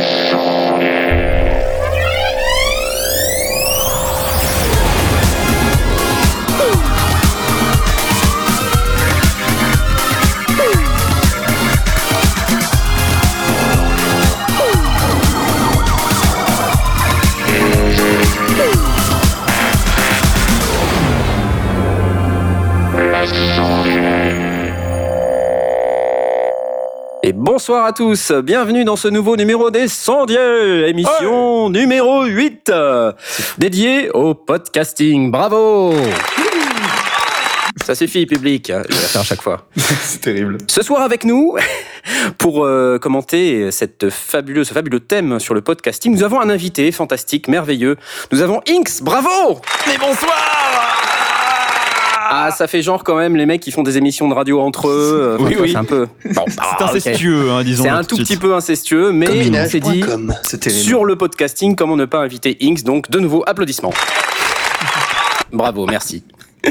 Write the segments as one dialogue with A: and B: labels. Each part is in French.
A: Et bonsoir à tous, bienvenue dans ce nouveau numéro des Sondiers, émission numéro 8, dédiée au podcasting. Bravo! Ça suffit, public, je vais la faire à chaque fois.
B: C'est terrible.
A: Ce soir avec nous, pour commenter ce fabuleux thème sur le podcasting, nous avons un invité fantastique, merveilleux. Nous avons Inks, bravo!
C: Mais bonsoir!
A: Ah, ça fait genre quand même les mecs qui font des émissions de radio entre eux.
C: Oui.
A: C'est un peu... Bon,
C: c'est incestueux, hein, disons.
A: C'est un tout petit peu incestueux, mais on s'est dit, sur le podcasting, comment ne pas inviter Inks, donc de nouveau, applaudissements. Bravo, merci.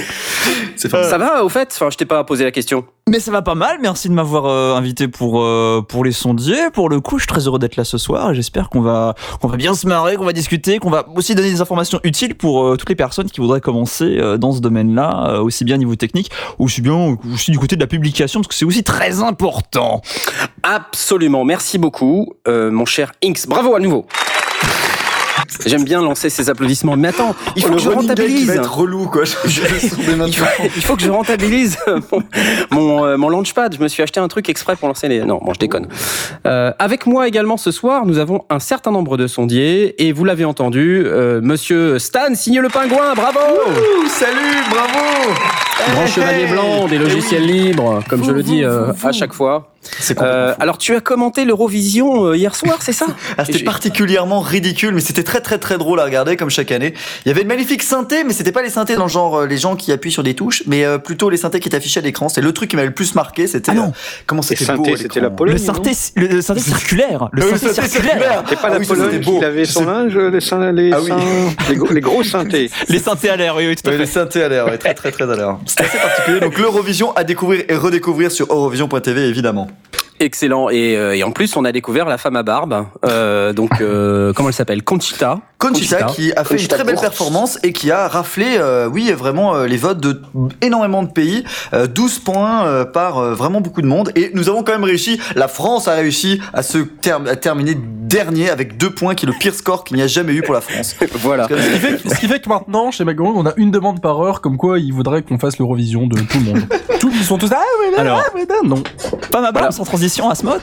A: Ça va, au fait? Enfin, je t'ai pas posé la question.
C: Mais ça va pas mal, merci de m'avoir invité pour les sondiers. Pour le coup, je suis très heureux d'être là ce soir et j'espère qu'on va bien se marrer, qu'on va discuter, qu'on va aussi donner des informations utiles pour toutes les personnes qui voudraient commencer dans ce domaine-là, aussi bien au niveau technique, aussi du côté de la publication, parce que c'est aussi très important.
A: Absolument, merci beaucoup, mon cher Inks. Bravo à nouveau. J'aime bien lancer ces applaudissements, mais attends, il faut que je rentabilise.
B: Il va être relou, quoi.
A: Il faut que je rentabilise mon launchpad. Je me suis acheté un truc exprès pour lancer les... Non, bon, je déconne. Avec moi également ce soir, nous avons un certain nombre de sondiers, et vous l'avez entendu, monsieur Stan signe le pingouin, bravo.
B: Salut, bravo.
A: Grand chevalier blanc des logiciels libres, comme je le dis à chaque fois. Alors tu as commenté l'Eurovision hier soir, c'est ça?
B: C'était particulièrement ridicule, mais c'était très très très drôle à regarder, comme chaque année. Il y avait une magnifique synthé, mais c'était pas les synthés dans le genre les gens qui appuient sur des touches, mais plutôt les synthés qui étaient affichés à l'écran. C'est le truc qui m'avait le plus marqué, c'était comment c'était beau.
D: C'était la Pologne.
C: Le synthé circulaire. Le synthé circulaire.
D: C'est pas la Pologne qui avait son linge, les gros synthés.
C: Les synthés à l'air, oui, tout à fait.
B: Les synthés à l'air, oui, très très très à l'air. C'était assez particulier. Donc l'Eurovision à découvrir et redécouvrir sur Eurovision.tv évidemment.
A: Excellent. Et en plus, on a découvert la femme à barbe. Comment elle s'appelle? Conchita,
B: qui a fait une très belle performance et qui a raflé, vraiment les votes de énormément de pays. 12 points par vraiment beaucoup de monde. Et nous avons quand même réussi, la France a réussi à terminer dernier avec 2 points, qui est le pire score qu'il n'y a jamais eu pour la France.
A: Voilà.
E: Ce qui fait que maintenant, chez McGonagall, on a une demande par heure, comme quoi ils voudraient qu'on fasse l'Eurovision de tout le monde. Ils sont tous non.
C: Pas ma barbe sans transition, Asmot.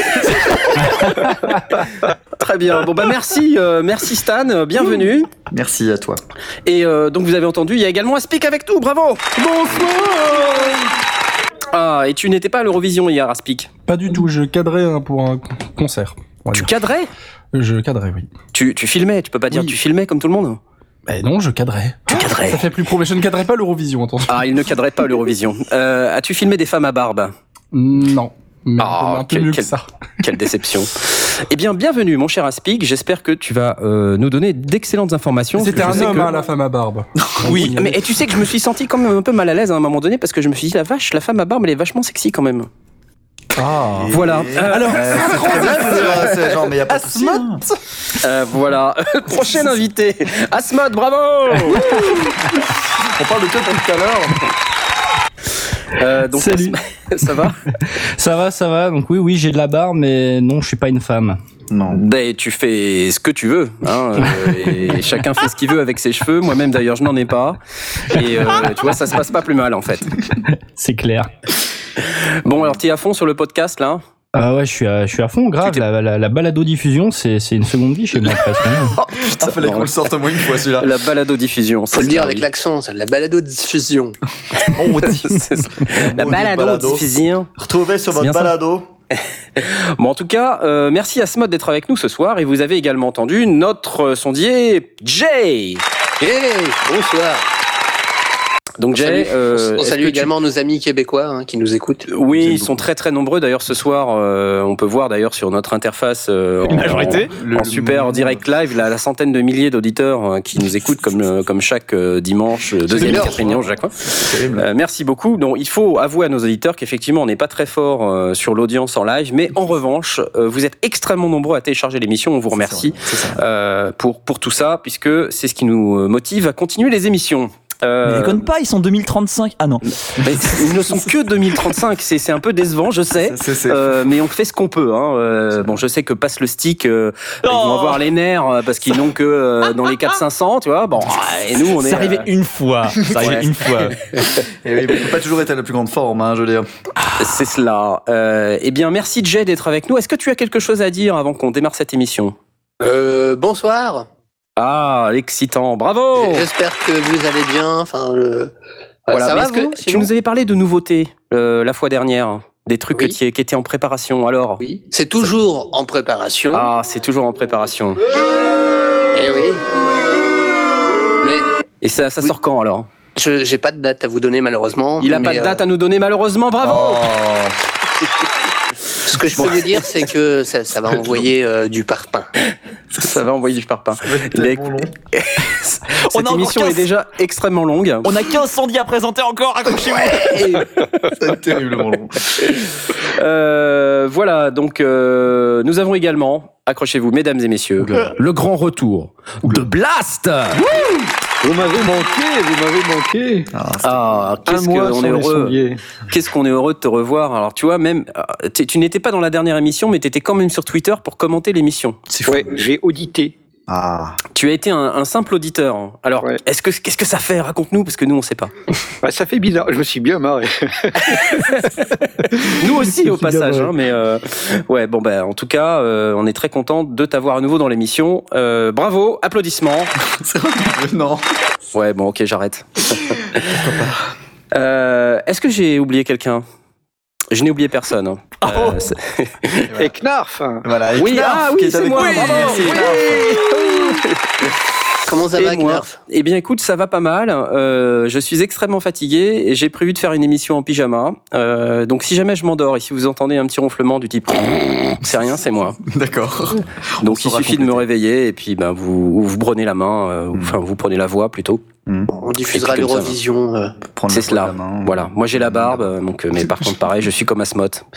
A: Très bien. Bon merci Stan, bienvenue.
B: Merci à toi.
A: Et donc vous avez entendu, il y a également Aspic avec nous, bravo.
E: Bonsoir.
A: Ah, et tu n'étais pas à l'Eurovision hier, Aspic?
E: Pas du tout, je cadrais pour un concert.
A: Tu cadrais?
E: Je cadrais, oui.
A: Tu filmais, tu peux pas dire tu filmais comme tout le monde?
E: Ben non, je cadrais.
A: Tu cadrais.
E: Ça fait plus pro, mais je ne cadrais pas l'Eurovision, attention.
A: Ah, il ne cadrait pas l'Eurovision. As-tu filmé des femmes à barbe?
E: Non. Mais un peu mieux que ça.
A: Quelle déception. Eh bien, bienvenue, mon cher Aspic. J'espère que tu vas nous donner d'excellentes informations.
E: C'était un homme, la femme à barbe.
A: Oui, mais tu sais que je me suis senti quand même un peu mal à l'aise à un moment donné, parce que je me suis dit, la vache, la femme à barbe, elle est vachement sexy quand même.
E: Ah.
A: Voilà. Alors,
B: c'est très bien, c'est genre, mais y a pas de souci.
A: voilà. Prochain invité. Asmod, bravo.
B: On parle de toi depuis tout à l'heure.
A: Donc,
F: salut.
A: Ça va?
F: Ça va. Donc oui, j'ai de la barbe, mais non, je suis pas une femme.
B: Non.
A: Ben, tu fais ce que tu veux, hein, et chacun fait ce qu'il veut avec ses cheveux. Moi-même, d'ailleurs, je n'en ai pas. Et tu vois, ça se passe pas plus mal, en fait.
F: C'est clair.
A: Bon, alors, t'es à fond sur le podcast, là?
F: Ah ouais, je suis à fond, grave. La balado-diffusion, c'est une seconde vie chez moi, presque.
B: Oh putain, fallait qu'on le sorte au moins une fois, celui-là.
A: La balado-diffusion.
D: Faut le dire avec l'accent, c'est la balado-diffusion.
A: La balado-diffusion.
B: Retrouvez sur votre balado.
A: Bon, en tout cas, merci à Smod d'être avec nous ce soir, et vous avez également entendu notre sondier Jay.
D: Hey, bonsoir.
A: Donc Jay,
G: on salue également nos amis québécois qui nous écoutent.
A: Oui, ils sont très très nombreux. D'ailleurs, ce soir, on peut voir d'ailleurs sur notre interface
C: majorité
A: en super direct live la centaine de milliers d'auditeurs qui nous écoutent comme chaque dimanche, deuxième et quatrième dimanche chaque fois. Merci beaucoup. Donc, il faut avouer à nos auditeurs qu'effectivement, on n'est pas très fort sur l'audience en live, mais en revanche, vous êtes extrêmement nombreux à télécharger l'émission. On vous remercie pour tout ça, puisque c'est ce qui nous motive à continuer les émissions.
C: Mais déconne pas, ils sont 2035. Ah non.
A: Mais ils ne sont que 2035. C'est un peu décevant, je sais. Mais on fait ce qu'on peut. Bon, je sais que passe le stick. Ils vont avoir les nerfs parce qu'ils n'ont que dans les 400-500, tu vois. Bon, et nous, on est.
C: C'est arrivé une fois. Une fois.
B: Et oui, on peut pas toujours être à la plus grande forme, je veux dire.
A: C'est cela. Eh bien, merci Jay d'être avec nous. Est-ce que tu as quelque chose à dire avant qu'on démarre cette émission ?
G: Bonsoir.
A: Ah, excitant, bravo!
G: J'espère que vous allez bien.
A: Voilà,
G: ça va,
A: tu nous avais parlé de nouveautés la fois dernière, des trucs qui étaient en préparation. Alors,
G: oui, c'est toujours en préparation.
A: Ah, c'est toujours en préparation.
G: Eh oui.
A: Et ça sort quand alors?
G: J'ai pas de date à vous donner malheureusement.
A: Il a pas de date à nous donner malheureusement, bravo!
G: Ce que je peux vous dire, c'est que ça va envoyer du parpaing.
A: Ça va envoyer du parpaing. Cette émission est déjà extrêmement longue.
C: On a 15 sondiers à présenter encore, accrochez-vous.
B: C'est terriblement long.
A: Voilà, donc nous avons également, accrochez-vous mesdames et messieurs, le grand retour de Blast.
D: Vous m'avez manqué.
A: Qu'est-ce qu'on est heureux. Qu'est-ce qu'on est heureux de te revoir. Alors tu vois, même tu n'étais pas dans la dernière émission, mais tu étais quand même sur Twitter pour commenter l'émission.
D: C'est fou. Ouais, j'ai audité.
A: Tu as été un simple auditeur. Alors, qu'est-ce que ça fait? Raconte-nous, parce que nous, on ne sait pas.
D: Ça fait bizarre. Je me suis bien marré.
A: Nous aussi, au passage. Mais en tout cas, on est très content de t'avoir à nouveau dans l'émission. Bravo, applaudissements.
B: C'est vrai, non.
A: Ouais, bon, ok, j'arrête. Est-ce que j'ai oublié quelqu'un? Je n'ai oublié personne.
D: Et Knarf.
B: Voilà.
A: Oui, c'est moi.
G: Comment ça va, Knarf ?
A: Eh bien, écoute, ça va pas mal. Je suis extrêmement fatigué et j'ai prévu de faire une émission en pyjama. Donc, si jamais je m'endors et si vous entendez un petit ronflement du type, c'est rien, c'est moi.
B: D'accord.
A: Donc, il suffit de me réveiller et puis vous prenez la main, enfin vous prenez la voix plutôt.
G: On diffusera l'Eurovision.
A: C'est cela. Voilà. Moi, j'ai la barbe, donc, mais par contre, pareil, je suis comme Asmoth.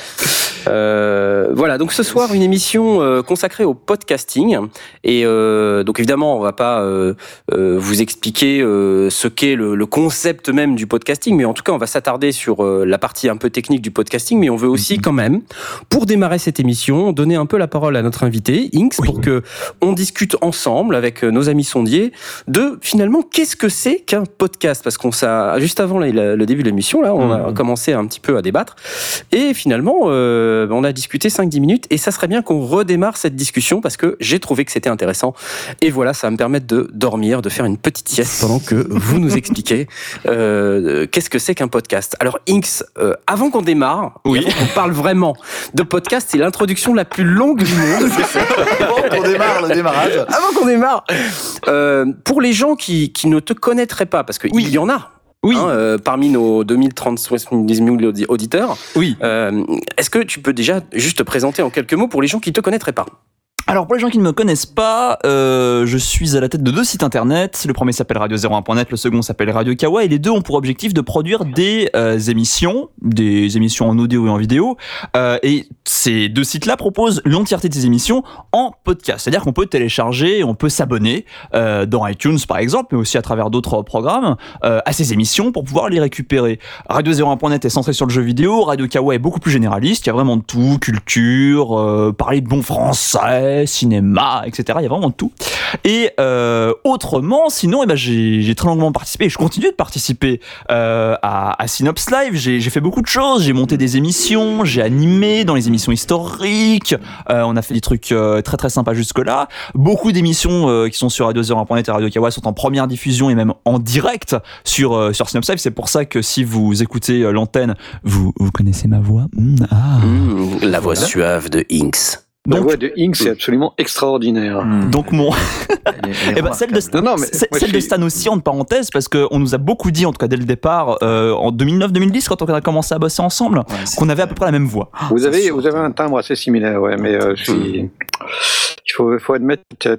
A: Voilà. Donc, ce soir, une émission consacrée au podcasting. Et donc, évidemment, on va pas vous expliquer ce qu'est le concept même du podcasting, mais en tout cas, on va s'attarder sur la partie un peu technique du podcasting. Mais on veut aussi, quand même, pour démarrer cette émission, donner un peu la parole à notre invité, Inks, pour que on discute ensemble avec nos amis sondiers de finalement qu'est-ce que c'est qu'un podcast, parce qu'on juste avant le début de l'émission, là, on a commencé un petit peu à débattre, et finalement, on a discuté 5-10 minutes, et ça serait bien qu'on redémarre cette discussion, parce que j'ai trouvé que c'était intéressant, et voilà, ça va me permettre de dormir, de faire une petite sieste pendant que vous nous expliquez qu'est-ce que c'est qu'un podcast. Alors, Inks, avant qu'on démarre, avant qu'on parle vraiment de podcast, c'est l'introduction la plus longue du monde.
B: Avant qu'on démarre le démarrage.
A: Avant qu'on démarre, pour les gens qui ne te connaîtraient pas, parce qu'il y en a. Oui. Parmi nos 2030-70 000 auditeurs. Oui. Est-ce que tu peux déjà juste te présenter en quelques mots pour les gens qui ne te connaîtraient pas?
C: Alors pour les gens qui ne me connaissent pas, je suis à la tête de 2 sites internet. Le premier s'appelle radio01.net, le second s'appelle Radio Kawa, et les deux ont pour objectif de produire des émissions en audio et en vidéo. Et ces 2 sites-là proposent l'entièreté de ces émissions en podcast. C'est-à-dire qu'on peut télécharger, on peut s'abonner dans iTunes par exemple, mais aussi à travers d'autres programmes à ces émissions pour pouvoir les récupérer. Radio01.net est centré sur le jeu vidéo, Radio Kawa est beaucoup plus généraliste, il y a vraiment de tout, culture, parler de bon français, cinéma, etc. Il y a vraiment de tout. Et autrement, sinon, j'ai très longuement participé, et je continue de participer à Synops Live. J'ai fait beaucoup de choses. J'ai monté des émissions, j'ai animé dans les émissions historiques. On a fait des trucs très très sympas jusque-là. Beaucoup d'émissions qui sont sur Radio01.net et Radio Kawa sont en première diffusion et même en direct sur Synops Live. C'est pour ça que si vous écoutez l'antenne, vous connaissez ma voix.
A: La voix suave de Inks.
D: La voix de Inks est absolument extraordinaire.
C: Donc celle de Stan aussi, en parenthèse, parce qu'on nous a beaucoup dit, en tout cas dès le départ, en 2009-2010, quand on a commencé à bosser ensemble, qu'on avait à peu près la même voix.
D: Vous avez un timbre assez similaire, mais il faut admettre que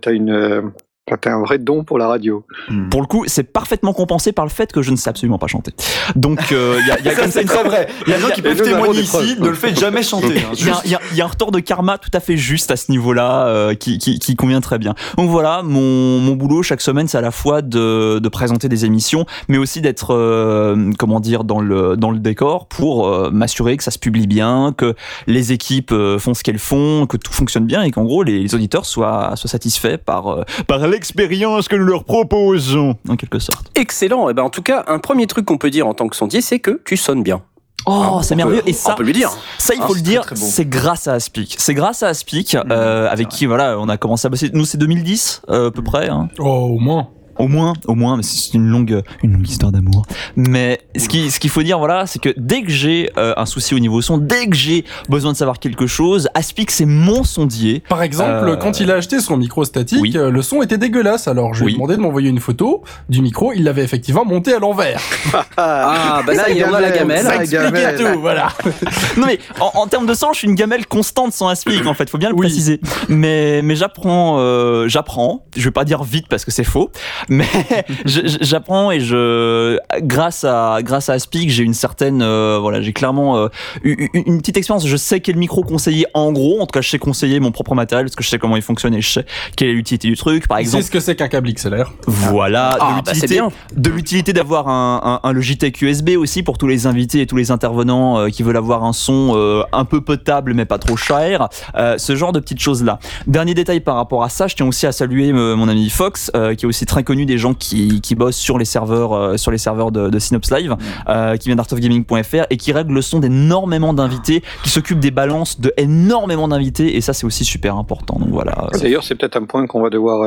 D: t'as un vrai don pour la radio.
C: Pour le coup, c'est parfaitement compensé par le fait que je ne sais absolument pas chanter. Donc, il y a comme ça
B: c'est très vrai. Il y a des gens qui peuvent témoigner ici, ne le fait jamais chanter.
C: Il y a un retour de karma tout à fait juste à ce niveau-là, qui convient très bien. Donc voilà, mon boulot chaque semaine, c'est à la fois de présenter des émissions, mais aussi d'être, dans le décor pour m'assurer que ça se publie bien, que les équipes font ce qu'elles font, que tout fonctionne bien et qu'en gros les auditeurs soient satisfaits par l'expérience que nous leur proposons, en quelque sorte.
A: Excellent. Et en tout cas, un premier truc qu'on peut dire en tant que sondier, c'est que tu sonnes bien.
C: C'est merveilleux. Et ça,
A: on peut lui dire.
C: Ça, il faut le dire, c'est grâce à Aspic. C'est grâce à Aspic, avec qui, on a commencé à bosser. Nous, c'est 2010, à peu près. Hein.
E: Oh, au moins.
C: Au moins, mais c'est une longue histoire d'amour. Mais ce qu'il faut dire, c'est que dès que j'ai un souci au niveau son, dès que j'ai besoin de savoir quelque chose, Aspic, c'est mon sondier.
E: Par exemple, quand il a acheté son micro statique, le son était dégueulasse. Alors je lui ai demandé de m'envoyer une photo du micro. Il l'avait effectivement monté à l'envers.
A: Ça y est, on a la gamelle.
E: Ça explique tout, voilà.
C: Non mais en termes de son, je suis une gamelle constante sans Aspic, en fait. Faut bien le préciser. Mais j'apprends. Je vais pas dire vite parce que c'est faux. Mais j'apprends et grâce à Aspic, j'ai une certaine, j'ai clairement une petite expérience. Je sais quel micro conseiller en gros. En tout cas, je sais conseiller mon propre matériel parce que je sais comment il fonctionne et je sais quelle est l'utilité du truc. Par exemple,
E: c'est ce que c'est qu'un câble XLR.
C: Voilà, de l'utilité d'avoir un Logitech USB aussi pour tous les invités et tous les intervenants qui veulent avoir un son un peu potable mais pas trop cher. Ce genre de petites choses là. Dernier détail par rapport à ça, je tiens aussi à saluer mon ami Fox, qui est aussi très connu des gens qui bossent sur les serveurs de Synops Live, qui vient d'artofgaming.fr et qui règle le son d'énormément d'invités, qui s'occupe des balances de énormément d'invités, et ça c'est aussi super important. Donc voilà.
D: D'ailleurs, c'est peut-être un point qu'on va devoir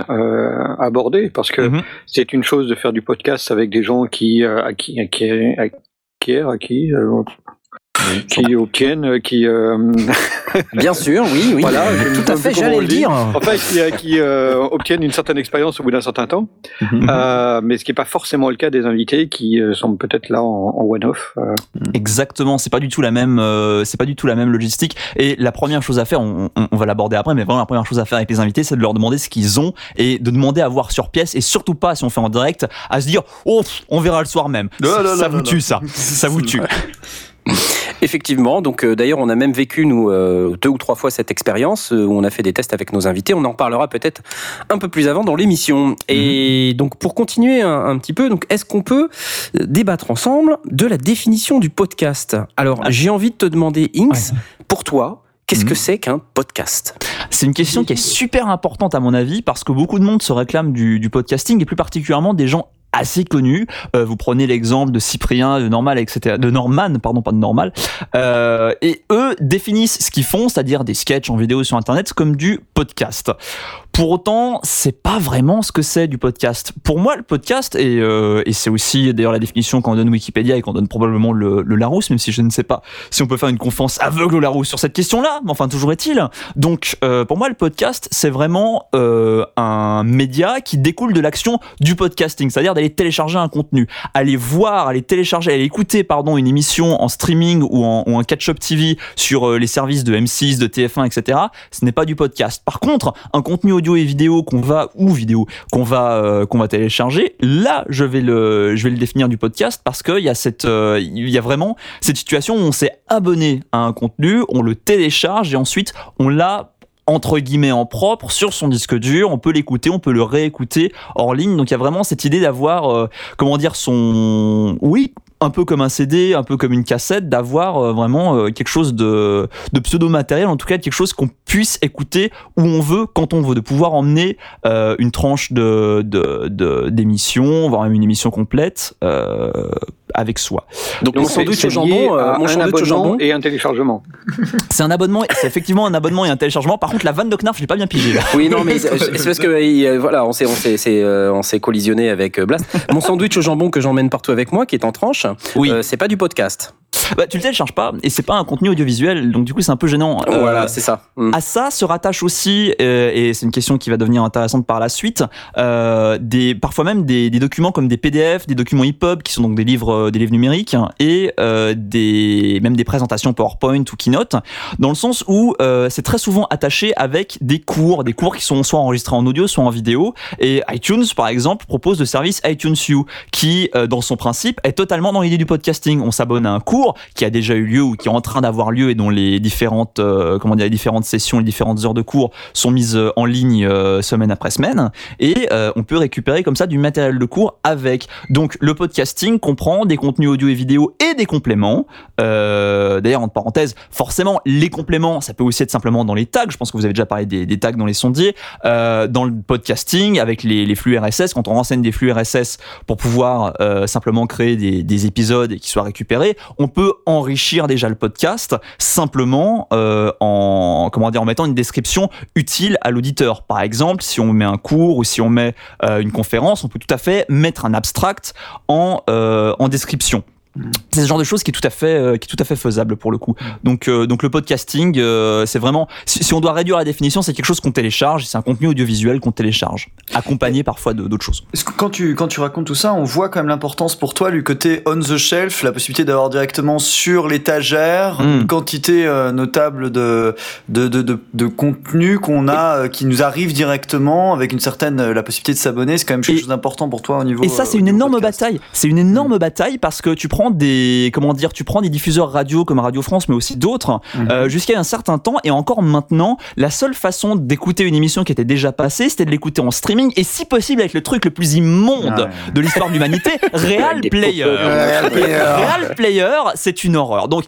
D: aborder, parce que c'est une chose de faire du podcast avec des gens qui obtiennent,
A: Bien sûr, oui.
D: Voilà,
A: tout à fait, j'allais le dire.
D: Enfin, qui obtiennent une certaine expérience au bout d'un certain temps, mais ce qui n'est pas forcément le cas des invités qui sont peut-être là en one-off.
C: Exactement, c'est pas du tout la même logistique. Et la première chose à faire, on va l'aborder après, mais vraiment la première chose à faire avec les invités, c'est de leur demander ce qu'ils ont et de demander à voir sur pièce, et surtout pas, si on fait en direct, à se dire on verra le soir même. Ça vous tue.
A: Effectivement, donc d'ailleurs on a même vécu nous 2 ou 3 fois cette expérience où on a fait des tests avec nos invités. On en parlera peut-être un peu plus avant dans l'émission. Et donc pour continuer un petit peu, donc est-ce qu'on peut débattre ensemble de la définition du podcast ? Alors j'ai envie de te demander, Inks, pour toi, qu'est-ce que c'est qu'un podcast ?
C: C'est une question qui est super importante à mon avis, parce que beaucoup de monde se réclame du podcasting, et plus particulièrement des gens assez connus. Vous prenez l'exemple de Cyprien, de Norman, etc. De Norman, pardon, pas de Normal. Et eux définissent ce qu'ils font, c'est-à-dire des sketchs en vidéo sur Internet, comme du podcast. Pour autant, c'est pas vraiment ce que c'est du podcast. Pour moi, le podcast, et c'est aussi d'ailleurs la définition qu'on donne Wikipédia et qu'on donne probablement le Larousse, même si je ne sais pas si on peut faire une conférence aveugle au Larousse sur cette question-là, mais enfin, toujours est-il. Donc, pour moi, le podcast, c'est vraiment un média qui découle de l'action du podcasting, c'est-à-dire d'aller télécharger un contenu, aller écouter une émission en streaming ou en catch-up TV sur les services de M6, de TF1, etc. Ce n'est pas du podcast. Par contre, un contenu audio et vidéo qu'on va télécharger, là je vais le définir du podcast, parce qu'il y a vraiment cette situation où on s'est abonné à un contenu, on le télécharge et ensuite on l'a entre guillemets en propre sur son disque dur, on peut l'écouter, on peut le réécouter hors ligne. Donc il y a vraiment cette idée d'avoir un peu comme un CD, un peu comme une cassette, d'avoir vraiment quelque chose de pseudo-matériel, en tout cas quelque chose qu'on puisse écouter où on veut, quand on veut, de pouvoir emmener une tranche d'émission, voire même une émission complète avec soi.
A: Donc mon sandwich au jambon,
D: un abonnement et un téléchargement.
C: C'est un abonnement, c'est effectivement un abonnement et un téléchargement. Par contre, la vanne de Knarf, je l'ai pas bien pigé là.
A: Oui, non, mais c'est parce que on s'est collisionné avec Blast. Mon sandwich au jambon que j'emmène partout avec moi, qui est en tranche, c'est pas du podcast.
C: Bah, tu le télécharges pas et c'est pas un contenu audiovisuel, donc du coup c'est un peu gênant.
A: Voilà, c'est ça.
C: À ça se rattache aussi, et c'est une question qui va devenir intéressante par la suite, parfois même des documents comme des PDF, des documents EPUB qui sont donc des livres numériques et même des présentations PowerPoint ou Keynote, dans le sens où c'est très souvent attaché avec des cours qui sont soit enregistrés en audio, soit en vidéo. Et iTunes, par exemple, propose le service iTunes U, qui, dans son principe, est totalement dans l'idée du podcasting. On s'abonne à un cours qui a déjà eu lieu ou qui est en train d'avoir lieu et dont les différentes sessions, les différentes heures de cours sont mises en ligne semaine après semaine. Et on peut récupérer comme ça du matériel de cours avec. Donc, le podcasting comprend des contenus audio et vidéo et des compléments. D'ailleurs, entre parenthèses, forcément, les compléments, ça peut aussi être simplement dans les tags. Je pense que vous avez déjà parlé des tags dans les sondiers. Dans le podcasting, avec les flux RSS, quand on renseigne des flux RSS pour pouvoir simplement créer des épisodes et qu'ils soient récupérés, on peut enrichir déjà le podcast simplement en mettant une description utile à l'auditeur. Par exemple, si on met un cours ou si on met une conférence, on peut tout à fait mettre un abstract en description. C'est ce genre de choses qui est tout à fait faisable pour le coup. Donc le podcasting, c'est vraiment, si on doit réduire la définition, c'est quelque chose qu'on télécharge, c'est un contenu audiovisuel qu'on télécharge, accompagné parfois d'autres choses.
B: Est-ce que quand tu racontes tout ça, on voit quand même l'importance pour toi du côté on the shelf, la possibilité d'avoir directement sur l'étagère une quantité notable de contenu qu'on a, qui nous arrive directement avec une certaine la possibilité de s'abonner. C'est quand même quelque chose d'important pour toi au niveau.
C: Et ça, c'est une énorme bataille. C'est une énorme bataille parce que tu prends des diffuseurs radio comme Radio France, mais aussi d'autres, jusqu'à un certain temps, et encore maintenant, la seule façon d'écouter une émission qui était déjà passée, c'était de l'écouter en streaming, et si possible avec le truc le plus immonde de l'histoire de l'humanité, Real Player. Real Player, c'est une horreur. Donc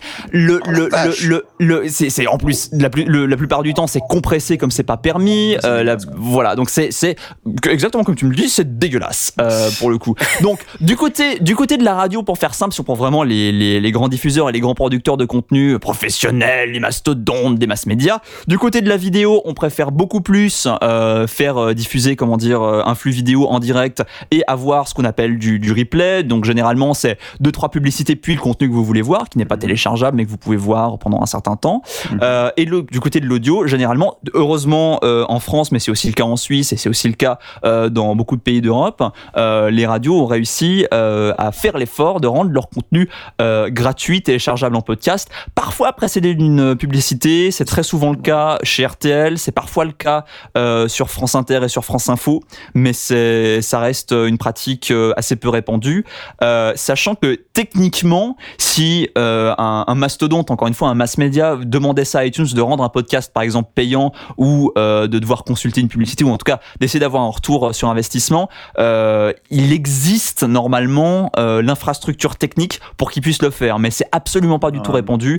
C: c'est en plus la plupart du temps, c'est compressé comme c'est pas permis. Voilà, donc c'est exactement comme tu me le dis, c'est dégueulasse pour le coup. Donc du côté de la radio, pour faire simple, pour vraiment les grands diffuseurs et les grands producteurs de contenu professionnels, les mastodontes des mass médias. Du côté de la vidéo, on préfère beaucoup plus faire diffuser un flux vidéo en direct et avoir ce qu'on appelle du replay. Donc généralement, c'est 2-3 publicités puis le contenu que vous voulez voir, qui n'est pas téléchargeable mais que vous pouvez voir pendant un certain temps. Et du côté de l'audio, généralement, heureusement en France, mais c'est aussi le cas en Suisse et c'est aussi le cas dans beaucoup de pays d'Europe, les radios ont réussi à faire l'effort de rendre leur contenu gratuit, téléchargeable en podcast, parfois précédé d'une publicité. C'est très souvent le cas chez RTL, c'est parfois le cas sur France Inter et sur France Info, mais ça reste une pratique assez peu répandue, sachant que techniquement, si un mastodonte, encore une fois un mass média, demandait ça à iTunes de rendre un podcast par exemple payant ou de devoir consulter une publicité ou en tout cas d'essayer d'avoir un retour sur investissement, il existe normalement l'infrastructure technique pour qu'ils puissent le faire, mais c'est absolument pas du tout répandu.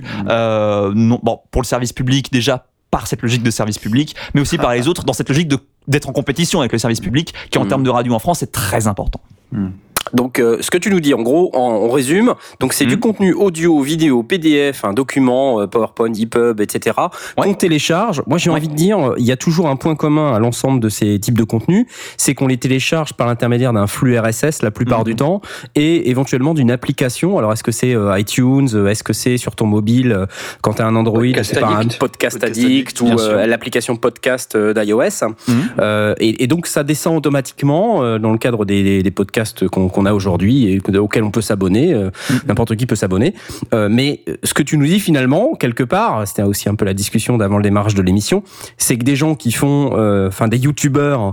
C: Pour le service public déjà, par cette logique de service public, mais aussi par les autres dans cette logique d'être en compétition avec le service public qui en termes de radio en France est très important.
A: Donc, ce que tu nous dis, en gros, on résume. Donc, c'est du contenu audio, vidéo, PDF, un document, PowerPoint, EPUB, etc. qu'on télécharge. Moi, j'ai envie de dire, il y a toujours un point commun à l'ensemble de ces types de contenus, c'est qu'on les télécharge par l'intermédiaire d'un flux RSS la plupart du temps, et éventuellement d'une application. Alors, est-ce que c'est iTunes, est-ce que c'est sur ton mobile quand tu as un Android, c'est par un Podcast Addict ou l'application podcast d'iOS. Et donc, ça descend automatiquement dans le cadre des podcasts qu'on a aujourd'hui et auquel on peut s'abonner, n'importe qui peut s'abonner. Mais ce que tu nous dis finalement, quelque part, c'était aussi un peu la discussion d'avant le démarrage de l'émission, c'est que des gens qui font, des youtubeurs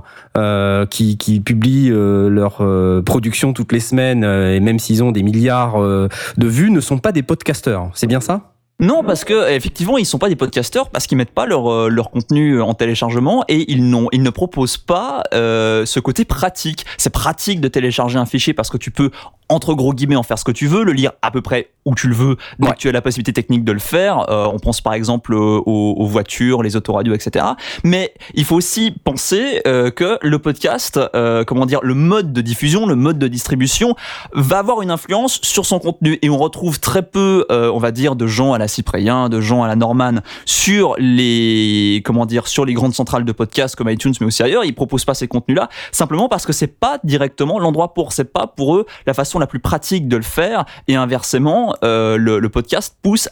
A: qui publient leur production toutes les semaines, et même s'ils ont des milliards de vues, ne sont pas des podcasteurs. C'est bien ça ?
C: Non, parce que effectivement, ils sont pas des podcasteurs parce qu'ils mettent pas leur contenu en téléchargement et ils ne proposent pas ce côté pratique. C'est pratique de télécharger un fichier parce que tu peux entre gros guillemets en faire ce que tu veux, le lire à peu près où tu le veux, dès que tu as la possibilité technique de le faire. On pense par exemple aux voitures, les autoradios, etc. Mais il faut aussi penser que le podcast, le mode de diffusion, le mode de distribution va avoir une influence sur son contenu. Et on retrouve très peu, de gens à la Cyprien, de gens à la Norman sur les grandes centrales de podcasts comme iTunes, mais aussi ailleurs. Ils proposent pas ces contenus-là simplement parce que c'est pas directement l'endroit c'est pas pour eux la façon la plus pratique de le faire, et inversement, le podcast pousse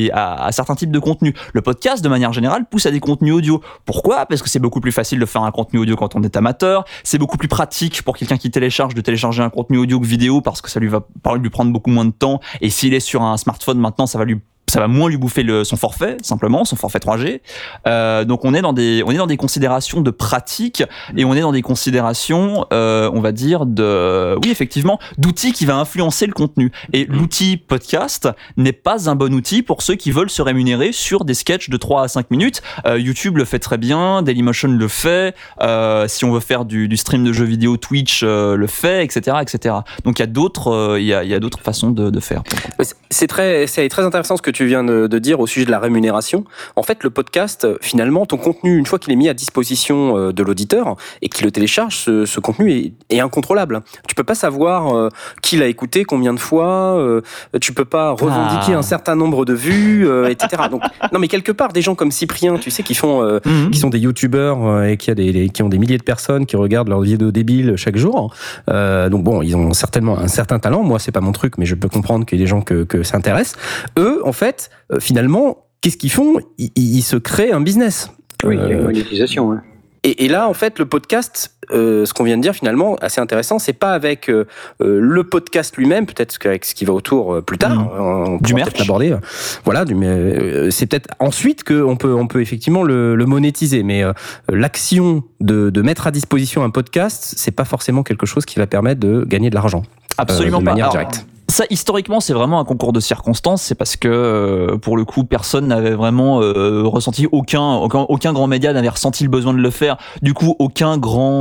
C: à certains types de contenus. Le podcast, de manière générale, pousse à des contenus audio. Pourquoi ? Parce que c'est beaucoup plus facile de faire un contenu audio quand on est amateur, c'est beaucoup plus pratique pour quelqu'un qui télécharge de télécharger un contenu audio que vidéo, parce que ça lui prendre beaucoup moins de temps, et s'il est sur un smartphone maintenant, ça va moins lui bouffer son forfait, simplement, son forfait 3G. Donc on est dans des considérations de pratique, et on est dans des considérations, on va dire, oui, effectivement, d'outils qui va influencer le contenu. Et l'outil podcast n'est pas un bon outil pour ceux qui veulent se rémunérer sur des sketchs de 3 à 5 minutes. YouTube le fait très bien, Dailymotion le fait, si on veut faire du stream de jeux vidéo, Twitch le fait, etc., etc. Donc il y a d'autres façons de faire.
A: C'est très intéressant ce que tu viens de dire au sujet de la rémunération. En fait, le podcast, finalement, ton contenu, une fois qu'il est mis à disposition de l'auditeur et qu'il le télécharge, ce contenu est incontrôlable. Tu peux pas savoir qui l'a écouté, combien de fois, tu peux pas revendiquer un certain nombre de vues, etc. Donc, non, mais quelque part, des gens comme Cyprien, tu sais, qui sont des youtubeurs et qui ont des milliers de personnes qui regardent leurs vidéos débiles chaque jour. Donc bon, ils ont certainement un certain talent. Moi, c'est pas mon truc, mais je peux comprendre qu'il y ait des gens que ça intéresse. Eux, en fait, finalement, qu'est-ce qu'ils font ? Ils se créent un business.
D: Oui, il y a une monétisation. Hein.
A: Et là, en fait, le podcast, ce qu'on vient de dire finalement, assez intéressant, c'est pas avec le podcast lui-même, peut-être qu'avec ce qui va autour plus tard, on pourra peut-être l'aborder. Voilà, c'est peut-être ensuite qu'on peut effectivement le monétiser, mais l'action de mettre à disposition un podcast, c'est pas forcément quelque chose qui va permettre de gagner de l'argent.
C: Absolument
A: de
C: pas.
A: manière directe.
C: Ça, historiquement, c'est vraiment un concours de circonstances. C'est parce que, pour le coup, personne n'avait vraiment ressenti, aucun grand média n'avait ressenti le besoin de le faire. Du coup, aucune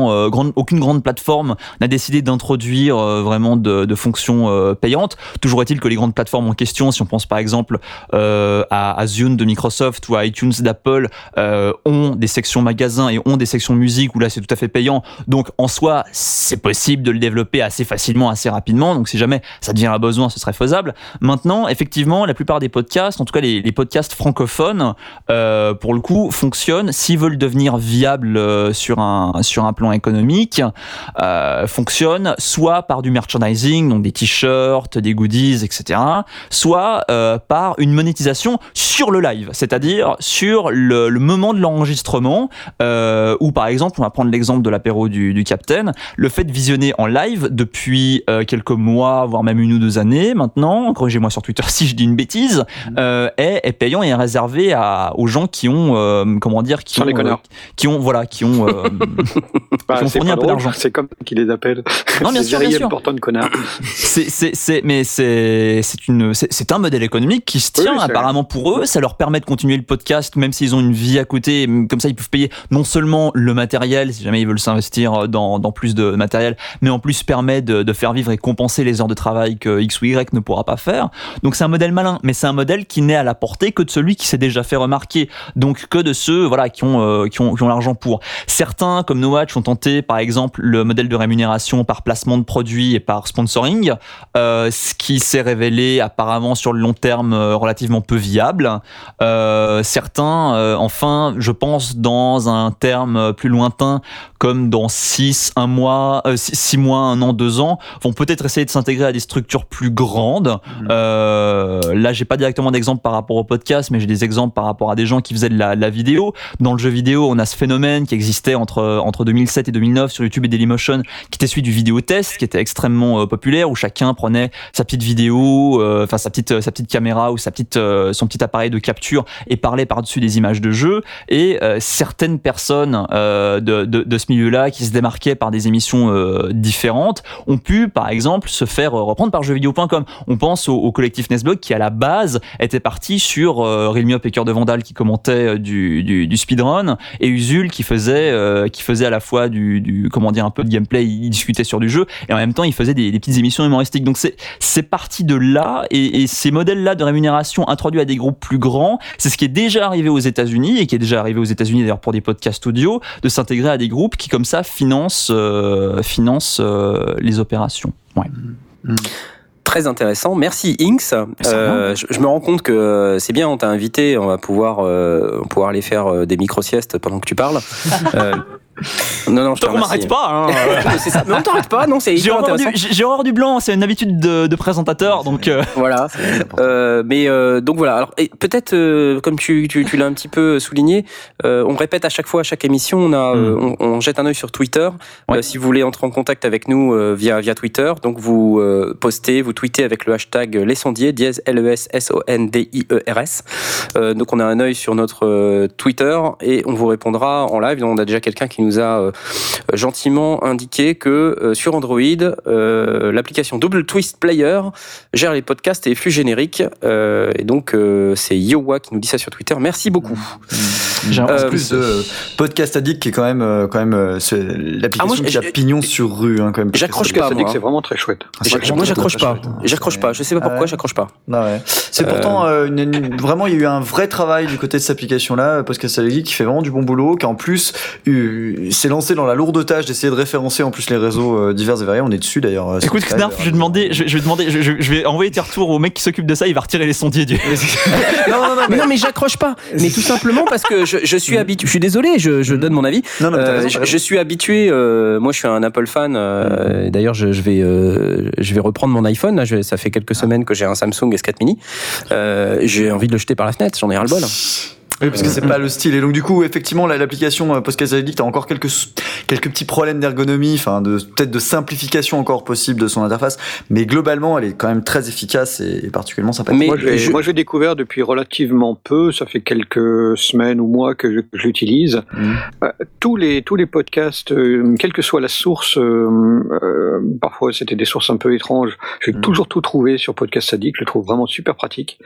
C: grande plateforme n'a décidé d'introduire vraiment de fonctions payantes. Toujours est-il que les grandes plateformes en question, si on pense par exemple à Zune de Microsoft ou à iTunes d'Apple, ont des sections magasins et ont des sections musique où là c'est tout à fait payant. Donc en soi, c'est possible de le développer assez facilement, assez rapidement. Donc si jamais ça devient un besoin, ce serait faisable. Maintenant, effectivement, la plupart des podcasts, en tout cas les podcasts francophones, pour le coup, fonctionnent, s'ils veulent devenir viables sur un plan économique, fonctionnent soit par du merchandising, donc des t-shirts, des goodies, etc., soit par une monétisation sur le live, c'est-à-dire sur le moment de l'enregistrement, où par exemple, on va prendre l'exemple de l'apéro du Captain, le fait de visionner en live depuis quelques mois, voire même 1 ou 2 années maintenant, corrigez-moi sur Twitter si je dis une bêtise, est payant et est réservé aux gens qui ont qui ont fourni un peu d'argent.
D: C'est comme qui les appellent.
C: Non, bien sûr, bien sûr.
D: Important de connards.
C: C'est un modèle économique qui se tient apparemment pour eux. Ça leur permet de continuer le podcast même s'ils ont une vie à côté. Comme ça, ils peuvent payer non seulement le matériel si jamais ils veulent s'investir dans plus de matériel, mais en plus permet de faire vivre et compenser les heures de travail que X ou Y ne pourra pas faire. Donc c'est un modèle malin, mais c'est un modèle qui n'est à la portée que de celui qui s'est déjà fait remarquer, donc que de ceux qui ont l'argent pour. Certains, comme No Watch, ont tenté par exemple le modèle de rémunération par placement de produits et par sponsoring, ce qui s'est révélé apparemment sur le long terme relativement peu viable. Certains, enfin, je pense dans un terme plus lointain, comme dans 6 mois, 1 an, 2 ans, vont peut-être essayer de s'intégrer à des structures plus grandes. Là, j'ai pas directement d'exemple par rapport au podcast, mais j'ai des exemples par rapport à des gens qui faisaient de la vidéo. Dans le jeu vidéo, on a ce phénomène qui existait entre 2007 et 2009 sur YouTube et Dailymotion, qui était celui du vidéo test, qui était extrêmement populaire, où chacun prenait sa petite vidéo, sa petite caméra ou son petit appareil de capture et parlait par-dessus des images de jeu. Et certaines personnes de ce milieu-là, qui se démarquaient par des émissions différentes, ont pu, par exemple, se faire reprendre par jeuxvideo.com. On pense au collectif Nesblog qui, à la base, était parti sur Realmiop et Cœur de Vandal qui commentait du speedrun, et Usul qui faisait à la fois un peu de gameplay, il discutait sur du jeu, et en même temps il faisait des petites émissions humoristiques. Donc c'est parti de là, et ces modèles-là de rémunération introduits à des groupes plus grands, c'est ce qui est déjà arrivé aux États-Unis, et qui est déjà arrivé aux États-Unis d'ailleurs pour des podcasts audio, de s'intégrer à des groupes qui comme ça financent les opérations. Ouais.
A: Très intéressant. Merci Inks. Je me rends compte que c'est bien, on t'a invité, on va pouvoir aller faire des micro-siestes pendant que tu parles. Non, je te
C: Donc on m'arrête pas. Hein.
A: C'est ça. Mais on t'arrête pas, non, c'est hyper intéressant.
C: J'ai horreur du blanc, c'est une habitude de présentateur, donc.
A: Voilà. Donc voilà. Alors peut-être comme tu l'as un petit peu souligné, on répète à chaque fois, à chaque émission, on jette un œil sur Twitter.
C: Ouais.
A: Si vous voulez entrer en contact avec nous via Twitter, donc vous postez, vous tweetez avec le hashtag Les Sondiers, LESSONDIERS. Donc on a un œil sur notre Twitter et on vous répondra en live. On a déjà quelqu'un qui nous a gentiment indiqué que sur Android, l'application Double Twist Player gère les podcasts et les flux génériques. Et donc c'est Yowa qui nous dit ça sur Twitter. Merci beaucoup.
B: En plus de Podcast Addict qui est quand même c'est l'application qui a pignon sur rue quand même.
A: J'accroche pas, moi.
D: C'est vraiment très chouette.
A: Moi j'accroche pas. J'accroche pas. Je sais pas pourquoi j'accroche pas.
B: Ouais. C'est pourtant vraiment il y a eu un vrai travail du côté de cette application là, Podcast Addict qui fait vraiment du bon boulot, qui en plus s'est lancé dans la lourde tâche d'essayer de référencer en plus les réseaux divers et variés. On est dessus d'ailleurs.
C: Écoute Knarf, je vais envoyer tes retours au mec qui s'occupe de ça, il va retirer les sondiers du.
A: Non mais j'accroche pas. Mais tout simplement parce que je suis habitué. Je suis désolé, je donne mon avis. Je suis habitué. Moi, je suis un Apple fan. D'ailleurs, je vais reprendre mon iPhone. Là, ça fait quelques semaines que j'ai un Samsung S4 Mini. J'ai envie de le jeter par la fenêtre. J'en ai ras le bol.
B: Oui, parce que c'est pas le style. Et donc du coup, effectivement, l'application Podcast Addict a encore quelques petits problèmes d'ergonomie, peut-être de simplification encore possible de son interface, mais globalement, elle est quand même très efficace et particulièrement sympathique.
D: Moi, j'ai découvert depuis relativement peu, ça fait quelques semaines ou mois que je l'utilise. Tous les podcasts, quelle que soit la source, parfois c'était des sources un peu étranges. J'ai toujours tout trouvé sur Podcast Addict. Je le trouve vraiment super pratique.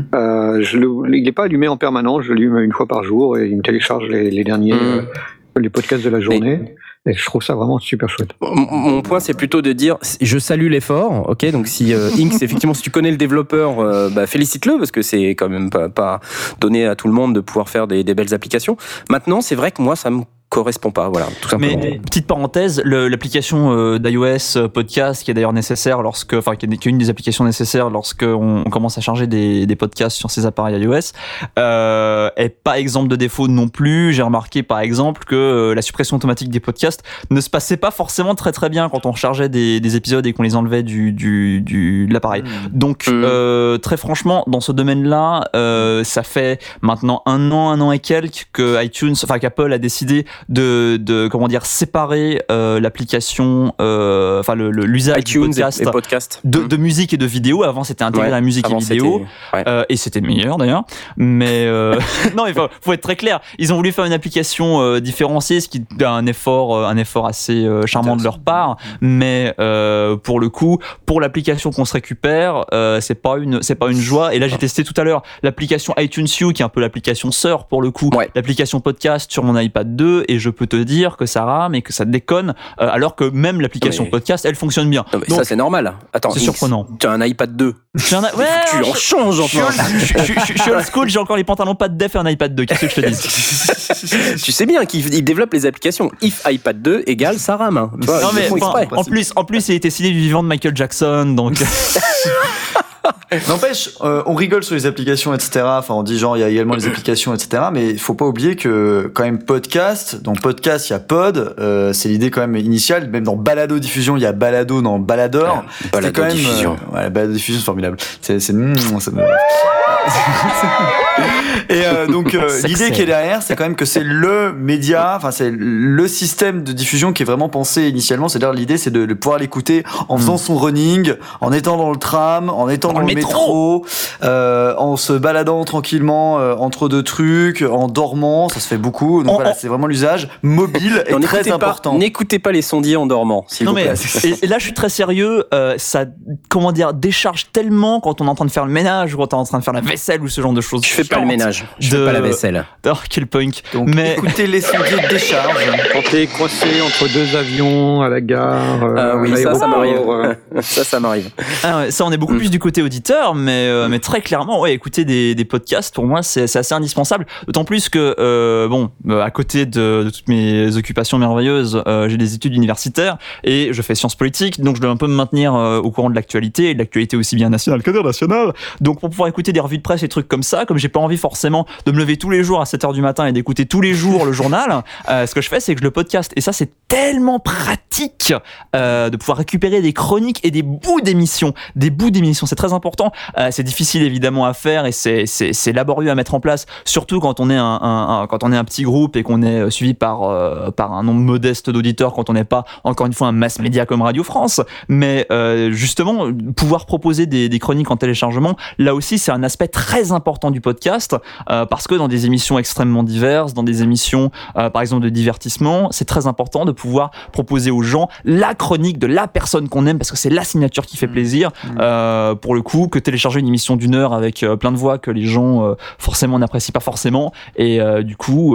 D: Il n'est pas allumé en permanence. Je l'allume une fois par jour et il me télécharge les derniers les podcasts de la journée. Et je trouve ça vraiment super chouette.
A: Mon point, c'est plutôt de dire, je salue l'effort, ok. Donc si Inks, effectivement, si tu connais le développeur, félicite-le parce que c'est quand même pas donné à tout le monde de pouvoir faire des belles applications. Maintenant, c'est vrai que moi, ça me correspond pas, voilà, tout simplement.
C: Mais petite parenthèse, l'application d'iOS Podcast qui est d'ailleurs nécessaire qui est une des applications nécessaires lorsque on commence à charger des podcasts sur ces appareils iOS, est pas exemple de défaut non plus. J'ai remarqué par exemple que la suppression automatique des podcasts ne se passait pas forcément très très bien quand on rechargeait des épisodes et qu'on les enlevait de l'appareil. Donc très franchement, dans ce domaine-là, ça fait maintenant un an et quelques que qu'Apple a décidé de séparer l'application, l'usage du podcast de musique et de vidéo. Avant, c'était intégré à la musique et vidéo, et c'était meilleur d'ailleurs. Mais non, il faut être très clair. Ils ont voulu faire une application différenciée, ce qui est un effort assez charmant de leur part. Mais pour le coup, pour l'application qu'on se récupère, c'est pas une joie. Et là, j'ai testé tout à l'heure l'application iTunes U, qui est un peu l'application sœur pour le coup, l'application podcast sur mon iPad 2. Et je peux te dire que ça rame et que ça déconne, alors que même l'application podcast, elle fonctionne bien.
A: Non, mais donc, ça, c'est normal. Attends,
C: c'est surprenant.
A: Tu as un iPad 2.
C: Tu en changes, enfin. Je suis old school, j'ai encore les pantalons pas de def et un iPad 2. Qu'est-ce que je te dis?
A: Tu sais bien qu'il développe les applications. If iPad 2 égale ça rame. Tu vois,
C: non, mais en plus, il a été signé du vivant de Michael Jackson, donc.
B: N'empêche, on rigole sur les applications, etc. Enfin, on dit genre il y a également les applications, etc. Mais il faut pas oublier que quand même podcast, dans podcast il y a pod, c'est l'idée quand même initiale. Même dans balado diffusion il y a balado dans balador.
A: Balado diffusion.
B: Balado diffusion c'est formidable. Ça me... Et donc l'idée qui est derrière, c'est quand même que c'est le média, enfin c'est le système de diffusion qui est vraiment pensé initialement. C'est-à-dire l'idée, c'est de pouvoir l'écouter en faisant son running, en étant dans le tram, en étant dans le métro, en se baladant tranquillement entre deux trucs, en dormant. Ça se fait beaucoup. Donc voilà, c'est vraiment l'usage mobile et très important.
A: N'écoutez pas les sondiers en dormant, s'il vous plaît.
C: Et là, je suis très sérieux. Ça, décharge tellement quand on est en train de faire le ménage ou quand on est en train de faire la vaisselle ou ce genre de choses.
A: Je fais pas le ménage, je fais pas la vaisselle.
C: Oh, quel punk.
B: Donc, écoutez les sondiers de décharge.
D: Quand t'es coincé entre deux avions à la gare.
A: Oui, ça m'arrive. Ça m'arrive.
C: Ça, on est beaucoup plus du côté auditeur, mais très clairement, écouter des podcasts, pour moi, c'est assez indispensable. D'autant plus que, à côté de toutes mes occupations merveilleuses, j'ai des études universitaires et je fais sciences politiques, donc je dois un peu me maintenir au courant de l'actualité, et de l'actualité aussi bien nationale qu'internationale. Donc, pour pouvoir écouter des revues de presse et trucs comme ça, comme j'ai pas envie forcément de me lever tous les jours à 7h du matin et d'écouter tous les jours le journal, ce que je fais, c'est que je le podcast. Et ça, c'est tellement pratique de pouvoir récupérer des chroniques et des bouts d'émissions. C'est très important. C'est difficile évidemment à faire et c'est laborieux à mettre en place, surtout quand on est quand on est un petit groupe et qu'on est suivi par un nombre modeste d'auditeurs, quand on n'est pas encore une fois un mass média comme Radio France. Mais justement, pouvoir proposer des chroniques en téléchargement, là aussi c'est un aspect très important du podcast, parce que dans des émissions extrêmement diverses, dans des émissions par exemple de divertissement, c'est très important de pouvoir proposer aux gens la chronique de la personne qu'on aime, parce que c'est la signature qui fait plaisir, pour le coup, que télécharger une émission d'1 heure avec plein de voix que les gens forcément n'apprécient pas forcément, et du coup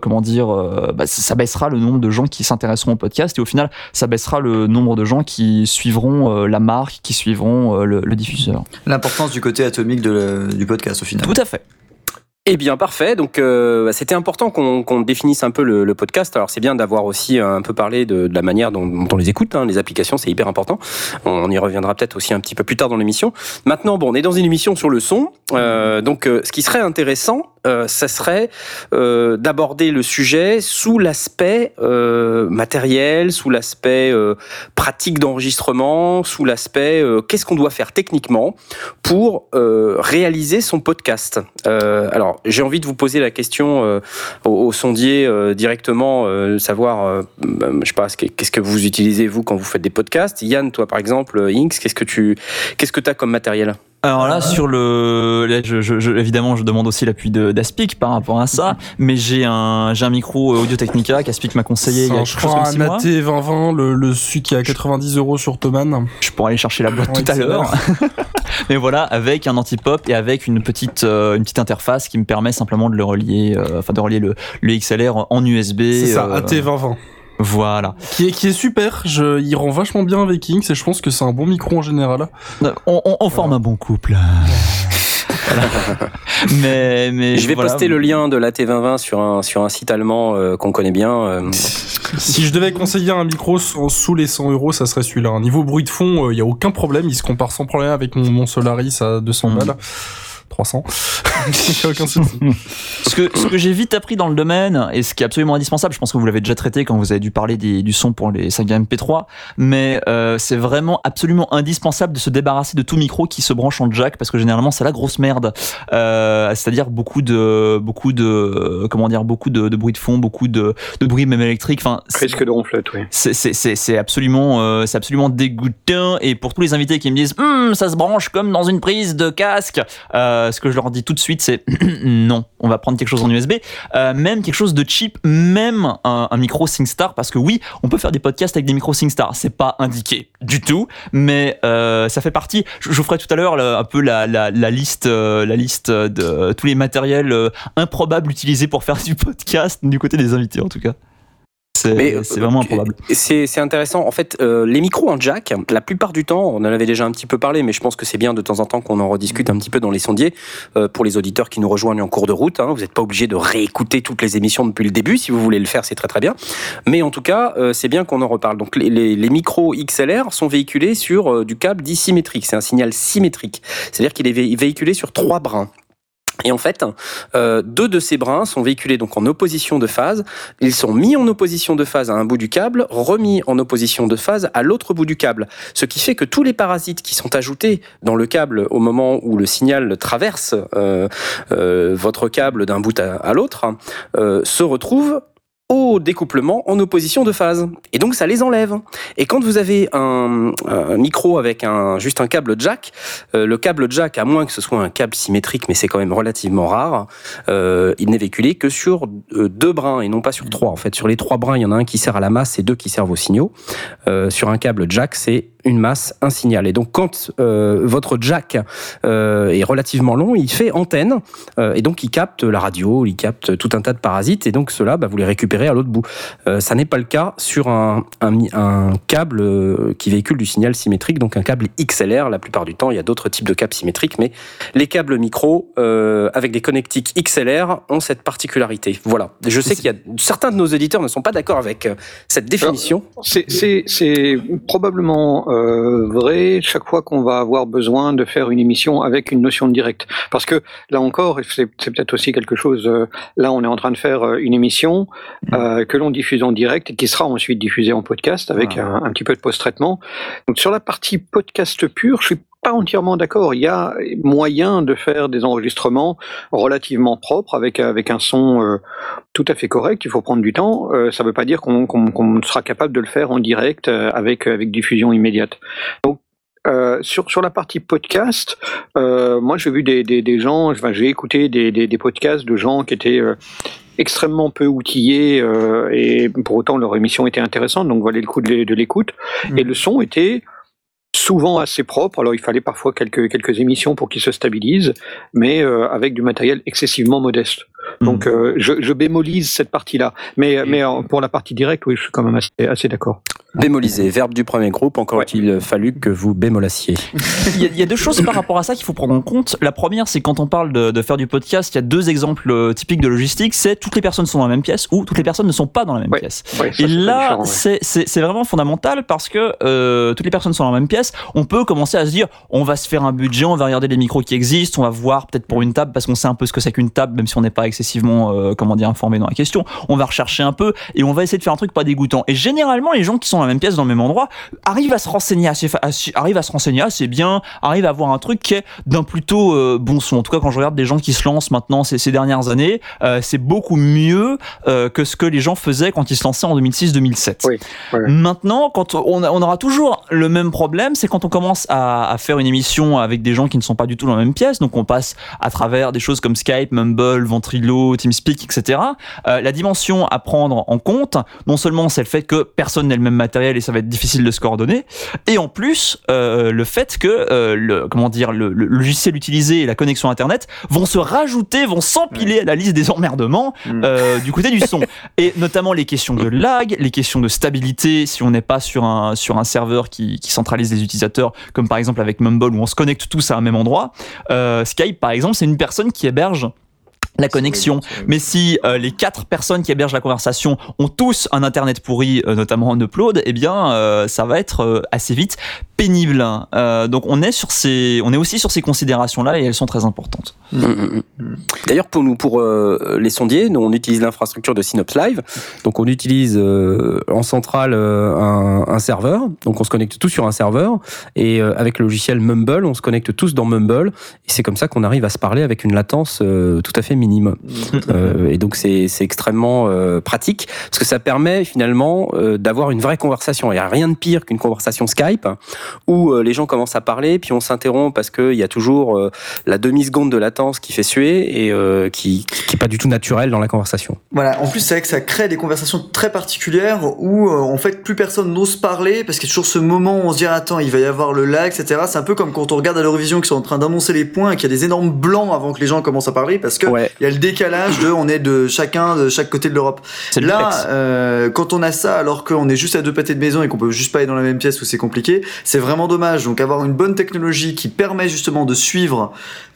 C: ça baissera le nombre de gens qui s'intéresseront au podcast, et au final ça baissera le nombre de gens qui suivront la marque, qui suivront le diffuseur.
B: L'importance du côté atomique du podcast au final.
C: Tout à fait.
A: Eh bien, parfait. Donc, c'était important qu'on définisse un peu le podcast. Alors, c'est bien d'avoir aussi un peu parlé de la manière dont on les écoute. Les applications, c'est hyper important. On y reviendra peut-être aussi un petit peu plus tard dans l'émission. Maintenant, on est dans une émission sur le son. Donc, ce qui serait intéressant, ça serait d'aborder le sujet sous l'aspect matériel, sous l'aspect pratique d'enregistrement, sous l'aspect qu'est-ce qu'on doit faire techniquement pour réaliser son podcast. Alors, j'ai envie de vous poser la question au sondier directement, savoir, je sais pas, qu'est-ce que vous utilisez vous quand vous faites des podcasts. Yann, toi par exemple, Inks, qu'est-ce que t'as comme matériel?
C: Alors là, évidemment, je demande aussi l'appui d'Aspic par rapport à ça, mais j'ai un micro Audio-Technica qu'Aspic m'a conseillé il y a quelque chose comme 6 mois.
E: Un AT2020, le celui qui est à 90 € sur Thomann.
C: Je pourrais aller chercher la boîte tout à l'heure. Mais voilà, avec un anti-pop et avec une petite interface qui me permet simplement de le relier, de relier le XLR en USB.
E: C'est ça, AT2020.
C: Voilà.
E: Qui est super, il rend vachement bien avec Inks et je pense que c'est un bon micro en général.
C: On forme un bon couple. Voilà. Mais
A: je vais poster le lien de l'AT2020 sur un site allemand qu'on connaît bien.
E: Si je devais conseiller un micro sous les 100 €, ça serait celui-là. Niveau bruit de fond, il y a aucun problème, il se compare sans problème avec mon Solaris à 200 balles. 300. Aucun souci.
C: Ce que j'ai vite appris dans le domaine, et ce qui est absolument indispensable, je pense que vous l'avez déjà traité quand vous avez dû parler du son pour les 5 MP3, mais c'est vraiment absolument indispensable de se débarrasser de tout micro qui se branche en jack, parce que généralement c'est la grosse merde. C'est-à-dire beaucoup de bruit de fond, beaucoup de bruit même électrique. Enfin,
D: risque de ronflette, oui.
C: C'est absolument dégoûtant. Et pour tous les invités qui me disent ça se branche comme dans une prise de casque, ce que je leur dis tout de suite, c'est non, on va prendre quelque chose en USB, même quelque chose de cheap, même un micro SingStar, parce que oui, on peut faire des podcasts avec des micros SingStar, c'est pas indiqué du tout, mais ça fait partie. Je vous ferai tout à l'heure un peu la liste de tous les matériels improbables utilisés pour faire du podcast du côté des invités en tout cas. C'est vraiment improbable.
A: C'est intéressant. En fait, les micros en jack, la plupart du temps, on en avait déjà un petit peu parlé, mais je pense que c'est bien de temps en temps qu'on en rediscute un petit peu dans les sondiers. Pour les auditeurs qui nous rejoignent en cours de route, vous n'êtes pas obligé de réécouter toutes les émissions depuis le début. Si vous voulez le faire, c'est très très bien. Mais en tout cas, c'est bien qu'on en reparle. Donc les micros XLR sont véhiculés sur du câble dit symétrique. C'est un signal symétrique. C'est-à-dire qu'il est véhiculé sur 3 brins. Et en fait, 2 de ces brins sont véhiculés donc en opposition de phase. Ils sont mis en opposition de phase à un bout du câble, remis en opposition de phase à l'autre bout du câble. Ce qui fait que tous les parasites qui sont ajoutés dans le câble au moment où le signal traverse votre câble d'un bout à l'autre se retrouvent au découplement en opposition de phase. Et donc ça les enlève. Et quand vous avez un micro avec juste un câble jack, le câble jack, à moins que ce soit un câble symétrique, mais c'est quand même relativement rare, il n'est véhiculé que sur 2 brins et non pas sur 3. En fait, sur les 3 brins, il y en a un qui sert à la masse et 2 qui servent aux signaux. Sur un câble jack, c'est une masse, un signal. Et donc quand votre jack est relativement long, il fait antenne et donc il capte la radio, il capte tout un tas de parasites et donc ceux-là, vous les récupérez à l'autre bout. Ça n'est pas le cas sur un câble qui véhicule du signal symétrique, donc un câble XLR. La plupart du temps, il y a d'autres types de câbles symétriques, mais les câbles micro avec des connectiques XLR ont cette particularité. Voilà. Je sais qu'il y a certains de nos auditeurs ne sont pas d'accord avec cette définition.
D: Alors, c'est probablement vrai chaque fois qu'on va avoir besoin de faire une émission avec une notion de direct. Parce que là encore, c'est peut-être aussi quelque chose, là on est en train de faire une émission que l'on diffuse en direct et qui sera ensuite diffusée en podcast avec un petit peu de post-traitement. Donc sur la partie podcast pure, je suis pas entièrement d'accord. Il y a moyen de faire des enregistrements relativement propres avec un son tout à fait correct. Il faut prendre du temps. Ça ne veut pas dire qu'on sera capable de le faire en direct avec diffusion immédiate. Donc sur la partie podcast, moi j'ai vu des gens, j'ai écouté des podcasts de gens qui étaient extrêmement peu outillés et pour autant leur émission était intéressante, donc valait le coup de l'écoute. Et le son était souvent assez propre. Alors il fallait parfois quelques émissions pour qu'ils se stabilisent, mais avec du matériel excessivement modeste. Donc je bémolise cette partie-là. Mais pour la partie directe, oui, je suis quand même assez d'accord.
A: Bémoliser, verbe du premier groupe, encore a-t-il fallu que vous bémolassiez.
C: Il y a deux choses par rapport à ça qu'il faut prendre en compte. La première, c'est quand on parle de faire du podcast, il y a deux exemples typiques de logistique, c'est toutes les personnes sont dans la même pièce ou toutes les personnes ne sont pas dans la même pièce. Ouais, ça, et là, c'est vraiment fondamental parce que toutes les personnes sont dans la même pièce, on peut commencer à se dire, on va se faire un budget, on va regarder les micros qui existent, on va voir peut-être pour une table, parce qu'on sait un peu ce que c'est qu'une table, même si on n'est pas excessivement informé dans la question, on va rechercher un peu et on va essayer de faire un truc pas dégoûtant. Et généralement, les gens qui sont dans la même pièce, dans le même endroit, arrivent à se renseigner assez bien, arrivent à avoir un truc qui est d'un plutôt bon son. En tout cas, quand je regarde des gens qui se lancent maintenant ces dernières années, c'est beaucoup mieux que ce que les gens faisaient quand ils se lançaient en 2006-2007. Oui. Maintenant, quand on aura toujours le même problème, c'est quand on commence à faire une émission avec des gens qui ne sont pas du tout dans la même pièce, donc on passe à travers des choses comme Skype, Mumble, Ventrilo, TeamSpeak, etc. La dimension à prendre en compte, non seulement c'est le fait que personne n'a le même matériel et ça va être difficile de se coordonner, et en plus le fait que le logiciel utilisé et la connexion internet vont se rajouter, vont s'empiler à la liste des emmerdements du côté du son, et notamment les questions de lag, les questions de stabilité si on n'est pas sur un serveur qui centralise les utilisateurs, comme par exemple avec Mumble où on se connecte tous à un même endroit. Skype par exemple, c'est une personne qui héberge la connexion, mais si les 4 personnes qui hébergent la conversation ont tous un internet pourri, notamment en upload, eh bien ça va être assez vite pénible. Donc on est aussi sur ces considérations-là et elles sont très importantes.
A: D'ailleurs pour les sondiers, nous on utilise l'infrastructure de Synops Live, donc on utilise en centrale un serveur, donc on se connecte tous sur un serveur et avec le logiciel Mumble, on se connecte tous dans Mumble et c'est comme ça qu'on arrive à se parler avec une latence tout à fait minime. Et donc c'est extrêmement pratique parce que ça permet finalement d'avoir une vraie conversation. Il n'y a rien de pire qu'une conversation Skype où les gens commencent à parler puis on s'interrompt parce qu'il y a toujours la demi-seconde de latence qui fait suer et qui est pas du tout naturelle dans la conversation.
B: Voilà, en plus c'est vrai que ça crée des conversations très particulières où en fait plus personne n'ose parler parce qu'il y a toujours ce moment où on se dit attends il va y avoir le lag, etc. C'est un peu comme quand on regarde à l'Eurovision qui sont en train d'annoncer les points et qu'il y a des énormes blancs avant que les gens commencent à parler parce que il y a le décalage on est de chaque côté de l'Europe. Là, quand on a ça alors qu'on est juste à 2 pâtés de maison et qu'on peut juste pas être dans la même pièce où c'est compliqué, c'est vraiment dommage. Donc avoir une bonne technologie qui permet justement de suivre,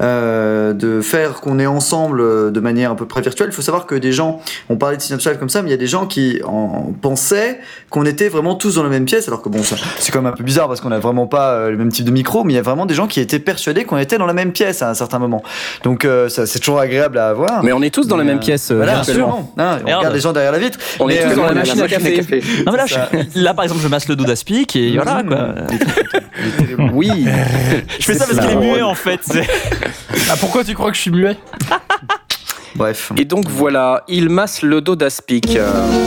B: de faire qu'on est ensemble de manière à peu près virtuelle. Il faut savoir que des gens, on parlait de Synops Live comme ça, mais il y a des gens qui pensaient qu'on était vraiment tous dans la même pièce, alors que bon, ça, c'est quand même un peu bizarre parce qu'on a vraiment pas le même type de micro, mais il y a vraiment des gens qui étaient persuadés qu'on était dans la même pièce à un certain moment. Donc ça, c'est toujours agréable à avoir.
A: Mais on est tous dans la même pièce.
B: Voilà, absolument. On regarde les gens derrière la vitre.
A: On est tous dans la machine à café.
C: Non mais là par exemple je masse le dos d'Aspic et voilà quoi.
A: Oui.
C: Je fais ça parce qu'il est muet en fait.
E: Ah pourquoi tu crois que je suis muet?
B: Bref.
A: Et donc voilà, il masse le dos d'Aspic.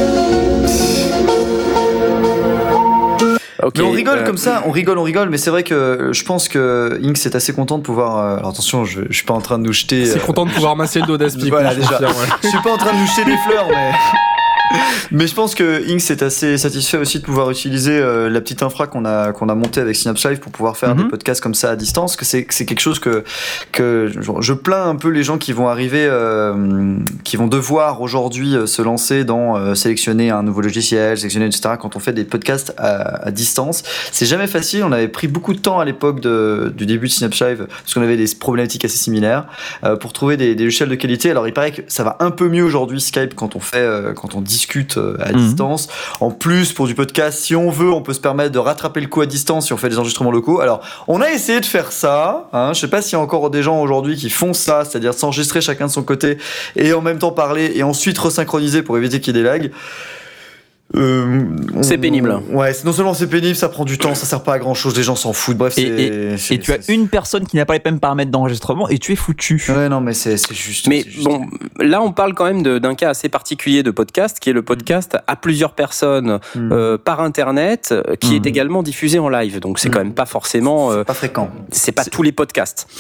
B: Okay, mais on rigole comme ça, on rigole, mais c'est vrai que je pense que Inks est assez content de pouvoir. Alors attention, je suis pas en train de nous jeter.
E: C'est content de pouvoir masser le dos d'Aspic.
B: Voilà déjà. Je suis pas en train de nous jeter des fleurs, mais. Mais je pense que Inks est assez satisfait aussi de pouvoir utiliser la petite infra qu'on a montée avec Synops Live pour pouvoir faire des podcasts comme ça à distance, que c'est quelque chose que je plains un peu les gens qui vont arriver, qui vont devoir aujourd'hui se lancer dans sélectionner un nouveau logiciel, sélectionner etc. Quand on fait des podcasts à distance, c'est jamais facile. On avait pris beaucoup de temps à l'époque du début de Synops Live parce qu'on avait des problématiques assez similaires pour trouver des logiciels de qualité. Alors il paraît que ça va un peu mieux aujourd'hui Skype quand on diffuse discute à distance. En plus, pour du podcast, si on veut, on peut se permettre de rattraper le coup à distance si on fait des enregistrements locaux. Alors, on a essayé de faire ça. Je sais pas s'il y a encore des gens aujourd'hui qui font ça, c'est-à-dire s'enregistrer chacun de son côté et en même temps parler et ensuite resynchroniser pour éviter qu'il y ait des lags.
A: C'est pénible.
B: Ouais, non seulement c'est pénible, ça prend du temps, ça sert pas à grand chose, les gens s'en foutent. Bref,
C: et tu as une personne qui n'a pas les mêmes paramètres d'enregistrement et tu es foutu.
B: Ouais, non, mais c'est juste.
A: Mais
B: c'est juste.
A: bon, là, on parle quand même d'un cas assez particulier de podcast, qui est le podcast à plusieurs personnes par Internet, qui est également diffusé en live. Donc, c'est quand même pas forcément.
B: C'est pas fréquent.
A: C'est pas tous les podcasts.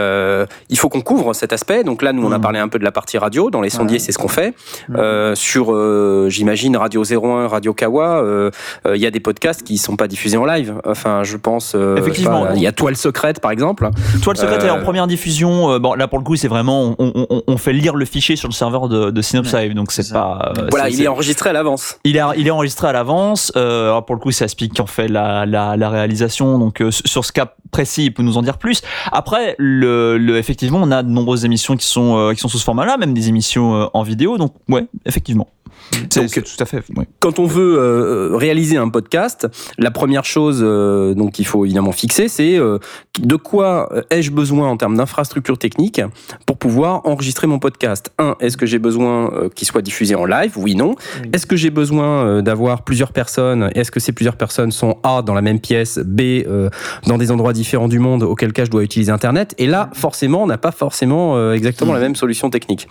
A: Il faut qu'on couvre cet aspect. Donc là, nous, on a parlé un peu de la partie radio. Dans les sondiers, c'est ce qu'on fait. Sur, j'imagine, Radio 01, Radio Kawa, il y a des podcasts qui sont pas diffusés en live. Enfin, je pense.
C: Effectivement.
A: Il y a Toile Secrète, par exemple.
C: Toile Secrète est en première diffusion. Bon, là, pour le coup, c'est vraiment. On fait lire le fichier sur le serveur de Synops Live. Donc, c'est pas.
A: Voilà, il est enregistré à l'avance.
C: Il est enregistré à l'avance. Alors, pour le coup, c'est Aspic qui en fait la réalisation. Donc, sur ce cas précis, il peut nous en dire plus. Après, effectivement, on a de nombreuses émissions qui sont sous ce format-là, même des émissions en vidéo. Donc, ouais, effectivement. C'est tout à fait. Ouais.
A: Quand on veut réaliser un podcast, la première chose donc qu'il faut évidemment fixer, c'est de quoi ai-je besoin en termes d'infrastructure technique pour pouvoir enregistrer mon podcast. Est-ce que j'ai besoin qu'il soit diffusé en live ? Oui, non. Est-ce que j'ai besoin d'avoir plusieurs personnes ? Est-ce que ces plusieurs personnes sont A, dans la même pièce, B, dans des endroits différents du monde, auquel cas je dois utiliser Internet ? Et là, forcément, on n'a pas forcément exactement la même solution technique.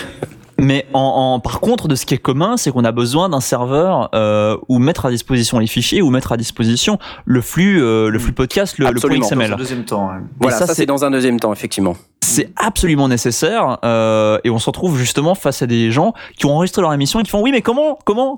C: Mais par contre, de ce qui est commun, c'est qu'on a besoin d'un serveur où mettre à disposition les fichiers, ou mettre à disposition le flux podcast, le point XML.
B: Dans un deuxième temps. Ouais.
A: Voilà, ça c'est dans un deuxième temps, effectivement.
C: C'est absolument nécessaire et on se retrouve justement face à des gens qui ont enregistré leur émission et qui font oui mais comment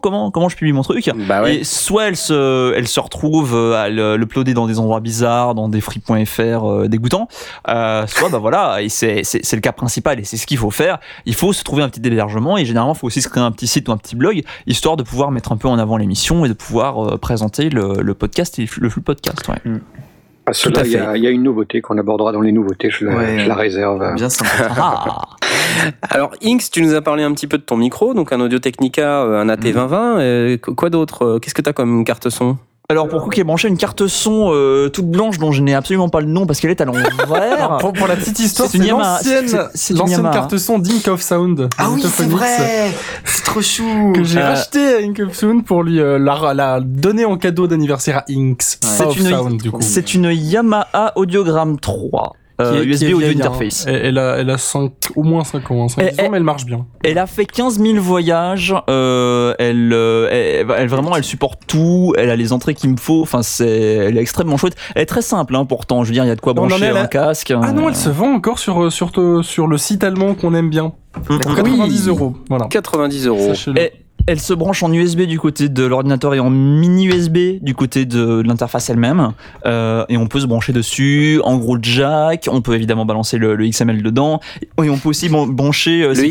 C: je publie mon truc et soit elles se retrouvent à l'uploader dans des endroits bizarres, dans des free.fr dégoûtants, soit voilà, et c'est le cas principal et c'est ce qu'il faut faire. Il faut se trouver un petit hébergement et généralement il faut aussi se créer un petit site ou un petit blog histoire de pouvoir mettre un peu en avant l'émission et de pouvoir présenter le podcast et le flux podcast. Ouais.
D: À cela, il y a une nouveauté qu'on abordera dans les nouveautés, je la réserve.
B: Bien sympa.
A: Alors, Inks, tu nous as parlé un petit peu de ton micro, donc un Audio-Technica, un AT2020. Quoi d'autre ? Qu'est-ce que tu as comme carte son ?
C: Alors pour coup qui est branché une carte son toute blanche dont je n'ai absolument pas le nom parce qu'elle est à l'envers.
E: pour la petite histoire, c'est l'ancienne carte son d'Ink of Sound.
B: Ah oui, c'est vrai. C'est trop chou.
E: Que j'ai racheté à Ink of Sound pour lui la donner en cadeau d'anniversaire à Inks.
C: C'est une Yamaha Audiogram 3. USB Audio Interface.
E: Elle a au moins 5 ans, mais elle marche bien.
C: Elle a fait 15 000 voyages, elle supporte tout, elle a les entrées qu'il me faut, enfin elle est extrêmement chouette. Elle est très simple, pourtant, je veux dire, il y a de quoi brancher un casque.
E: Ah non, elle se vend encore sur le site allemand qu'on aime bien. Pour 90 €. Voilà.
A: 90 €.
C: Elle se branche en USB du côté de l'ordinateur et en mini USB du côté de l'interface elle-même. Et on peut se brancher dessus, en gros jack, on peut évidemment balancer le XML dedans. Et on peut aussi brancher
A: le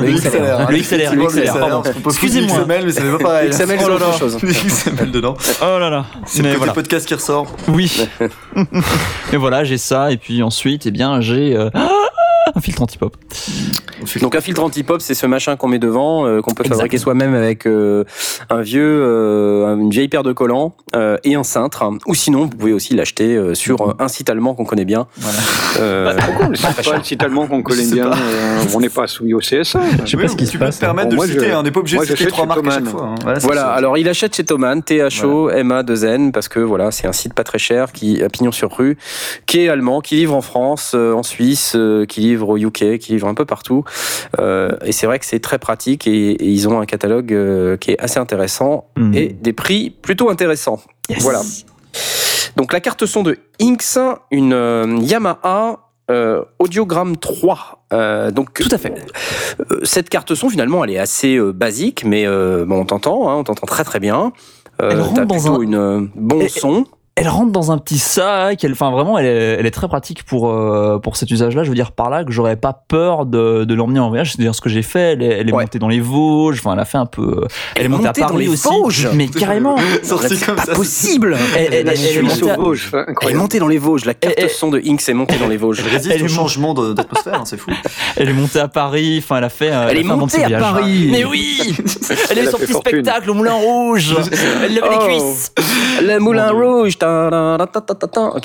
A: XLR.
B: Pardon. Excusez-moi. XML, mais ça fait pas pareil.
A: XML, c'est autre chose.
B: XML dedans.
C: Oh là là.
B: C'est le côté podcast qui ressort.
C: Oui. Et voilà, j'ai ça. Et puis ensuite, j'ai... un filtre anti-pop.
A: Donc un filtre anti-pop, c'est ce machin qu'on met devant, qu'on peut fabriquer soi-même avec une vieille paire de collants et un cintre. Ou sinon, vous pouvez aussi l'acheter sur un site allemand qu'on connaît bien.
D: Voilà. Pourquoi on ne sait pas le site allemand qu'on connaît bien On n'est pas soumis au CSA.
F: Je sais pas ce qui se passe.
B: Tu peux te permettre de le citer, on n'est pas obligé de citer 3 marques à chaque fois.
A: Voilà, alors il achète chez Thomann, THOMA2N, parce que voilà, c'est un site pas très cher, qui a pignon sur rue, qui est allemand, qui livre en France, en Suisse, qui livre au UK, qui livre un peu partout. Et c'est vrai que c'est très pratique et ils ont un catalogue qui est assez intéressant et des prix plutôt intéressants.
C: Yes.
A: Voilà. Donc la carte son de Inks, une Yamaha Audiogram 3. Donc
C: tout à fait.
A: Cette carte son finalement elle est assez basique, mais on t'entend très très bien.
C: Elle rentre
A: t'as plutôt une bon son.
C: Elle rentre dans un petit sac, vraiment, elle est très pratique pour cet usage-là. Je veux dire par là que j'aurais pas peur de l'emmener en voyage. C'est-à-dire ce que j'ai fait, elle est montée dans les Vosges, elle a fait un peu, elle est montée à Paris aussi.
A: Vosges,
C: mais carrément.
A: C'est pas possible. Elle est montée dans les Vosges. La carte son de Inks est montée dans les Vosges.
B: Elle résiste au changement d'atmosphère, c'est fou.
C: Elle est montée à Paris, elle a fait
A: elle est montée à Paris.
C: Mais oui. Elle est sortie spectacle au Moulin Rouge. Elle levait les cuisses.
A: Le Moulin Rouge. Ok.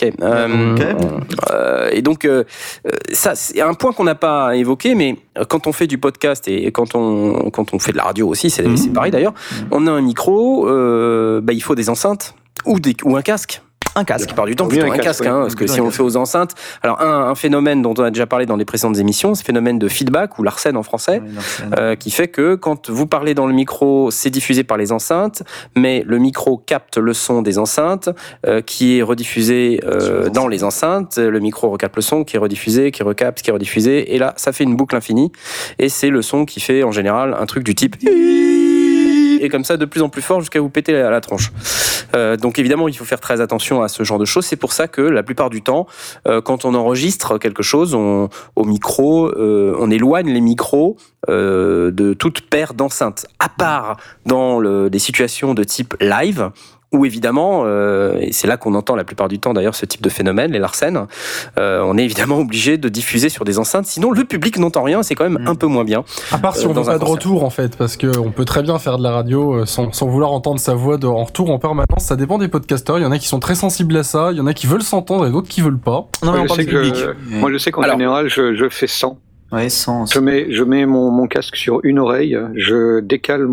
A: Et donc, ça, c'est un point qu'on n'a pas évoqué, mais quand on fait du podcast et quand on fait de la radio aussi, c'est pareil d'ailleurs. On a un micro, il faut des enceintes ou un casque.
C: Un casque.
A: La plupart du temps, plutôt un casque, parce que si on le fait aux enceintes. Alors, un phénomène dont on a déjà parlé dans les précédentes émissions, c'est le phénomène de feedback, ou l'Arsène en français, qui fait que quand vous parlez dans le micro, c'est diffusé par les enceintes, mais le micro capte le son des enceintes, qui est rediffusé dans les enceintes. Le micro recapte le son, qui est rediffusé, qui recapte, qui est rediffusé. Et là, ça fait une boucle infinie. Et c'est le son qui fait, en général, un truc du type... et comme ça de plus en plus fort jusqu'à vous péter à la tronche. Donc évidemment, il faut faire très attention à ce genre de choses. C'est pour ça que la plupart du temps, quand on enregistre quelque chose, au micro, on éloigne les micros de toute paire d'enceintes, à part dans des situations de type live, où évidemment, et c'est là qu'on entend la plupart du temps d'ailleurs ce type de phénomène, les Larsen, on est évidemment obligé de diffuser sur des enceintes, sinon le public n'entend rien, c'est quand même un peu moins bien.
E: À part si on veut pas de retour en fait, parce qu'on peut très bien faire de la radio sans vouloir entendre sa voix en retour en permanence, ça dépend des podcasteurs, il y en a qui sont très sensibles à ça, il y en a qui veulent s'entendre et d'autres qui veulent pas.
D: Non, mais moi je sais qu'en général je fais 100.
B: Ouais, 100.
D: Je mets mon casque sur une oreille, je décale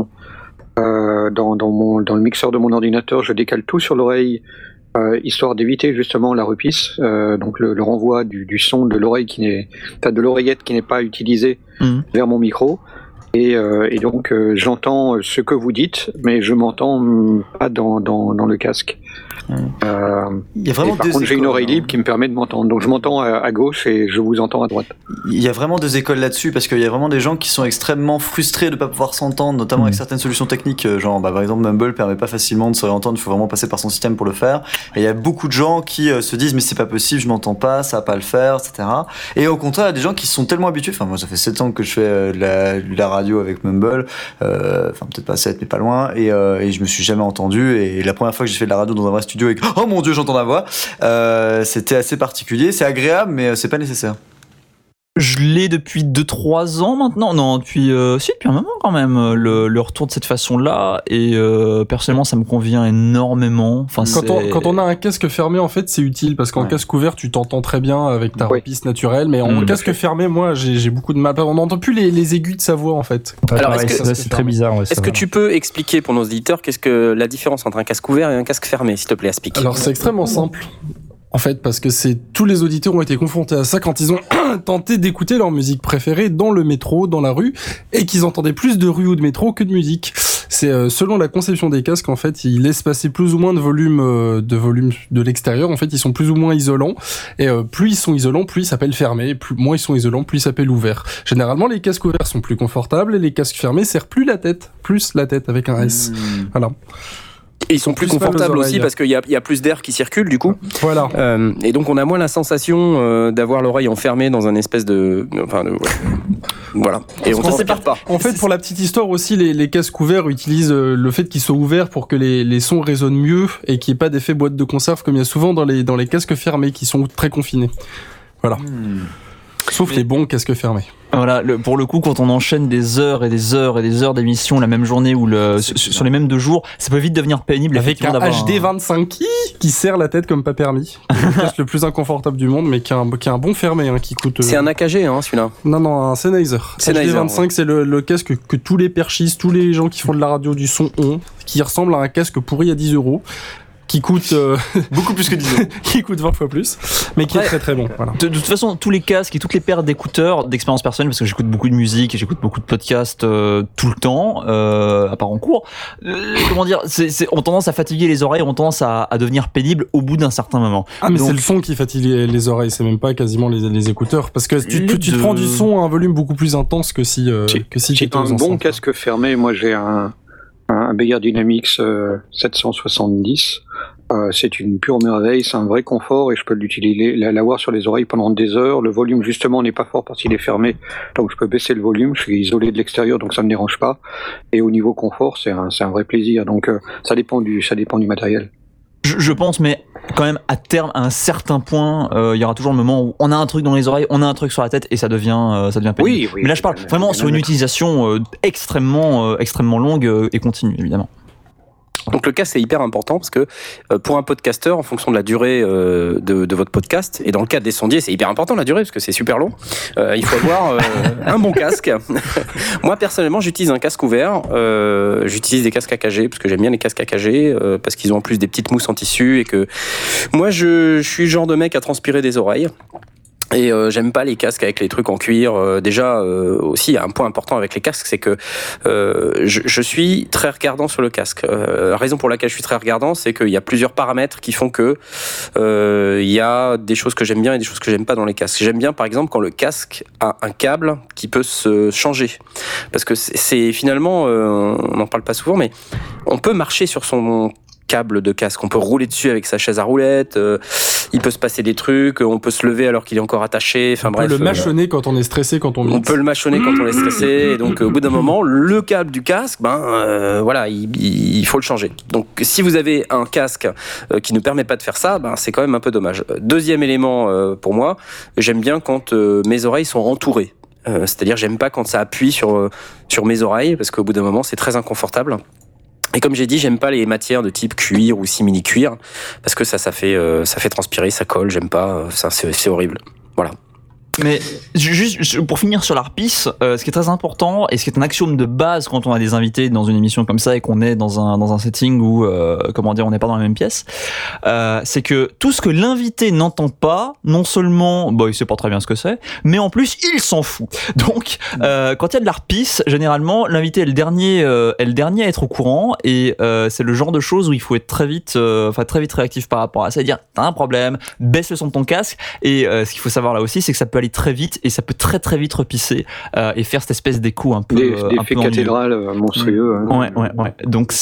D: dans le mixeur de mon ordinateur, je décale tout sur l'oreille, histoire d'éviter justement la repisse, donc le renvoi du son de l'oreille de l'oreillette qui n'est pas utilisée vers mon micro. Et donc j'entends ce que vous dites, mais je m'entends pas dans le casque.
B: Il y a vraiment
D: par contre, j'ai une oreille libre qui me permet de m'entendre. Donc je m'entends à gauche et je vous entends à droite.
B: Il y a vraiment des écoles là-dessus, parce qu'il y a vraiment des gens qui sont extrêmement frustrés de ne pas pouvoir s'entendre, notamment avec certaines solutions techniques, genre par exemple Mumble permet pas facilement de se réentendre, il faut vraiment passer par son système pour le faire. Et il y a beaucoup de gens qui se disent mais c'est pas possible, je m'entends pas, ça va pas le faire, etc. Et au contraire, il y a des gens qui sont tellement habitués, moi ça fait 7 ans que je fais de la radio avec Mumble, peut-être pas 7 mais pas loin, et je me suis jamais entendu, et la première fois que j'ai fait de la radio dans un vrai studio avec oh mon dieu j'entends la voix, c'était assez particulier, c'est agréable mais c'est pas nécessaire.
C: Je l'ai depuis 2-3 ans maintenant. Non, depuis un moment quand même, le retour de cette façon-là. Et personnellement, ça me convient énormément.
E: Quand on a un casque fermé, en fait, c'est utile parce qu'en casque ouvert, tu t'entends très bien avec ta repisse naturelle. Mais en casque fermé, moi, j'ai beaucoup de mal. On n'entend plus les aigus de sa voix, en fait.
A: Alors,
F: c'est très bizarre. Ouais,
A: est-ce que tu peux expliquer pour nos auditeurs qu'est-ce que la différence entre un casque ouvert et un casque fermé, s'il te plaît, explique.
E: Alors, c'est extrêmement simple. En fait, parce que tous les auditeurs ont été confrontés à ça quand ils ont tenté d'écouter leur musique préférée dans le métro, dans la rue, et qu'ils entendaient plus de rue ou de métro que de musique. C'est selon la conception des casques, en fait, ils laissent passer plus ou moins de volume de l'extérieur. En fait, ils sont plus ou moins isolants, et plus ils sont isolants, plus ils s'appellent fermés. Moins ils sont isolants, plus ils s'appellent ouverts. Généralement, les casques ouverts sont plus confortables, et les casques fermés serrent plus la tête avec un S. Voilà.
A: Et ils sont plus confortables aussi parce qu'il y a plus d'air qui circule du coup.
E: Voilà.
A: Et donc on a moins la sensation d'avoir l'oreille enfermée dans un espèce de voilà. Et on s'en pas.
E: En fait, pour la petite histoire aussi, les casques ouverts utilisent le fait qu'ils soient ouverts pour que les sons résonnent mieux et qu'il n'y ait pas d'effet boîte de conserve comme il y a souvent dans les casques fermés qui sont très confinés. Voilà. Sauf les bons casques fermés.
C: Voilà, pour le coup, quand on enchaîne des heures et des heures et des heures d'émission la même journée ou sur les mêmes 2 jours, ça peut vite devenir pénible.
E: Avec un HD25 qui serre la tête comme pas permis. Le casque le plus inconfortable du monde, mais qui a un bon fermé, qui coûte.
A: C'est un AKG, celui-là.
E: Non, un Sennheiser. HD25, c'est le casque que tous les perchistes, tous les gens qui font de la radio du son ont, qui ressemble à un casque pourri à 10 €. Qui coûte
B: beaucoup plus que 10 €.
E: Qui coûte 20 fois plus, mais qui est très très bon. Voilà.
C: De toute façon, tous les casques et toutes les paires d'écouteurs, d'expérience personnelle, parce que j'écoute beaucoup de musique et j'écoute beaucoup de podcasts tout le temps, à part en cours. Comment dire, ont tendance à fatiguer les oreilles, ont tendance à devenir pénibles au bout d'un certain moment.
E: Ah mais c'est le son qui fatigue les oreilles, c'est même pas quasiment les écouteurs, parce que tu te prends du son à un volume beaucoup plus intense que si
D: j'ai un bon casque fermé. Moi j'ai un Beyer Dynamics 770 C'est une pure merveille, c'est un vrai confort et je peux l'utiliser, l'avoir sur les oreilles pendant des heures. Le volume justement n'est pas fort parce qu'il est fermé, donc je peux baisser le volume. Je suis isolé de l'extérieur, donc ça me dérange pas. Et au niveau confort, c'est un vrai plaisir. Donc ça dépend du matériel.
C: Je pense, mais quand même à terme, à un certain point, il y aura toujours le moment où on a un truc dans les oreilles, on a un truc sur la tête et ça devient pénible.
D: Oui,
C: mais là, je parle vraiment sur une utilisation extrêmement longue et continue, évidemment.
A: Donc le casque c'est hyper important parce que pour un podcasteur, en fonction de la durée de votre podcast, et dans le cas des sondiers c'est hyper important la durée parce que c'est super long, il faut avoir un bon casque. Moi personnellement j'utilise un casque ouvert, j'utilise des casques AKG parce que j'aime bien les casques AKG parce qu'ils ont en plus des petites mousses en tissu et que moi je suis le genre de mec à transpirer des oreilles. Et j'aime pas les casques avec les trucs en cuir. Déjà, aussi, il y a un point important avec les casques, c'est que je suis très regardant sur le casque. La raison pour laquelle je suis très regardant, c'est qu'il y a plusieurs paramètres qui font que il y a des choses que j'aime bien et des choses que j'aime pas dans les casques. J'aime bien, par exemple, quand le casque a un câble qui peut se changer. Parce que c'est finalement, on n'en parle pas souvent, mais on peut marcher sur son câble de casque, on peut rouler dessus avec sa chaise à roulettes, il peut se passer des trucs, on peut se lever alors qu'il est encore attaché, enfin bref.
E: On peut le mâchonner quand on est stressé, quand on mixe.
A: On peut le mâchonner quand on est stressé, et donc au bout d'un moment, le câble du casque, voilà, il faut le changer. Donc si vous avez un casque qui ne permet pas de faire ça, c'est quand même un peu dommage. Deuxième élément pour moi, j'aime bien quand mes oreilles sont entourées. C'est-à-dire j'aime pas quand ça appuie sur mes oreilles, parce qu'au bout d'un moment, c'est très inconfortable. Et comme j'ai dit, j'aime pas les matières de type cuir ou simili-cuir parce que ça fait transpirer, ça colle, j'aime pas, c'est horrible. Voilà.
C: Mais juste pour finir sur l'harpisse, ce qui est très important et ce qui est un axiome de base quand on a des invités dans une émission comme ça et qu'on est dans un setting où on n'est pas dans la même pièce, c'est que tout ce que l'invité n'entend pas, non seulement il sait pas très bien ce que c'est, mais en plus il s'en fout. Donc quand il y a de l'harpisse, généralement l'invité est le dernier à être au courant et c'est le genre de choses où il faut être très vite réactif par rapport à ça, c'est-à-dire t'as un problème, baisse le son de ton casque et ce qu'il faut savoir là aussi c'est que ça peut aller très vite et ça peut très très vite repisser et faire cette espèce d'écho un peu
D: des effets cathédrales monstrueux.
C: Ouais. Donc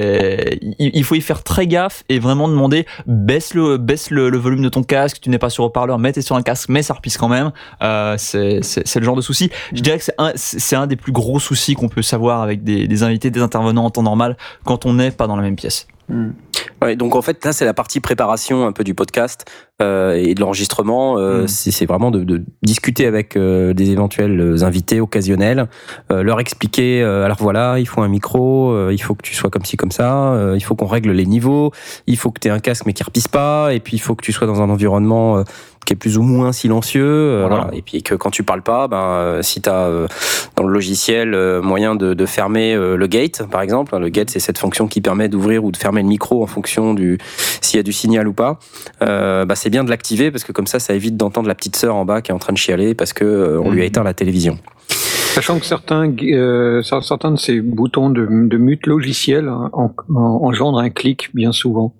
C: il faut y faire très gaffe et vraiment demander baisse le volume de ton casque, tu n'es pas sur haut-parleur, mets sur un casque mais ça repisse quand même. C'est le genre de souci. Je dirais que c'est un des plus gros soucis qu'on peut savoir avec des invités, des intervenants en temps normal quand on n'est pas dans la même pièce.
A: Ouais, donc en fait là c'est la partie préparation un peu du podcast et de l'enregistrement. C'est vraiment de discuter avec des éventuels invités occasionnels, leur expliquer alors voilà, il faut un micro, il faut que tu sois comme ci comme ça, il faut qu'on règle les niveaux, il faut que tu aies un casque mais qui repisse pas, et puis il faut que tu sois dans un environnement qui est plus ou moins silencieux, voilà. Et puis que quand tu parles pas, si t'as dans le logiciel moyen de fermer le gate, par exemple. Le gate, c'est cette fonction qui permet d'ouvrir ou de fermer le micro en fonction s'il y a du signal ou pas. C'est bien de l'activer parce que comme ça évite d'entendre la petite sœur en bas qui est en train de chialer parce que on lui a éteint la télévision.
D: Sachant que certains de ces boutons de mute logiciel engendrent un clic bien souvent.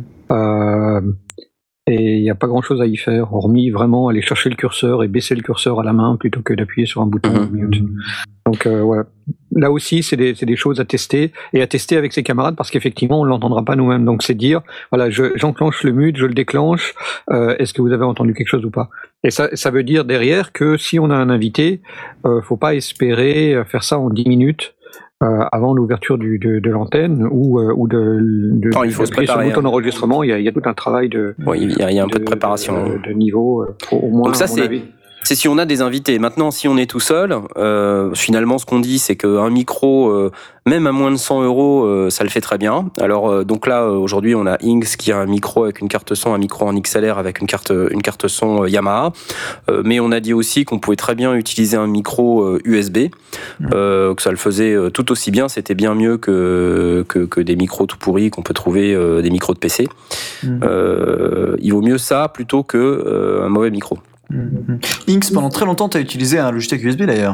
D: Et il n'y a pas grand-chose à y faire, hormis vraiment aller chercher le curseur et baisser le curseur à la main plutôt que d'appuyer sur un bouton mute. Donc voilà. Là aussi, c'est des choses à tester et à tester avec ses camarades parce qu'effectivement, on l'entendra pas nous-mêmes. Donc c'est dire, voilà, j'enclenche le mute, je le déclenche. Est-ce que vous avez entendu quelque chose ou pas? Et ça veut dire derrière que si on a un invité, faut pas espérer faire ça en 10 minutes. Avant l'ouverture de l'antenne ou
A: il faut se préparer,
D: sur le bouton d'enregistrement, il y a tout un travail
A: il y a un peu de préparation
D: de niveau au moins.
A: Donc ça c'est si on a des invités. Maintenant, si on est tout seul, finalement, ce qu'on dit, c'est qu'un micro, même à moins de 100 €, ça le fait très bien. Alors, donc là, aujourd'hui, on a Inks qui a un micro avec une carte son, un micro en XLR avec une carte son Yamaha. Mais on a dit aussi qu'on pouvait très bien utiliser un micro USB, que ça le faisait tout aussi bien. C'était bien mieux que des micros tout pourris qu'on peut trouver, des micros de PC. Il vaut mieux ça plutôt que un mauvais micro.
B: Inks, pendant très longtemps, tu as utilisé un logiciel USB d'ailleurs.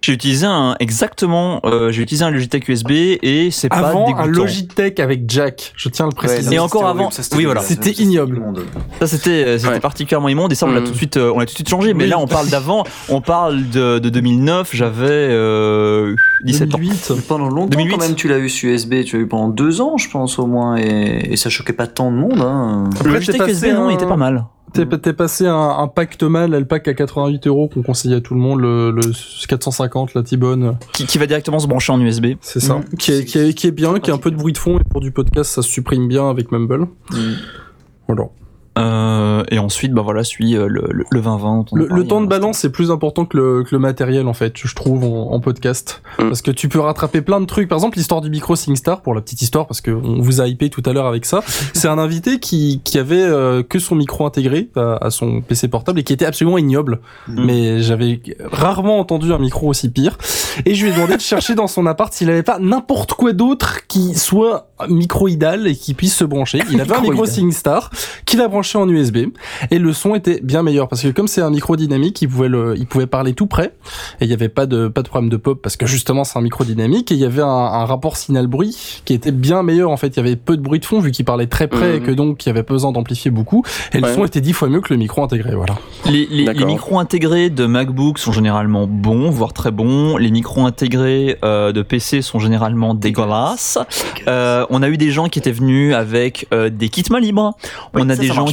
C: J'ai utilisé un Logitech USB et c'est pas
E: avant
C: dégoûtant.
E: un Logitech avec jack, je tiens à le préciser.
C: Ouais, et encore avant, oui voilà,
E: c'était ignoble.
C: Ça c'était particulièrement immonde et ça on l'a tout de suite changé. Mais là on parle d'avant, on parle de 2009. J'avais 17 ans.
B: Pendant longtemps 2008. Quand même tu l'as eu sur USB, tu l'as eu pendant 2 ans je pense au moins et ça choquait pas tant de monde. Hein.
C: Le Logitech USB non, il était pas mal.
E: T'es passé un Pactoman, le pack à 88 € qu'on conseille à tout le monde, le 450, la T-Bone.
C: Qui va directement se brancher en USB.
E: C'est ça. Qui est bien, qui a un peu de bruit de fond, et pour du podcast, ça se supprime bien avec Mumble. Voilà.
C: Et ensuite, suit le 2020.
E: Le temps de balance est plus important que le matériel, en fait, je trouve, en podcast. Parce que tu peux rattraper plein de trucs. Par exemple, l'histoire du micro SingStar, pour la petite histoire, parce qu'on vous a hypé tout à l'heure avec ça. C'est un invité qui avait que son micro intégré à son PC portable et qui était absolument ignoble. Mais j'avais rarement entendu un micro aussi pire. Et je lui ai demandé de chercher dans son appart s'il avait pas n'importe quoi d'autre qui soit microïdal et qui puisse se brancher. Il avait un micro SingStar qu'il a branché en USB et le son était bien meilleur parce que comme c'est un micro dynamique, il pouvait parler tout près et il y avait pas de problème de pop parce que justement c'est un micro dynamique et il y avait un rapport signal-bruit qui était bien meilleur en fait. Il y avait peu de bruit de fond vu qu'il parlait très près et que donc il y avait pas besoin d'amplifier beaucoup et le son était 10 fois mieux que le micro intégré. Voilà.
C: Les micros intégrés de MacBook sont généralement bons, voire très bons. Les micros intégrés de PC sont généralement dégueulasses. On a eu des gens qui étaient venus avec des kits main libre. On a des gens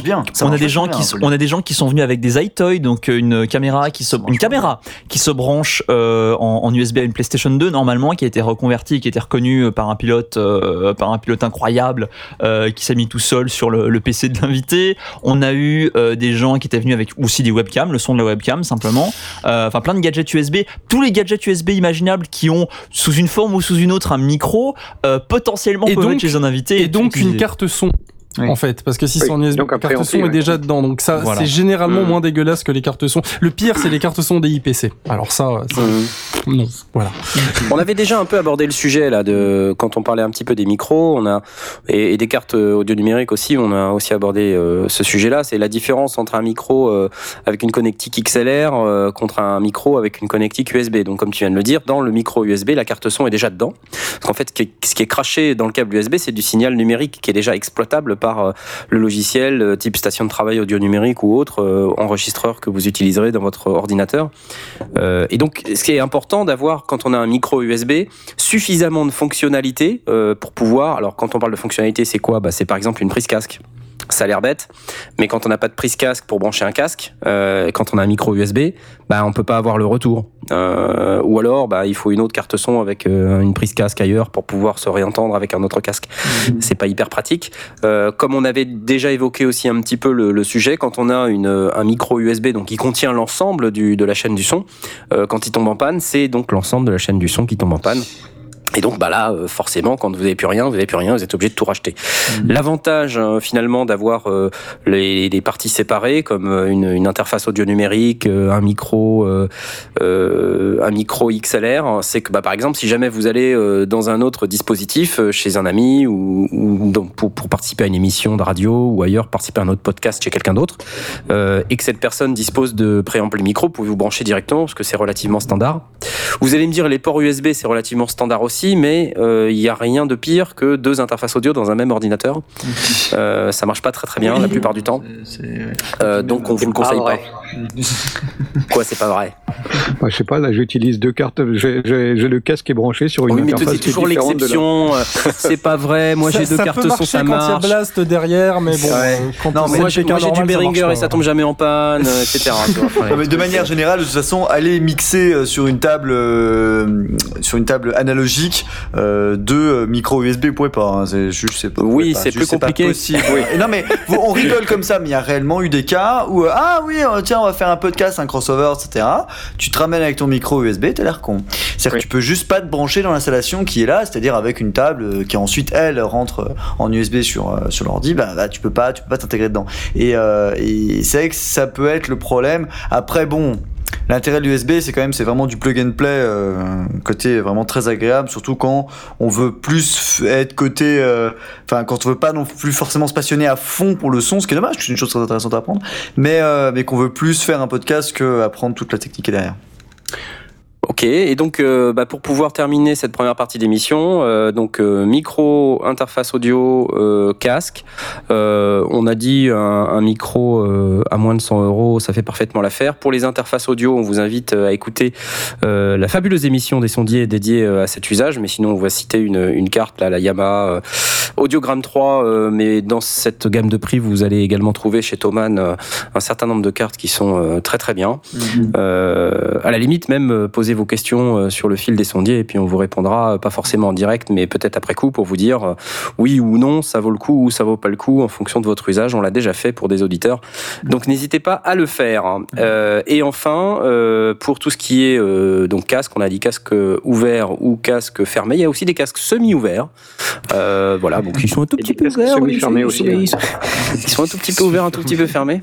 C: qui sont venus avec des iToys, donc une caméra qui se branche en USB à une PlayStation 2 normalement, qui a été reconvertie, qui a été reconnue par un pilote incroyable qui s'est mis tout seul sur le PC de l'invité. On a eu des gens qui étaient venus avec aussi des webcams, le son de la webcam simplement. Enfin plein de gadgets USB, tous les gadgets USB imaginables qui ont sous une forme ou sous une autre un micro potentiellement peuvent être chez un invité
E: et donc une carte son. En fait, parce que si son USB, la carte son est déjà dedans, donc ça, c'est généralement moins dégueulasse que les cartes son. Le pire, c'est les cartes son des IPC. Alors ça, non, voilà.
A: On avait déjà un peu abordé le sujet là quand on parlait un petit peu des micros, et des cartes audio numériques aussi. On a aussi abordé ce sujet-là. C'est la différence entre un micro avec une connectique XLR contre un micro avec une connectique USB. Donc, comme tu viens de le dire, dans le micro USB, la carte son est déjà dedans. Parce qu'en fait, ce qui est craché dans le câble USB, c'est du signal numérique qui est déjà exploitable par le logiciel type station de travail audio numérique ou autre enregistreur que vous utiliserez dans votre ordinateur. Et donc, ce qui est important d'avoir quand on a un micro USB, suffisamment de fonctionnalités pour pouvoir... Alors, quand on parle de fonctionnalité, c'est quoi ? C'est par exemple une prise casque. Ça a l'air bête, mais quand on n'a pas de prise casque pour brancher un casque, quand on a un micro USB, on peut pas avoir le retour. Ou alors, il faut une autre carte son avec une prise casque ailleurs pour pouvoir se réentendre avec un autre casque. C'est pas hyper pratique. Comme on avait déjà évoqué aussi un petit peu le sujet, quand on a un micro USB donc qui contient l'ensemble de la chaîne du son, quand il tombe en panne, c'est donc l'ensemble de la chaîne du son qui tombe en panne. Et donc là, forcément, quand vous n'avez plus rien, vous êtes obligé de tout racheter. L'avantage finalement d'avoir les parties séparées, comme une interface audio numérique, un micro XLR, c'est que par exemple, si jamais vous allez dans un autre dispositif, chez un ami ou donc pour participer à une émission de radio ou ailleurs, participer à un autre podcast chez quelqu'un d'autre, et que cette personne dispose de préampli micro, vous pouvez vous brancher directement parce que c'est relativement standard. Vous allez me dire, les ports USB, c'est relativement standard aussi, mais il n'y a rien de pire que 2 interfaces audio dans un même ordinateur. Ça marche pas très très bien la plupart du temps. Donc on vous le conseille pas. Quoi, c'est pas vrai?
D: Je sais pas, là j'utilise 2 cartes, j'ai le casque qui est branché sur une interface.
A: Mais c'est toujours l'exception, c'est pas vrai, moi j'ai 2 cartes son, ça marche.
E: Quand il y a Blast derrière, mais bon,
A: moi j'ai du Behringer et ça tombe jamais en panne, etc.
B: Mais de manière générale, de toute façon, aller mixer sur une table analogique, 2 micro USB, vous pouvez pas, c'est juste, c'est pas.
A: Oui, c'est plus compliqué.
B: Oui. Non mais on rigole comme ça, mais il y a réellement eu des cas où tiens, on va faire un podcast, un crossover, etc. Tu te ramènes avec ton micro USB, t'as l'air con. C'est-à-dire que tu peux juste pas te brancher dans l'installation qui est là, c'est-à-dire avec une table qui ensuite elle rentre en USB sur l'ordi, tu peux pas t'intégrer dedans. Et c'est vrai que ça peut être le problème. Après l'intérêt de l'USB, c'est vraiment du plug and play, côté vraiment très agréable, surtout quand on veut plus être côté, quand on veut pas non plus forcément se passionner à fond pour le son, ce qui est dommage, c'est une chose très intéressante à apprendre, mais qu'on veut plus faire un podcast que apprendre toute la technique qui est derrière.
A: Ok, et donc pour pouvoir terminer cette première partie d'émission, micro, interface audio, casque. On a dit un micro à moins de 100 €, ça fait parfaitement l'affaire. Pour les interfaces audio, on vous invite à écouter la fabuleuse émission des sondiers dédiée à cet usage. Mais sinon, on va citer une carte, là, la Yamaha Audiogram 3. Mais dans cette gamme de prix, vous allez également trouver chez Thomann un certain nombre de cartes qui sont très très bien. À la limite, même posez vos questions sur le fil des sondiers et puis on vous répondra, pas forcément en direct, mais peut-être après coup pour vous dire oui ou non, ça vaut le coup ou ça vaut pas le coup en fonction de votre usage. On l'a déjà fait pour des auditeurs, donc n'hésitez pas à le faire. Et enfin, pour tout ce qui est donc casque, on a dit casque ouvert ou casque fermé. Il y a aussi des casques semi-ouverts. Voilà, donc ils sont un tout petit peu ouverts.
D: Semi-fermés aussi.
A: Ils sont un tout petit peu ouverts, un tout petit peu fermés.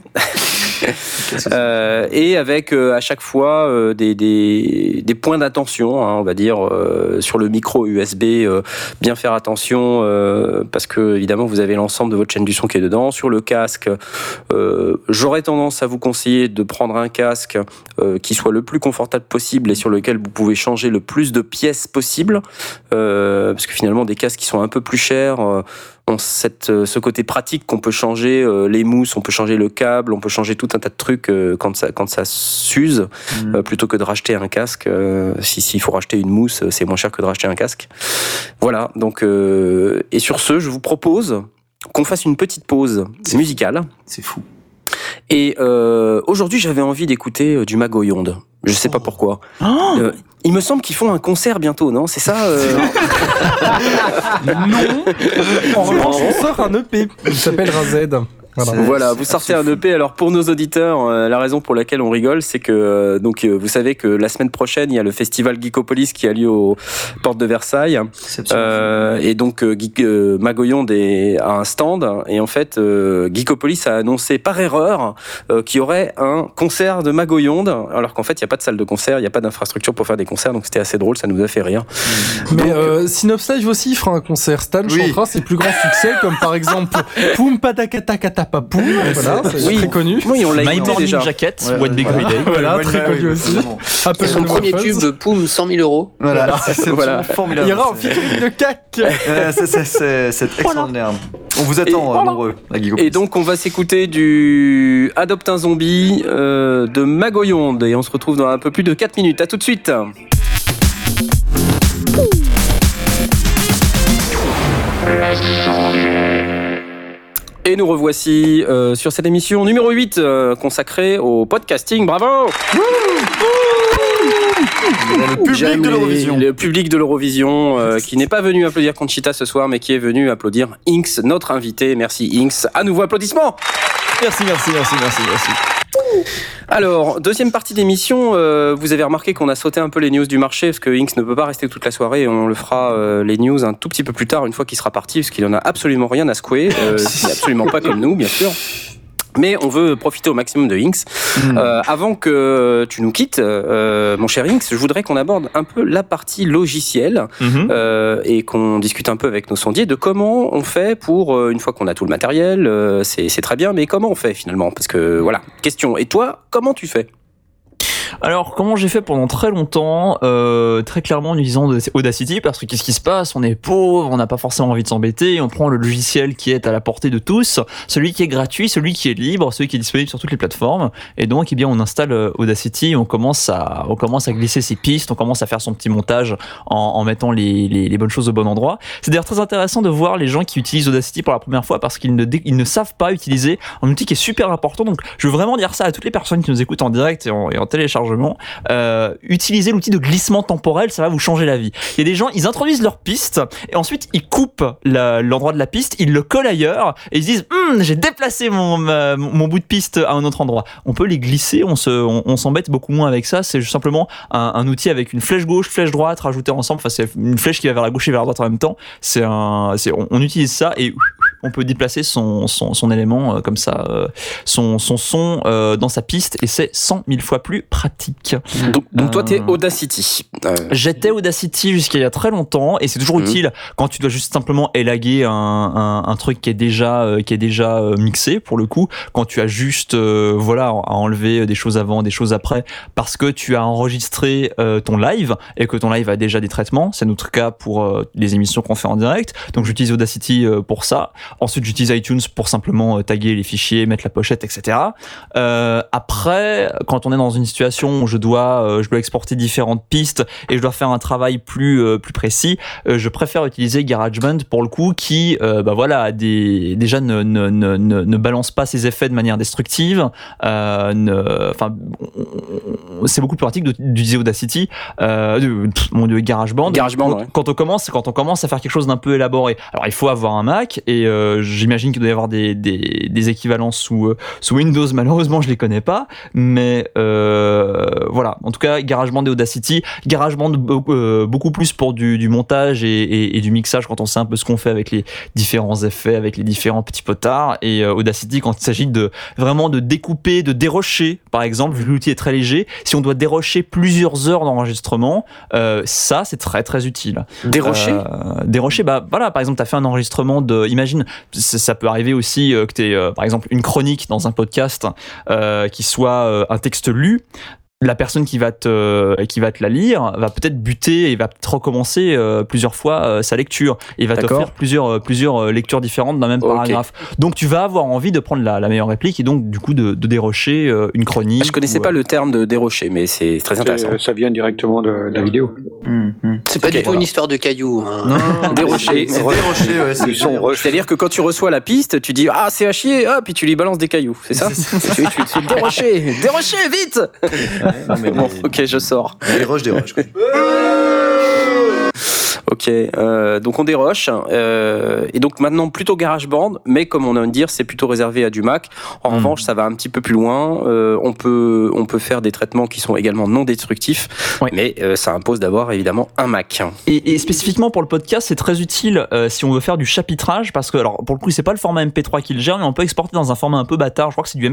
A: Et avec à chaque fois des points d'attention, on va dire, sur le micro USB, bien faire attention parce que évidemment vous avez l'ensemble de votre chaîne du son qui est dedans. Sur le casque, j'aurais tendance à vous conseiller de prendre un casque qui soit le plus confortable possible et sur lequel vous pouvez changer le plus de pièces possible, parce que finalement des casques qui sont un peu plus chers ont ce côté pratique qu'on peut changer les mousses, on peut changer le câble, on peut changer tout un tas de trucs quand ça s'use, plutôt que de racheter un casque. S'il faut racheter une mousse, c'est moins cher que de racheter un casque. Voilà, donc et sur ce, je vous propose qu'on fasse une petite pause musicale.
B: C'est fou.
A: Et aujourd'hui, j'avais envie d'écouter du Magoyonde. Je sais pas pourquoi. Il me semble qu'ils font un concert bientôt, non? C'est ça
E: Non. En revanche, on sort un EP. Il s'appellera Z.
A: Voilà, vous sortez un EP. Alors pour nos auditeurs, la raison pour laquelle on rigole, c'est que vous savez que la semaine prochaine, il y a le festival Geekopolis qui a lieu aux portes de Versailles. Et donc Magoyonde a un stand. Et en fait, Geekopolis a annoncé par erreur qu'il y aurait un concert de Magoyonde, alors qu'en fait, il n'y a pas de salle de concert, il n'y a pas d'infrastructure pour faire des concerts. Donc c'était assez drôle, ça nous a fait rire.
E: Mais Synops Live aussi fera un concert. Stan chantera ses plus grands succès, comme par exemple Poum Padakatakata. Papou, voilà, c'est très connu.
A: Oui, on l'a
C: My
A: écouté
C: Morning
A: déjà.
C: Jacket, One Big Holiday.
E: Voilà, très connu aussi.
G: Son premier tube, Poum, 100 000 €.
B: Voilà, c'est formidable.
E: Il y aura un featuring de CAC.
B: C'est extraordinaire. On vous attend nombreux à Geekopolis.
A: Et donc on va s'écouter du Adopte un zombie de Magoyonde et on se retrouve dans un peu plus de 4 minutes. À tout de suite. Et nous revoici sur cette émission numéro 8 consacrée au podcasting. Bravo!
B: Le public de l'Eurovision.
A: Le public de l'Eurovision qui n'est pas venu applaudir Conchita ce soir, mais qui est venu applaudir Inks, notre invité. Merci Inks. À nouveau applaudissements.
C: Merci.
A: Alors, deuxième partie d'émission, vous avez remarqué qu'on a sauté un peu les news du marché, parce que Inks ne peut pas rester toute la soirée, et on le fera les news un tout petit peu plus tard, une fois qu'il sera parti, parce qu'il en a absolument rien à secouer, absolument pas comme nous, bien sûr. Mais on veut profiter au maximum de Inks. Avant que tu nous quittes, mon cher Inks, je voudrais qu'on aborde un peu la partie logicielle et qu'on discute un peu avec nos sondiers de comment on fait pour, une fois qu'on a tout le matériel, c'est très bien, mais comment on fait finalement? Parce que voilà, question. Et toi, comment tu fais?
C: Alors, comment j'ai fait pendant très longtemps, très clairement en utilisant Audacity, parce que qu'est-ce qui se passe? On est pauvre, on n'a pas forcément envie de s'embêter, on prend le logiciel qui est à la portée de tous, celui qui est gratuit, celui qui est libre, celui qui est disponible sur toutes les plateformes, et donc, eh bien, on installe Audacity, on commence à glisser ses pistes, on commence à faire son petit montage en mettant les bonnes choses au bon endroit. C'est d'ailleurs très intéressant de voir les gens qui utilisent Audacity pour la première fois, parce qu'ils ne savent pas utiliser un outil qui est super important. Donc, je veux vraiment dire ça à toutes les personnes qui nous écoutent en direct et en téléchargement. Utilisez l'outil de glissement temporel, ça va vous changer la vie. Il y a des gens, ils introduisent leur piste et ensuite ils coupent l'endroit de la piste, ils le collent ailleurs et ils se disent j'ai déplacé mon bout de piste à un autre endroit. On peut les glisser, on s'embête beaucoup moins avec ça. C'est simplement un outil avec une flèche gauche, flèche droite rajoutée ensemble. Enfin, c'est une flèche qui va vers la gauche et vers la droite en même temps. On utilise ça et on peut déplacer son élément comme ça, son son dans sa piste, et c'est 100 000 fois plus pratique.
A: Donc toi, t'es Audacity.
C: J'étais Audacity jusqu'à il y a très longtemps, et c'est toujours utile quand tu dois juste simplement élaguer un truc qui est déjà mixé, pour le coup, quand tu as juste à enlever des choses avant, des choses après, parce que tu as enregistré ton live, et que ton live a déjà des traitements. C'est notre cas pour les émissions qu'on fait en direct, donc j'utilise Audacity pour ça. Ensuite j'utilise iTunes pour simplement taguer les fichiers, mettre la pochette, etc. Après, quand on est dans une situation où je dois exporter différentes pistes et je dois faire un travail plus précis, je préfère utiliser GarageBand pour le coup, qui déjà ne balance pas ses effets de manière destructive. C'est beaucoup plus pratique d'utiliser Audacity, GarageBand. Quand on commence à faire quelque chose d'un peu élaboré. Alors il faut avoir un Mac, et j'imagine qu'il doit y avoir des équivalents sous Windows. Malheureusement je les connais pas, mais voilà, en tout cas GarageBand et Audacity. GarageBand beaucoup plus pour du montage et du mixage, quand on sait un peu ce qu'on fait avec les différents effets, avec les différents petits potards, et Audacity quand il s'agit vraiment de découper, de dérocher, par exemple, vu que l'outil est très léger, si on doit dérocher plusieurs heures d'enregistrement, ça c'est très très utile.
A: Dérocher,
C: par exemple, tu as fait un enregistrement imagine, ça peut arriver aussi que tu aies par exemple une chronique dans un podcast qui soit un texte lu. La personne qui va te la lire va peut-être buter et va peut-être recommencer plusieurs fois sa lecture, et va te faire plusieurs lectures différentes d'un même paragraphe. Donc tu vas avoir envie de prendre la meilleure réplique, et donc du coup de dérocher une chronique.
A: Je connaissais pas le terme de dérocher, mais c'est très intéressant.
D: Ça vient directement de la vidéo.
G: C'est pas du tout une histoire de cailloux.
A: Non, dérocher. C'est-à-dire que quand tu reçois la piste, tu dis c'est à chier, puis tu lui balances des cailloux, c'est ça? Tu dérocher vite. Non, mais bon, ok, je sors.
B: Des roches.
A: Ok, donc on déroche, et donc maintenant plutôt GarageBand, mais comme on vient de dire, c'est plutôt réservé à du Mac. En revanche, ça va un petit peu plus loin. On peut faire des traitements qui sont également non destructifs, mais ça impose d'avoir évidemment un Mac.
C: Et spécifiquement pour le podcast, c'est très utile si on veut faire du chapitrage, parce que alors pour le coup, c'est pas le format MP3 qui le gère, mais on peut exporter dans un format un peu bâtard. Je crois que c'est du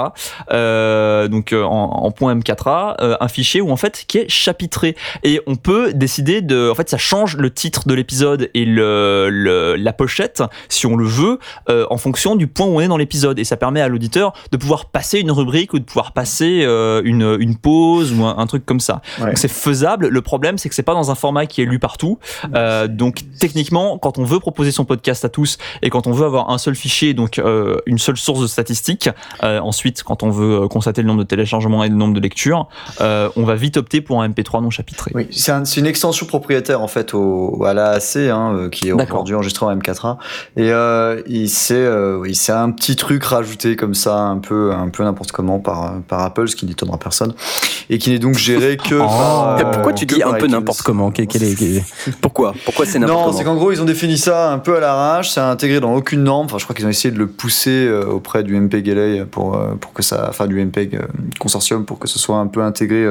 C: M4A, donc en point M4A, un fichier où en fait qui est chapitré, et on peut décider en fait, ça change le titre de l'épisode et la pochette, si on le veut, en fonction du point où on est dans l'épisode, et ça permet à l'auditeur de pouvoir passer une rubrique ou de pouvoir passer une pause ou un truc comme ça. Donc c'est faisable. Le problème, c'est que c'est pas dans un format qui est lu partout. Donc techniquement, quand on veut proposer son podcast à tous, et quand on veut avoir un seul fichier, donc une seule source de statistiques, ensuite quand on veut constater le nombre de téléchargements et le nombre de lectures, on va vite opter pour un MP3 non chapitré.
B: Oui, c'est une extension propriétaire en fait à l'AAC, qui est aujourd'hui enregistré en M4A, et c'est un petit truc rajouté comme ça, un peu n'importe comment par Apple, ce qui n'étonnera personne, et qui n'est donc géré que par,
A: pourquoi tu dis un peu n'importe comment? Pourquoi c'est n'importe comment?
B: Non, c'est qu'en gros ils ont défini ça un peu à l'arrache, c'est intégré dans aucune norme. Enfin, je crois qu'ils ont essayé de le pousser auprès du MPEG-LA pour que ça, enfin du MPEG consortium, pour que ce soit un peu intégré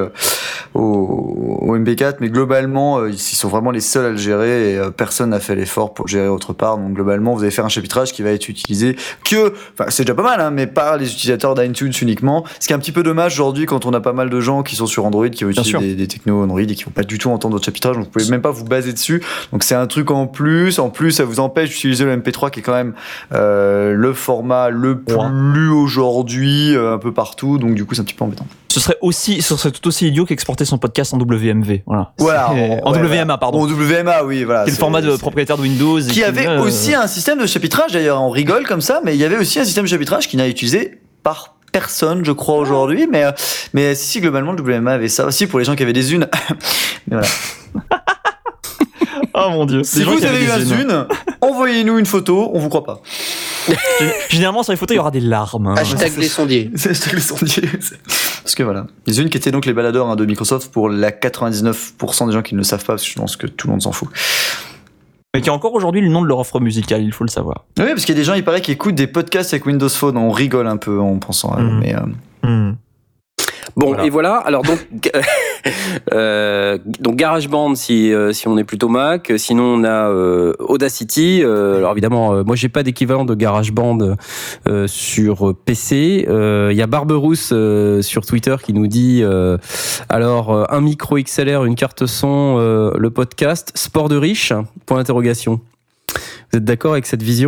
B: au MP4, mais globalement ils sont vraiment les seuls à le gérer, et personne n'a fait l'effort pour le gérer autre part. Donc globalement, vous allez faire un chapitrage qui va être utilisé c'est déjà pas mal, mais par les utilisateurs d'iTunes uniquement. Ce qui est un petit peu dommage aujourd'hui, quand on a pas mal de gens qui sont sur Android, qui utilisent des technos Android et qui vont pas du tout entendre votre chapitrage, donc vous pouvez même pas vous baser dessus. Donc c'est un truc en plus, ça vous empêche d'utiliser le MP3, qui est quand même le format le plus aujourd'hui un peu partout. Donc du coup, c'est un petit peu embêtant.
C: Ce serait tout aussi idiot qu'exporter son podcast en WMV. Voilà. En WMA, pardon.
B: En WMA, oui, voilà.
C: C'est le format de propriétaire de Windows.
B: Qui avait aussi un système de chapitrage, d'ailleurs, on rigole comme ça, mais il y avait aussi un système de chapitrage qui n'a été utilisé par personne, je crois, aujourd'hui, mais si, globalement, le WMA avait ça aussi pour les gens qui avaient des unes. Mais voilà.
C: Oh mon Dieu.
B: Si vous avez eu un Zune, envoyez-nous une photo, on vous croit pas.
C: Généralement, sur les photos, il y aura des larmes.
G: Hashtag les sondiers.
B: Hashtag les sondiers. Parce que voilà. Les Zune qui étaient donc les baladeurs de Microsoft pour la 99% des gens qui ne le savent pas, parce que je pense que tout le monde s'en fout.
C: Mais qui a encore aujourd'hui le nom de leur offre musicale, il faut le savoir.
B: Oui, parce qu'il y a des gens, il paraît, qui écoutent des podcasts avec Windows Phone. On rigole un peu en pensant à eux, mais...
A: Bon, voilà. Et voilà. Alors donc GarageBand si on est plutôt Mac. Sinon on a Audacity. Alors évidemment, moi j'ai pas d'équivalent de GarageBand sur PC. Il y a Barberousse sur Twitter qui nous dit alors un micro XLR, une carte son, le podcast, sport de riche ? Point d'interrogation. Vous êtes d'accord avec cette vision ?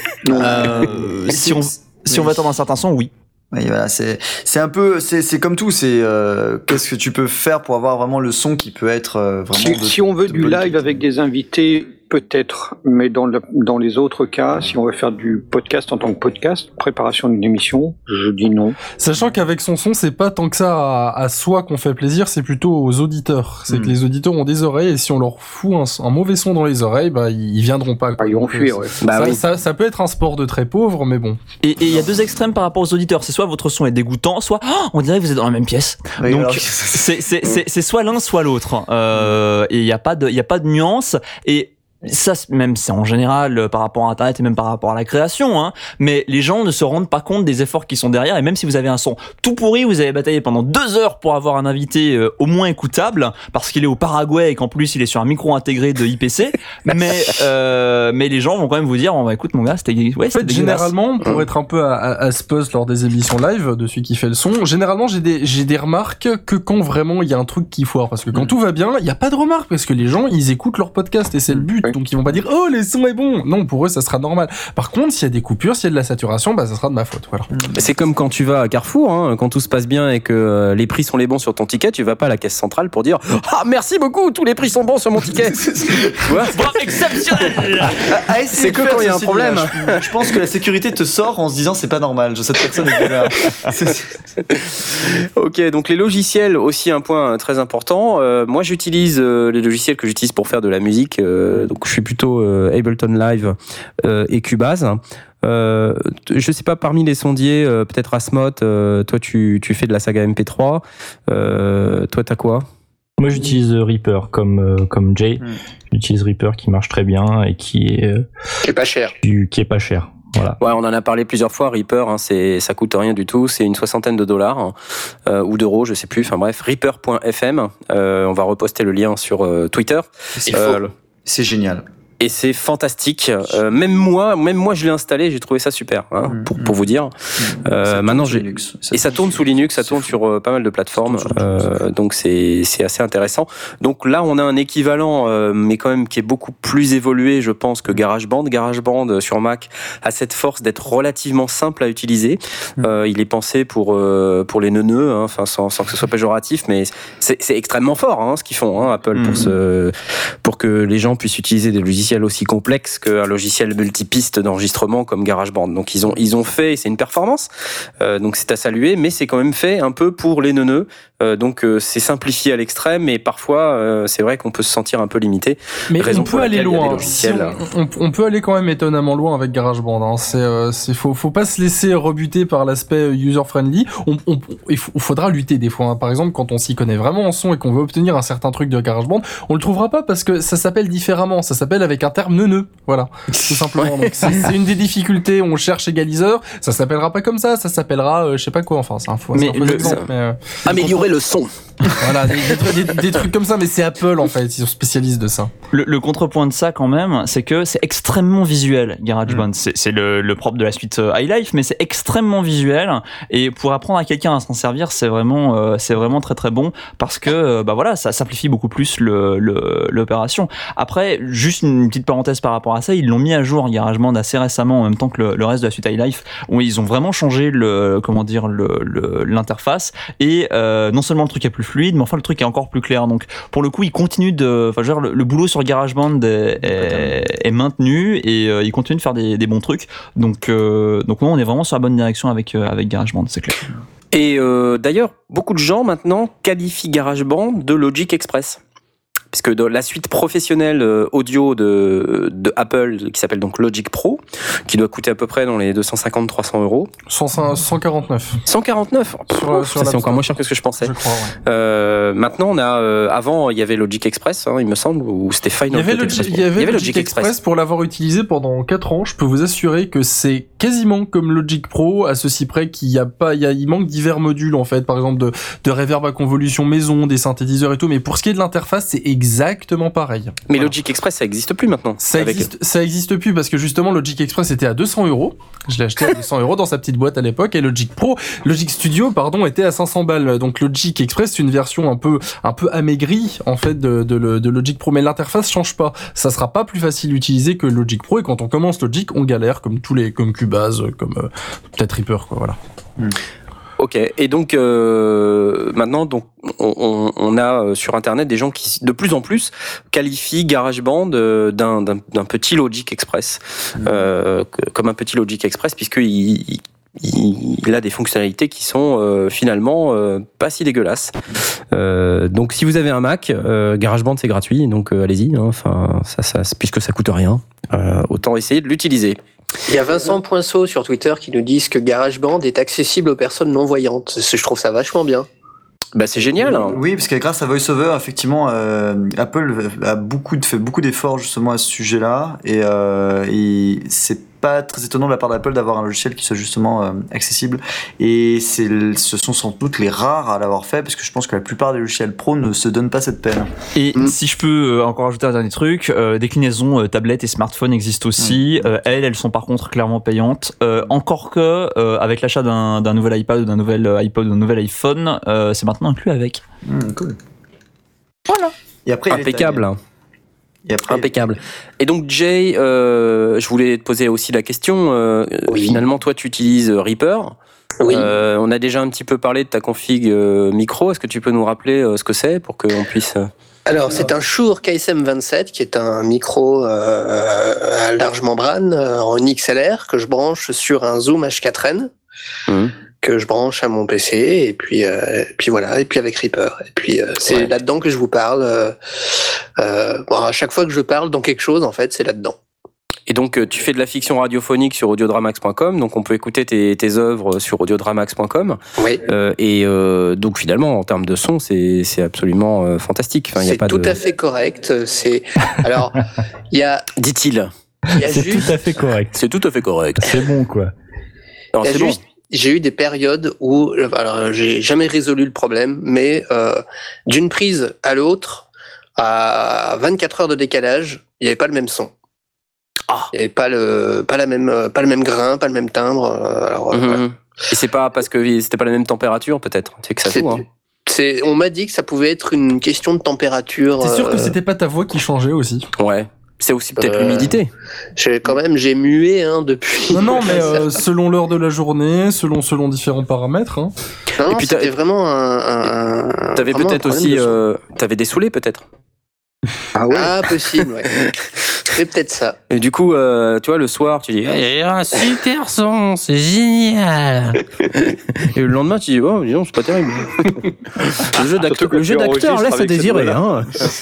C: Si on va attendre un certain son, oui.
B: Oui, voilà, c'est un peu, c'est comme tout, c'est qu'est-ce que tu peux faire pour avoir vraiment le son qui peut être vraiment.
D: Si on veut du live avec des invités, peut-être, mais dans les autres cas, si on veut faire du podcast en tant que podcast, préparation d'une émission, je dis non.
E: Sachant qu'avec son son, c'est pas tant que ça à soi qu'on fait plaisir, c'est plutôt aux auditeurs. C'est que les auditeurs ont des oreilles et si on leur fout un mauvais son dans les oreilles, bah ils viendront pas.
D: Ils vont fuir. Ouais.
E: Ça peut être un sport de très pauvre, mais bon.
C: Et il y a deux extrêmes par rapport aux auditeurs. C'est soit votre son est dégoûtant, soit on dirait que vous êtes dans la même pièce.
B: Oui,
C: donc
B: alors...
C: c'est soit l'un soit l'autre. Et il y a pas de nuance. Et ça, même c'est en général par rapport à Internet et même par rapport à la création, hein, mais les gens ne se rendent pas compte des efforts qui sont derrière. Et même si vous avez un son tout pourri, vous avez bataillé pendant 2 heures pour avoir un invité au moins écoutable, parce qu'il est au Paraguay et qu'en plus il est sur un micro intégré de IPC, mais les gens vont quand même vous dire bah écoute mon gars, c'était
E: en fait, généralement, pour être un peu à Spuzz lors des émissions live de celui qui fait le son, généralement j'ai des remarques que quand vraiment il y a un truc qui foire, parce que quand tout va bien, il y a pas de remarques, parce que les gens ils écoutent leur podcast et c'est le but. Donc ils vont pas dire oh les sons est bon. Non, pour eux ça sera normal. Par contre, s'il y a des coupures, s'il y a de la saturation, bah ça sera de ma faute. Voilà.
A: C'est comme quand tu vas à Carrefour, hein, quand tout se passe bien et que les prix sont les bons sur ton ticket, tu vas pas à la caisse centrale pour dire ah merci beaucoup, tous les prix sont bons sur mon ticket. Tu vois,
C: exceptionnel.
A: C'est que quand il y a un problème.
B: Je pense que la sécurité te sort en se disant c'est pas normal. Cette personne est là.
A: Ok, donc les logiciels aussi un point très important. Moi j'utilise les logiciels que j'utilise pour faire de la musique. Donc je suis plutôt Ableton Live et Cubase. Je sais pas, parmi les sondiers, peut-être Asmod, toi tu fais de la saga MP3. Toi t'as quoi ?
F: Moi j'utilise Reaper comme Jay. J'utilise Reaper qui marche très bien et qui est
G: pas cher.
F: Qui est pas cher. Voilà.
A: Ouais, on en a parlé plusieurs fois. Reaper, hein, ça coûte rien du tout. C'est une $60 ou d'euros, je sais plus. Enfin bref, Reaper.fm. On va reposter le lien sur Twitter.
B: C'est génial.
A: Et c'est fantastique. Même moi, je l'ai installé, j'ai trouvé ça super, hein, pour vous dire. Maintenant, ça tourne sous Linux, ça tourne sur pas mal de plateformes. Donc c'est assez intéressant. Donc là, on a un équivalent, mais quand même qui est beaucoup plus évolué, je pense, que GarageBand. GarageBand sur Mac a cette force d'être relativement simple à utiliser. Il est pensé pour les neuneux, hein, enfin sans que ce soit péjoratif, mais c'est extrêmement fort, hein, ce qu'ils font, hein, Apple, pour que les gens puissent utiliser des logiciels aussi complexe qu'un logiciel multipiste d'enregistrement comme GarageBand. Donc ils ont fait, c'est une performance, donc c'est à saluer, mais c'est quand même fait un peu pour les neuneux. Donc c'est simplifié à l'extrême et parfois c'est vrai qu'on peut se sentir un peu limité.
E: Mais on peut aller loin. On peut aller quand même étonnamment loin avec GarageBand. Hein. Faut pas se laisser rebuter par l'aspect user friendly. Il faudra lutter des fois. Hein. Par exemple, quand on s'y connaît vraiment en son et qu'on veut obtenir un certain truc de GarageBand, on le trouvera pas parce que ça s'appelle différemment. Ça s'appelle avec un terme neuneux. Voilà, tout simplement. Donc, c'est une des difficultés. On cherche égaliseur. Ça s'appellera pas comme ça. Ça s'appellera je sais pas quoi. Enfin, c'est un faux exemple.
G: Améliorer le son.
E: Voilà, des trucs comme ça, mais c'est Apple en fait, ils sont spécialistes de ça.
C: Le contrepoint de ça quand même, c'est que c'est extrêmement visuel, GarageBand. C'est le propre de la suite iLife, mais c'est extrêmement visuel et pour apprendre à quelqu'un à s'en servir, c'est vraiment très très bon parce que bah voilà, ça simplifie beaucoup plus l'opération. Après, juste une petite parenthèse par rapport à ça, ils l'ont mis à jour GarageBand assez récemment en même temps que le reste de la suite iLife où ils ont vraiment changé l'interface et non seulement le truc est plus fluide, mais enfin le truc est encore plus clair. Donc pour le coup, ils continuent le boulot sur GarageBand est maintenu et ils continuent de faire des bons trucs. Donc nous, on est vraiment sur la bonne direction avec GarageBand, c'est clair.
A: Et d'ailleurs, beaucoup de gens maintenant qualifient GarageBand de Logic Express. puisque dans la suite professionnelle audio de Apple, qui s'appelle donc Logic Pro, qui doit coûter à peu près dans les 250-300 euros.
E: 149.
A: 149
E: Sur
A: c'est encore moins cher que ce que je pensais.
E: Je crois, ouais.
A: Maintenant, on a avant, il y avait Logic Express, il me semble, ou c'était Final Cut Express.
E: Il y avait Logic Express pour l'avoir utilisé pendant 4 ans. Je peux vous assurer que c'est quasiment comme Logic Pro, à ceci près qu'il y a pas, il manque divers modules en fait, par exemple de reverb à convolution maison, des synthétiseurs et tout. Mais pour ce qui est de l'interface, c'est exactement pareil.
A: Mais voilà. Logic Express, ça existe plus maintenant.
E: Ça existe plus parce que justement Logic Express était à 200 €. Je l'ai acheté à 200 € dans sa petite boîte à l'époque, et Logic Studio, était à 500 balles. Donc Logic Express, c'est une version un peu amaigrie en fait de Logic Pro, mais l'interface change pas. Ça sera pas plus facile d'utiliser que Logic Pro, et quand on commence Logic, on galère comme Cubase, comme peut-être Reaper, quoi, voilà.
A: Ok, et donc maintenant, donc on a sur internet des gens qui de plus en plus qualifient GarageBand d'un petit Logic Express, comme un petit Logic Express, puisqu'il a des fonctionnalités qui sont finalement pas si dégueulasses. Donc si vous avez un Mac, GarageBand c'est gratuit, donc allez-y. Enfin, ça, puisque ça coûte rien, autant essayer de l'utiliser.
G: Il y a Vincent Poinceau sur Twitter qui nous dit que GarageBand est accessible aux personnes non-voyantes. Je trouve ça vachement bien.
A: Bah c'est génial. Hein.
B: Oui, parce que grâce à VoiceOver, effectivement, Apple fait beaucoup d'efforts justement à ce sujet-là, et c'est pas très étonnant de la part d'Apple d'avoir un logiciel qui soit justement accessible, et ce sont sans doute les rares à l'avoir fait, parce que je pense que la plupart des logiciels pro ne se donnent pas cette peine.
C: Et si je peux encore ajouter un dernier truc, déclinaisons tablettes et smartphones existent aussi. Elles sont par contre clairement payantes. Encore que avec l'achat d'un nouvel iPad ou d'un nouvel iPod ou d'un nouvel iPhone, c'est maintenant inclus avec.
B: Cool.
G: Voilà.
B: Et après,
A: impeccable. Impeccable. Et donc Jay, je voulais te poser aussi la question.
G: Oui.
A: Finalement, toi, tu utilises Reaper.
G: Oui.
A: On a déjà un petit peu parlé de ta config micro. Est-ce que tu peux nous rappeler ce que c'est pour qu'on puisse...
G: Alors, c'est un Shure KSM27 qui est un micro à large membrane en XLR que je branche sur un Zoom H4n. Que je branche à mon PC, et puis voilà, et puis avec Reaper, et puis c'est là-dedans que je vous parle. À chaque fois que je parle dans quelque chose, en fait, c'est là-dedans.
A: Et donc tu fais de la fiction radiophonique sur audiodramax.com, donc on peut écouter tes œuvres sur audiodramax.com.
G: Oui.
A: Donc finalement, en termes de son, c'est absolument fantastique. Enfin,
G: c'est
A: y a pas
G: tout à fait correct. Alors il y a.
A: Dit-il.
F: C'est tout à fait correct.
A: C'est tout à fait correct.
F: C'est bon, quoi.
A: Non, c'est bon.
G: J'ai eu des périodes où, alors j'ai jamais résolu le problème, mais d'une prise à l'autre, à 24 heures de décalage, il n'y avait pas le même son. Il n'y avait pas le même grain, pas le même timbre. Voilà.
A: Et c'est pas parce que c'était pas la même température, peut-être. C'est que ça joue. Hein.
G: On m'a dit que ça pouvait être une question de température.
E: T'es sûr que c'était pas ta voix qui changeait aussi?
A: Ouais. C'est aussi peut-être l'humidité.
G: J'ai mué depuis.
E: Non, mais selon l'heure de la journée, selon différents paramètres. Hein.
G: Non,
A: et puis
G: c'était vraiment
A: T'avais peut-être aussi, t'avais des saoulés peut-être.
G: Ah ouais. Ah possible, ouais. C'est peut-être ça.
A: Et du coup, tu vois, le soir, tu dis j'ai un super son, c'est génial. Et le lendemain, tu dis oh, dis donc, c'est pas terrible. Le jeu d'acteur laisse à désirer. Hein.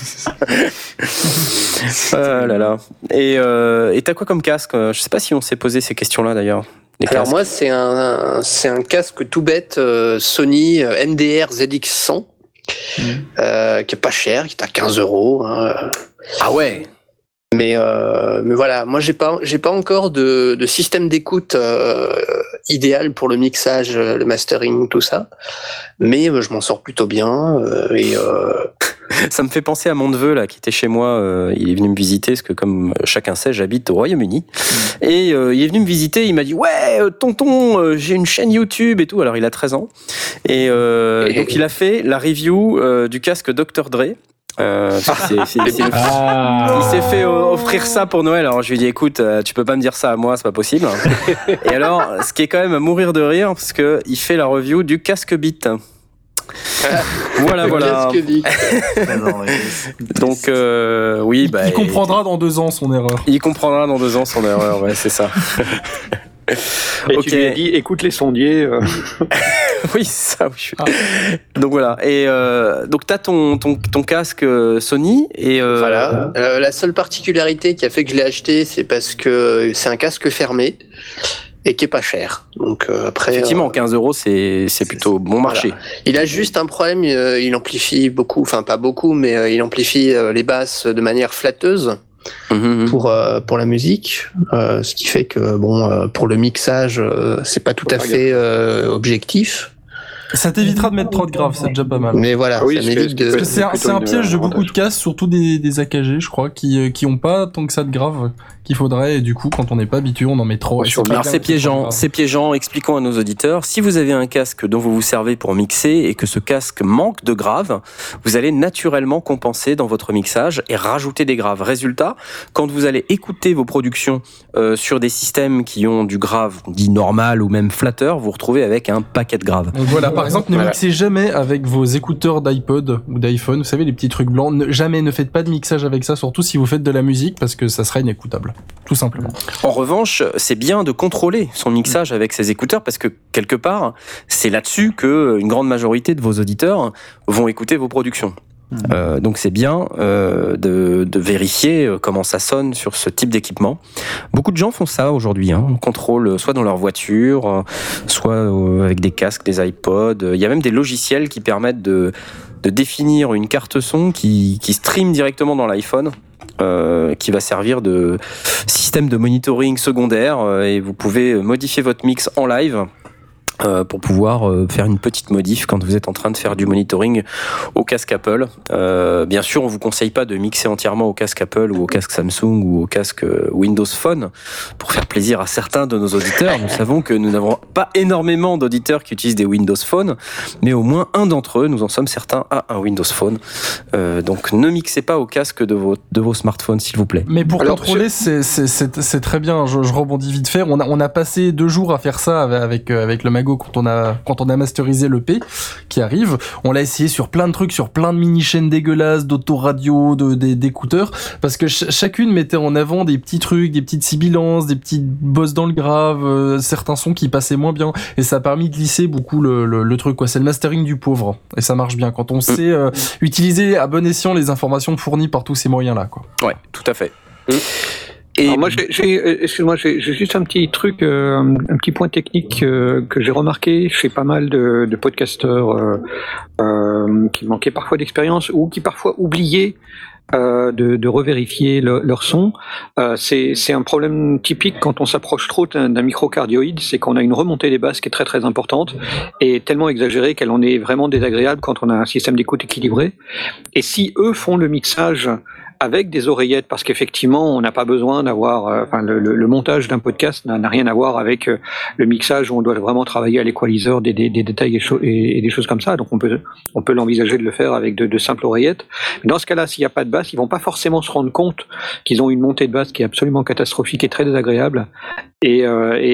A: Ah là là. Et t'as quoi comme casque? Je sais pas si on s'est posé ces questions-là d'ailleurs.
G: Alors moi, c'est un casque tout bête Sony MDR ZX100 qui est pas cher, qui est à 15 €. Hein.
A: Ah ouais.
G: Mais voilà, moi j'ai pas encore de système d'écoute idéal pour le mixage, le mastering, tout ça. Mais je m'en sors plutôt bien
A: Ça me fait penser à mon neveu là qui était chez moi. Il est venu me visiter parce que comme chacun sait, j'habite au Royaume-Uni. Et il est venu me visiter. Il m'a dit ouais, tonton, j'ai une chaîne YouTube et tout. Alors il a 13 ans. Et donc il a fait la review du casque Dr Dre. Il s'est fait offrir ça pour Noël. Alors je lui ai dit écoute, tu peux pas me dire ça à moi, c'est pas possible. Et alors ce qui est quand même à mourir de rire parce que il fait la review du casque Beat. Voilà. Donc oui,
E: il comprendra dans 2 ans son erreur.
A: Ouais, c'est ça.
D: Et tu lui as dit, écoute les sondiers.
A: Oui, ça. Oui. Donc voilà. Et donc t'as ton casque Sony et
G: voilà. La seule particularité qui a fait que je l'ai acheté, c'est parce que c'est un casque fermé et qui est pas cher. Donc après.
A: Effectivement, 15 €, c'est plutôt bon marché.
G: Voilà. Il a juste un problème. Il amplifie beaucoup, enfin pas beaucoup, mais il amplifie les basses de manière flatteuse. Pour la musique, ce qui fait que pour le mixage, c'est pas tout à fait objectif.
E: Ça t'évitera de mettre trop de graves, c'est déjà pas mal.
G: Mais voilà,
D: oui,
G: ça m'évite de.
E: Parce que c'est un piège de beaucoup de casques, surtout des AKG, je crois, qui ont pas tant que ça de grave qu'il faudrait, et du coup, quand on n'est pas habitué, on en met trop.
A: Alors c'est piégeant, expliquons à nos auditeurs, si vous avez un casque dont vous vous servez pour mixer et que ce casque manque de graves, vous allez naturellement compenser dans votre mixage et rajouter des graves. Résultat, quand vous allez écouter vos productions sur des systèmes qui ont du grave dit normal ou même flatteur, vous vous retrouvez avec un paquet de graves.
E: Donc voilà, par exemple, ne mixez jamais avec vos écouteurs d'iPod ou d'iPhone, vous savez, les petits trucs blancs, jamais ne faites pas de mixage avec ça, surtout si vous faites de la musique, parce que ça sera inécoutable. Tout simplement.
A: En revanche, c'est bien de contrôler son mixage avec ses écouteurs parce que quelque part, c'est là-dessus que une grande majorité de vos auditeurs vont écouter vos productions. Donc c'est bien de vérifier comment ça sonne sur ce type d'équipement. Beaucoup de gens font ça aujourd'hui, on contrôle soit dans leur voiture, soit avec des casques, des iPods. Il y a même des logiciels qui permettent de définir une carte son qui stream directement dans l'iPhone. Qui va servir de système de monitoring secondaire et vous pouvez modifier votre mix en live pour pouvoir faire une petite modif quand vous êtes en train de faire du monitoring au casque Apple. Bien sûr, on vous conseille pas de mixer entièrement au casque Apple ou au casque Samsung ou au casque Windows Phone pour faire plaisir à certains de nos auditeurs. Nous savons que nous n'avons pas énormément d'auditeurs qui utilisent des Windows Phone, mais au moins un d'entre eux, nous en sommes certains, a un Windows Phone. Donc ne mixez pas au casque de vos smartphones, s'il vous plaît.
E: Mais pour contrôler, c'est très bien. Je rebondis vite fait. On a passé 2 jours à faire ça avec le Mago quand on a masterisé l'EP qui arrive. On l'a essayé sur plein de trucs, sur plein de mini-chaînes dégueulasses, d'autoradio, d'écouteurs, parce que chacune mettait en avant des petits trucs, des petites sibilances, des petites bosses dans le grave, certains sons qui passaient moins bien, et ça a permis de lisser beaucoup le truc, quoi. C'est le mastering du pauvre, et ça marche bien quand on sait utiliser à bon escient les informations fournies par tous ces moyens-là, quoi.
A: Ouais, tout à fait.
D: Et moi, j'ai juste un petit truc, un petit point technique que j'ai remarqué chez pas mal de podcasteurs qui manquaient parfois d'expérience ou qui parfois oubliaient de revérifier leur son. C'est un problème typique quand on s'approche trop d'un microcardioïde, c'est qu'on a une remontée des basses qui est très très importante et tellement exagérée qu'elle en est vraiment désagréable quand on a un système d'écoute équilibré. Et si eux font le mixage avec des oreillettes, parce qu'effectivement, on n'a pas besoin d'avoir, le montage d'un podcast n'a rien à voir avec le mixage où on doit vraiment travailler à l'équaliseur des détails et des choses comme ça. Donc on peut l'envisager de le faire avec de simples oreillettes. Mais dans ce cas-là, s'il n'y a pas de basse, ils vont pas forcément se rendre compte qu'ils ont une montée de basse qui est absolument catastrophique et très désagréable. Et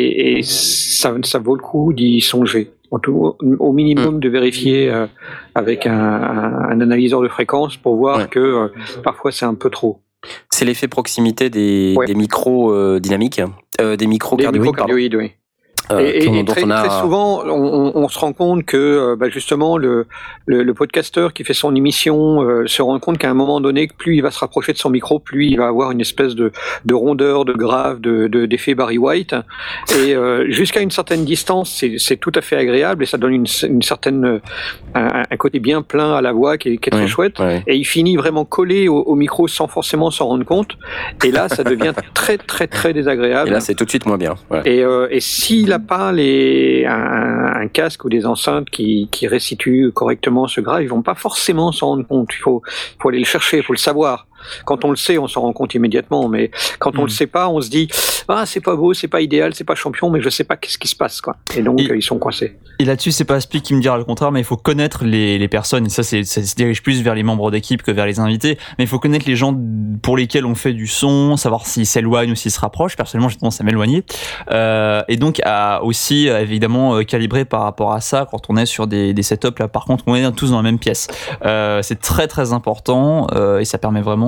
D: ça vaut le coup d'y songer. Au minimum de vérifier avec un analyseur de fréquence pour voir que parfois c'est un peu trop.
A: C'est l'effet proximité des micros dynamiques, des microcardioïdes.
D: Oui. Et très souvent, on se rend compte que justement le podcasteur qui fait son émission se rend compte qu'à un moment donné, plus il va se rapprocher de son micro, plus il va avoir une espèce de rondeur, de grave, d'effet Barry White. Et jusqu'à une certaine distance, c'est tout à fait agréable et ça donne une certaine un côté bien plein à la voix qui est très chouette. Ouais. Et il finit vraiment collé au micro sans forcément s'en rendre compte. Et là, ça devient très très très désagréable.
A: Et là, c'est tout de suite moins bien. Ouais.
D: Et s'il n'a pas un casque ou des enceintes qui restituent correctement ce grave, ils vont pas forcément s'en rendre compte. Il faut aller le chercher, il faut le savoir. Quand on le sait, on s'en rend compte immédiatement, mais quand on le sait pas, on se dit c'est pas beau, c'est pas idéal, c'est pas champion, mais je sais pas qu'est-ce qui se passe, quoi. Et donc ils sont coincés.
C: Et là-dessus, c'est pas Aspic qui me dira le contraire, mais il faut connaître les personnes. Et ça se dirige plus vers les membres d'équipe que vers les invités. Mais il faut connaître les gens pour lesquels on fait du son, savoir s'ils s'éloignent ou s'ils se rapprochent. Personnellement, j'ai tendance à m'éloigner. Et donc à aussi évidemment calibrer par rapport à ça quand on est sur des setups là. Par contre, on est tous dans la même pièce. C'est très très important et ça permet vraiment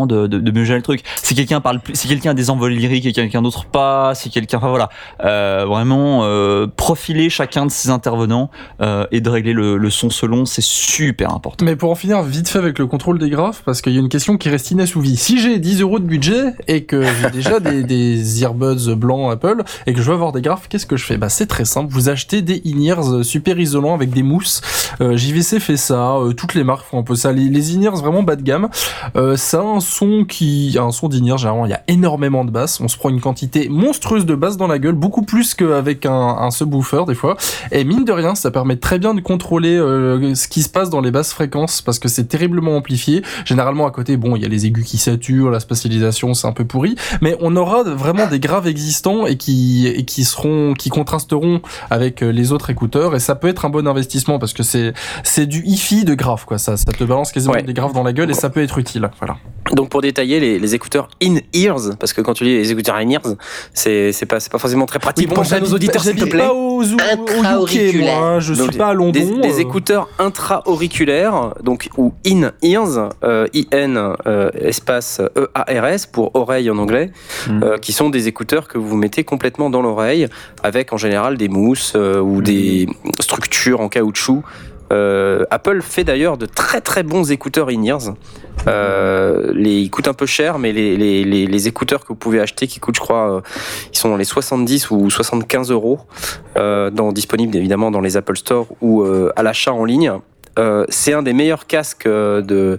C: vraiment de mieux gérer le truc. Si quelqu'un parle plus, si quelqu'un a des envols lyriques et quelqu'un d'autre pas, si quelqu'un, enfin voilà, vraiment profiler chacun de ses intervenants et de régler le son selon, c'est super important.
E: Mais pour en finir vite fait avec le contrôle des graphes, parce qu'il y a une question qui reste inassouvie. Si j'ai 10 € de budget et que j'ai déjà des earbuds blancs Apple et que je veux avoir des graphes, qu'est-ce que je fais ? Bah c'est très simple, vous achetez des in-ears super isolants avec des mousses. JVC fait ça, toutes les marques font un peu ça. Les in-ears vraiment bas de gamme, ça a un son d'in-ear, généralement il y a énormément de basses, on se prend une quantité monstrueuse de basses dans la gueule, beaucoup plus qu'avec un subwoofer des fois, et mine de rien ça permet très bien de contrôler ce qui se passe dans les basses fréquences, parce que c'est terriblement amplifié. Généralement à côté, bon, il y a les aigus qui saturent, la spatialisation c'est un peu pourri, mais on aura vraiment des graves existants et qui contrasteront avec les autres écouteurs, et ça peut être un bon investissement parce que c'est du hi-fi de grave, quoi. Ça te balance quasiment des graves dans la gueule et ça peut être utile. Voilà.
A: Donc pour détailler les écouteurs in-ears, parce que quand tu dis les écouteurs in-ears, c'est pas forcément très pratique pour nos auditeurs, s'il te plaît.
E: Pas au UK, moi, je suis pas à London.
A: Des écouteurs intra-auriculaires, donc ou in-ears, I-N espace E-A-R-S pour oreille en anglais, qui sont des écouteurs que vous mettez complètement dans l'oreille, avec en général des mousses ou des structures en caoutchouc. Apple fait d'ailleurs de très très bons écouteurs in-ears. Ils coûtent un peu cher, mais les écouteurs que vous pouvez acheter, qui coûtent, je crois, ils sont dans les 70 ou 75 €, disponibles évidemment dans les Apple Store ou à l'achat en ligne. C'est un des meilleurs casques de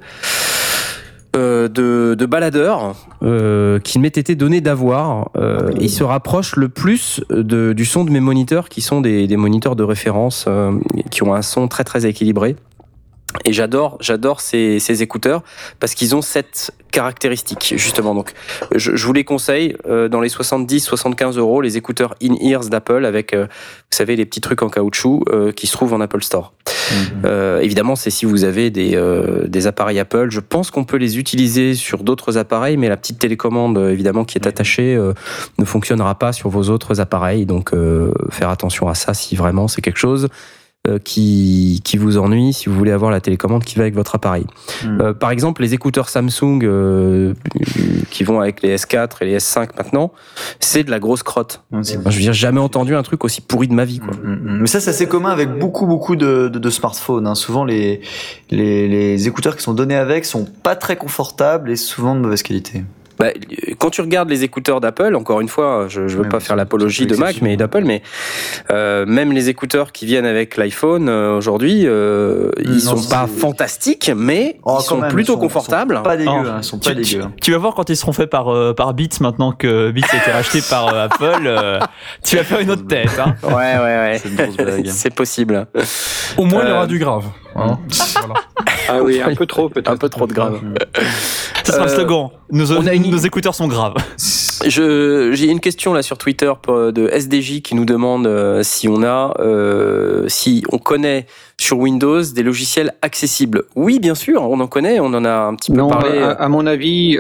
A: baladeurs qui m'ait été donné d'avoir. Il se rapproche le plus du son de mes moniteurs, qui sont des moniteurs de référence qui ont un son très très équilibré. Et j'adore ces écouteurs parce qu'ils ont cette caractéristique, justement. Donc, je vous les conseille, dans les 70-75 €, les écouteurs in-ears d'Apple avec, vous savez, les petits trucs en caoutchouc qui se trouvent en Apple Store. Évidemment, c'est si vous avez des appareils Apple. Je pense qu'on peut les utiliser sur d'autres appareils, mais la petite télécommande, évidemment, qui est attachée, ne fonctionnera pas sur vos autres appareils. Donc, faire attention à ça si vraiment c'est quelque chose qui vous ennuie, si vous voulez avoir la télécommande qui va avec votre appareil. Par exemple, les écouteurs Samsung qui vont avec les S4 et les S5 maintenant, c'est de la grosse crotte. Je veux dire, jamais entendu un truc aussi pourri de ma vie, quoi.
B: Mais ça, c'est assez commun avec beaucoup de smartphones. Souvent, les écouteurs qui sont donnés avec sont pas très confortables et souvent de mauvaise qualité.
A: Bah, quand tu regardes les écouteurs d'Apple, encore une fois, je veux pas faire l'apologie de Mac, mais d'Apple, mais même les écouteurs qui viennent avec l'iPhone aujourd'hui, ils sont pas fantastiques, mais ils sont plutôt confortables.
B: Pas dégueux, ils sont pas dégueux.
C: Tu vas voir quand ils seront faits par Beats, maintenant que Beats a été racheté par Apple, tu vas faire une autre tête. Hein.
A: Ouais.
B: C'est une grosse blague.
A: C'est possible.
E: Au moins, il y aura du grave. Voilà.
D: Ah oui, un peu trop peut-être.
A: Un peu trop de grave.
C: Ça sera le slogan. Nos écouteurs sont graves.
A: J'ai une question là sur Twitter de SDJ qui nous demande si on connaît sur Windows des logiciels accessibles. Oui, bien sûr, on en connaît, on en a un petit peu parlé.
D: À mon avis,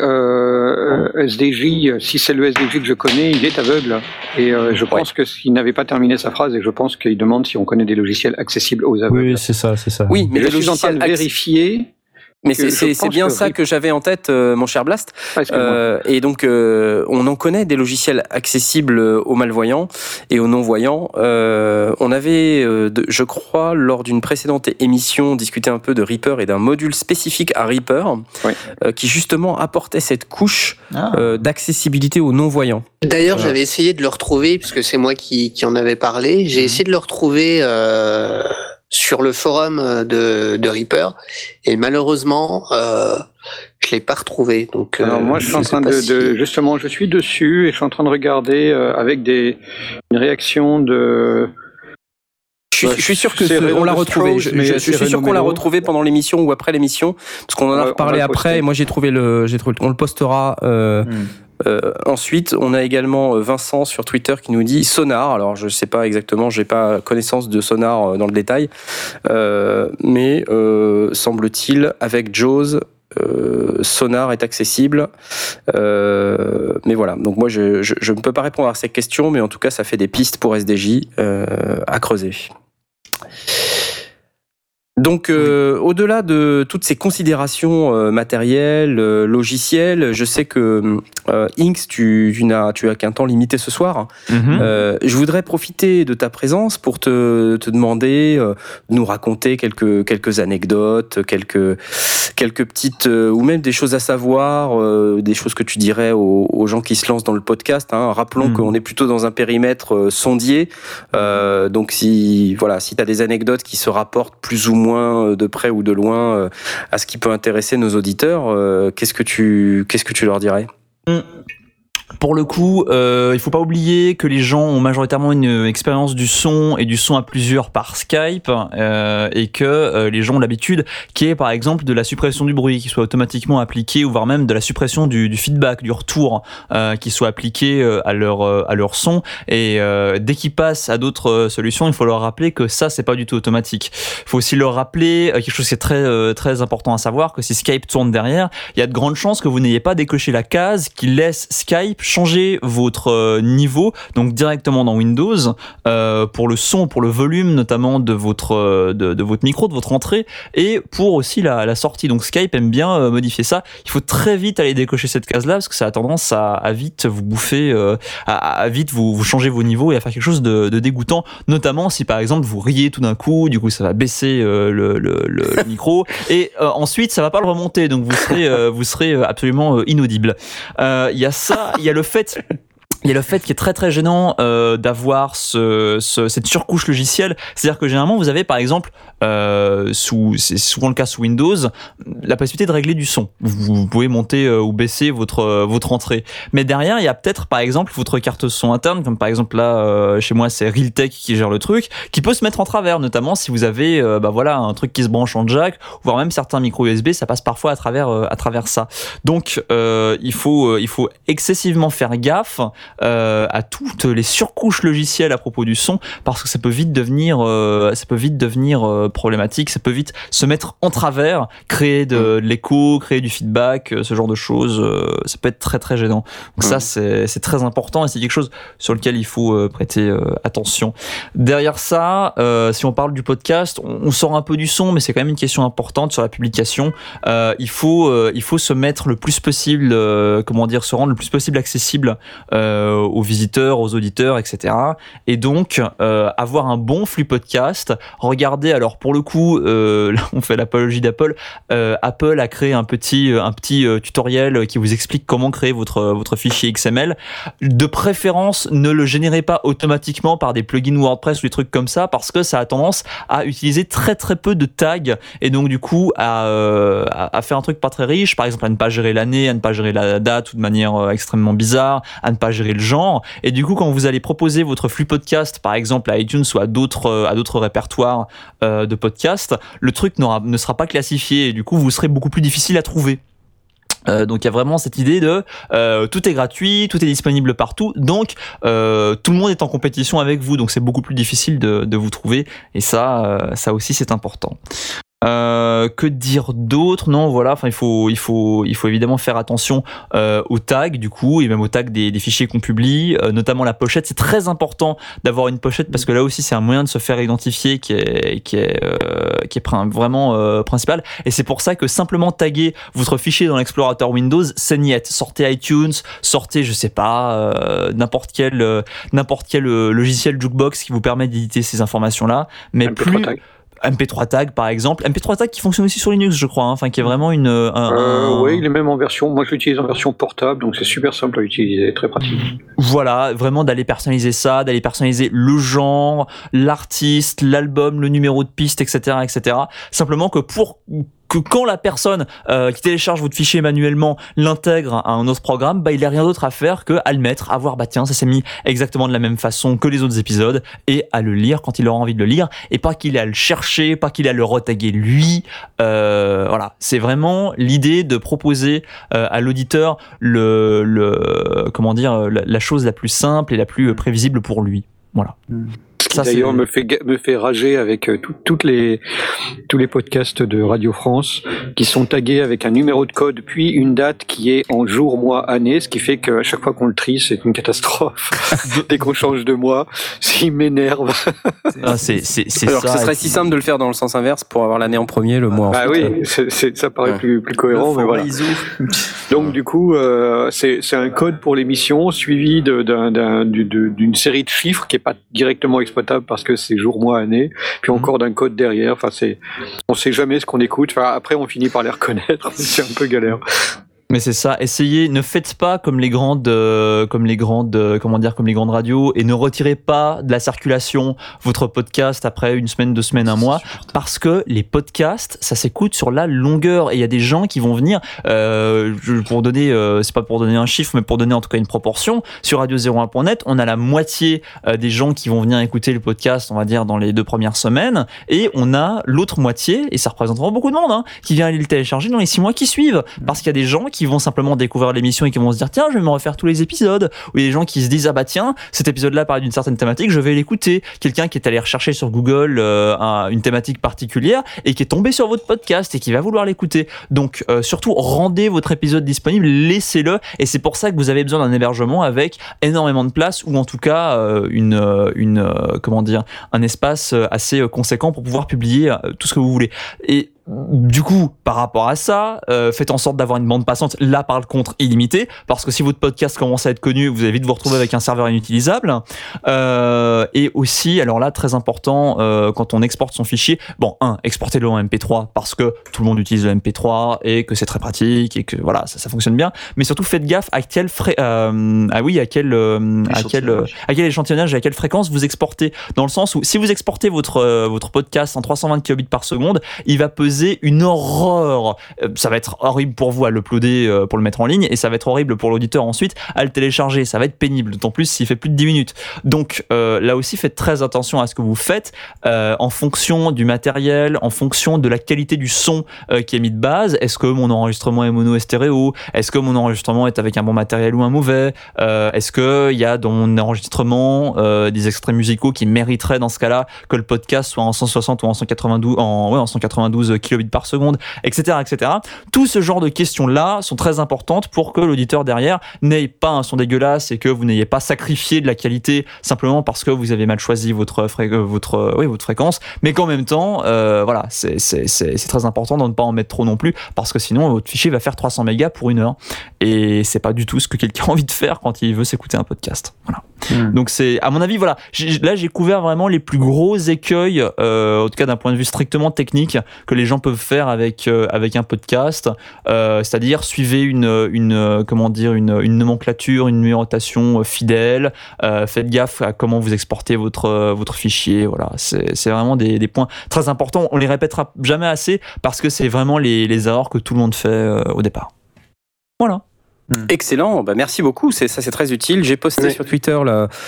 D: SDJ, si c'est le SDJ que je connais, il est aveugle. Et je pense qu'il n'avait pas terminé sa phrase et je pense qu'il demande si on connaît des logiciels accessibles aux aveugles.
F: Oui, c'est ça.
A: Oui, mais
D: je suis en train de vérifier.
A: Mais c'est bien ça que j'avais en tête, mon cher Blast. Et donc, on en connaît des logiciels accessibles aux malvoyants et aux non-voyants. On avait, je crois, lors d'une précédente émission, discuté un peu de Reaper et d'un module spécifique à Reaper, qui justement apportait cette couche d'accessibilité aux non-voyants.
G: D'ailleurs, j'avais essayé de le retrouver, puisque c'est moi qui en avais parlé. J'ai essayé de le retrouver sur le forum de Reaper, et malheureusement je l'ai pas retrouvé. Donc
D: alors moi je suis en train justement, je suis dessus et je suis en train de regarder avec une réaction de.
A: Je suis sûr que on l'a retrouvé. Je suis sûr qu'on l'a retrouvé pendant l'émission ou après l'émission, parce qu'on en a reparlé après. Et moi j'ai trouvé on le postera. Ensuite, on a également Vincent sur Twitter qui nous dit Sonar. Alors, je sais pas exactement, j'ai pas connaissance de Sonar dans le détail, mais semble-t-il, avec JAWS, Sonar est accessible. Mais voilà. Donc moi, je ne peux pas répondre à ces questions, mais en tout cas, ça fait des pistes pour SDJ à creuser. Donc, au-delà de toutes ces considérations matérielles, logicielles, je sais que Inks, tu as qu'un temps limité ce soir. Je voudrais profiter de ta présence pour te demander de nous raconter quelques anecdotes, quelques petites ou même des choses à savoir, des choses que tu dirais aux gens qui se lancent dans le podcast. Hein. Rappelons qu'on est plutôt dans un périmètre sondier, donc si tu as des anecdotes qui se rapportent plus ou moins de près ou de loin à ce qui peut intéresser nos auditeurs, qu'est-ce que tu leur dirais ?
C: Pour le coup, il faut pas oublier que les gens ont majoritairement une expérience du son et du son à plusieurs par Skype, et que les gens ont l'habitude qu'il y ait par exemple de la suppression du bruit qui soit automatiquement appliquée, ou voire même de la suppression du feedback, du retour qui soit appliqué à leur son. Et dès qu'ils passent à d'autres solutions, il faut leur rappeler que ça c'est pas du tout automatique. Il faut aussi leur rappeler quelque chose qui est très très important à savoir, que si Skype tourne derrière, il y a de grandes chances que vous n'ayez pas décoché la case qui laisse Skype changer votre niveau, donc directement dans Windows, pour le son, pour le volume notamment de votre micro, de votre entrée, et pour aussi la sortie. Donc Skype aime bien modifier ça. Il faut très vite aller décocher cette case-là, parce que ça a tendance à vite vous bouffer, à vite vous changer vos niveaux et à faire quelque chose de dégoûtant, notamment si par exemple vous riez tout d'un coup, du coup ça va baisser le micro, et ensuite ça va pas le remonter, donc vous serez absolument inaudible. Il y a ça, il y a le fait qui est très très gênant d'avoir cette surcouche logicielle, c'est-à-dire que généralement vous avez par exemple c'est souvent le cas sous Windows, la possibilité de régler du son. Vous pouvez monter ou baisser votre entrée, mais derrière il y a peut-être par exemple votre carte son interne, comme par exemple là chez moi c'est Realtek qui gère le truc, qui peut se mettre en travers, notamment si vous avez un truc qui se branche en jack, voire même certains micro USB, ça passe parfois à travers ça. Donc il faut excessivement faire gaffe à toutes les surcouches logicielles à propos du son, parce que ça peut vite devenir problématique, ça peut vite se mettre en travers, créer de l'écho, créer du feedback, ce genre de choses, ça peut être très très gênant. Donc ça c'est très important, et c'est quelque chose sur lequel il faut prêter attention. Derrière ça, si on parle du podcast, on sort un peu du son, mais c'est quand même une question importante sur la publication. Il faut se mettre le plus possible, se rendre le plus possible accessible aux visiteurs, aux auditeurs, etc. Et donc avoir un bon flux podcast. Regardez, alors pour le coup, là on fait l'apologie d'Apple. Apple a créé un petit tutoriel qui vous explique comment créer votre fichier XML. De préférence, ne le générez pas automatiquement par des plugins WordPress ou des trucs comme ça, parce que ça a tendance à utiliser très très peu de tags, et donc du coup à faire un truc pas très riche, par exemple à ne pas gérer l'année, à ne pas gérer la date ou de manière extrêmement bizarre, à ne pas gérer le genre. Et du coup, quand vous allez proposer votre flux podcast, par exemple à iTunes ou à d'autres répertoires de podcasts, le truc ne sera pas classifié, et du coup vous serez beaucoup plus difficile à trouver. Donc il y a vraiment cette idée de tout est gratuit, tout est disponible partout, donc tout le monde est en compétition avec vous, donc c'est beaucoup plus difficile de vous trouver, et ça aussi c'est important. Que dire d'autre ? Non, voilà. Enfin, il faut évidemment faire attention aux tags du coup, et même aux tags des fichiers qu'on publie, notamment la pochette. C'est très important d'avoir une pochette, parce que là aussi c'est un moyen de se faire identifier qui est vraiment principal. Et c'est pour ça que simplement taguer votre fichier dans l'explorateur Windows, c'est niette. Sortez iTunes, sortez je sais pas n'importe quel logiciel jukebox qui vous permet d'éditer ces informations là, mais plus MP3 tag par exemple, MP3 tag qui fonctionne aussi sur Linux je crois, hein, enfin qui est vraiment oui,
D: il est même en version, moi je l'utilise en version portable, donc c'est super simple à utiliser, très pratique.
C: Voilà, vraiment d'aller personnaliser ça, d'aller personnaliser le genre, l'artiste, l'album, le numéro de piste, etc. Simplement que quand la personne qui télécharge votre fichier manuellement l'intègre à un autre programme, il n'a rien d'autre à faire que à le mettre, à voir tiens ça s'est mis exactement de la même façon que les autres épisodes, et à le lire quand il aura envie de le lire, et pas qu'il ait à le chercher, pas qu'il ait à le retaguer lui. Voilà, c'est vraiment l'idée de proposer à l'auditeur la chose la plus simple et la plus prévisible pour lui. Voilà.
D: Ce qui d'ailleurs me fait rager avec tous les podcasts de Radio France qui sont tagués avec un numéro de code puis une date qui est en jour, mois, année, ce qui fait qu'à chaque fois qu'on le trie, c'est une catastrophe. Dès qu'on change de mois, il m'énerve.
C: Alors
A: ça.
C: Que
A: ce serait si simple de le faire dans le sens inverse pour avoir l'année en premier, le mois en
D: oui, ça paraît plus cohérent, mais voilà. Donc du coup, c'est un code pour l'émission suivi d'une série de chiffres qui est pas directement exploitable parce que c'est jour, mois, année, puis encore d'un code derrière. Enfin, on sait jamais ce qu'on écoute. Enfin, après, on finit par les reconnaître. C'est un peu galère.
C: Mais c'est ça, ne faites pas comme les grandes radios et ne retirez pas de la circulation votre podcast après une semaine, 2 semaines, un mois, parce que les podcasts, ça s'écoute sur la longueur et il y a des gens qui vont venir, pour donner, c'est pas pour donner un chiffre, mais pour donner en tout cas une proportion, sur radio01.net, on a la moitié des gens qui vont venir écouter le podcast, on va dire, dans les 2 premières semaines, et on a l'autre moitié, et ça représente vraiment beaucoup de monde, qui vient aller le télécharger dans les 6 mois qui suivent, parce qu'il y a des gens qui vont simplement découvrir l'émission et qui vont se dire tiens, je vais me refaire tous les épisodes, ou des gens qui se disent ah bah tiens, cet épisode-là parlait d'une certaine thématique, je vais l'écouter. Quelqu'un qui est allé rechercher sur Google une thématique particulière et qui est tombé sur votre podcast et qui va vouloir l'écouter. Donc surtout rendez votre épisode disponible, laissez-le, et c'est pour ça que vous avez besoin d'un hébergement avec énormément de place, ou en tout cas un espace assez conséquent pour pouvoir publier tout ce que vous voulez. Et du coup, par rapport à ça, faites en sorte d'avoir une bande passante, là par contre illimitée, parce que si votre podcast commence à être connu, vous allez vite vous retrouver avec un serveur inutilisable. Et aussi, alors là, très important, quand on exporte son fichier, exportez-le en MP3 parce que tout le monde utilise le MP3 et que c'est très pratique et que voilà, ça fonctionne bien. Mais surtout, faites gaffe à quel échantillonnage et à quelle fréquence vous exportez. Dans le sens où, si vous exportez votre podcast en 320 kilobits par seconde, il va peser une horreur. Ça va être horrible pour vous à l'uploader pour le mettre en ligne, et ça va être horrible pour l'auditeur ensuite à le télécharger. Ça va être pénible, d'autant plus s'il fait plus de 10 minutes. Donc là aussi, faites très attention à ce que vous faites en fonction du matériel, en fonction de la qualité du son qui est mis de base. Est-ce que mon enregistrement est mono et stéréo? Est-ce que mon enregistrement est avec un bon matériel ou un mauvais? Est-ce qu'il y a dans mon enregistrement des extraits musicaux qui mériteraient dans ce cas-là que le podcast soit en 160 ou en 192 kilobits par seconde, etc., etc. Tout ce genre de questions-là sont très importantes pour que l'auditeur derrière n'ait pas un son dégueulasse et que vous n'ayez pas sacrifié de la qualité simplement parce que vous avez mal choisi votre fréquence, mais qu'en même temps, c'est très important de ne pas en mettre trop non plus, parce que sinon votre fichier va faire 300 mégas pour 1 heure, et c'est pas du tout ce que quelqu'un a envie de faire quand il veut s'écouter un podcast. Voilà. Donc c'est, à mon avis, voilà, j'ai couvert vraiment les plus gros écueils, en tout cas d'un point de vue strictement technique, que les gens peuvent faire avec un podcast, c'est-à-dire suivez une nomenclature, une numérotation fidèle, faites gaffe à comment vous exportez votre fichier. Voilà, c'est vraiment des points très importants. On les répétera jamais assez parce que c'est vraiment les erreurs que tout le monde fait au départ. Voilà.
A: Excellent, merci beaucoup, c'est très utile. J'ai posté sur Twitter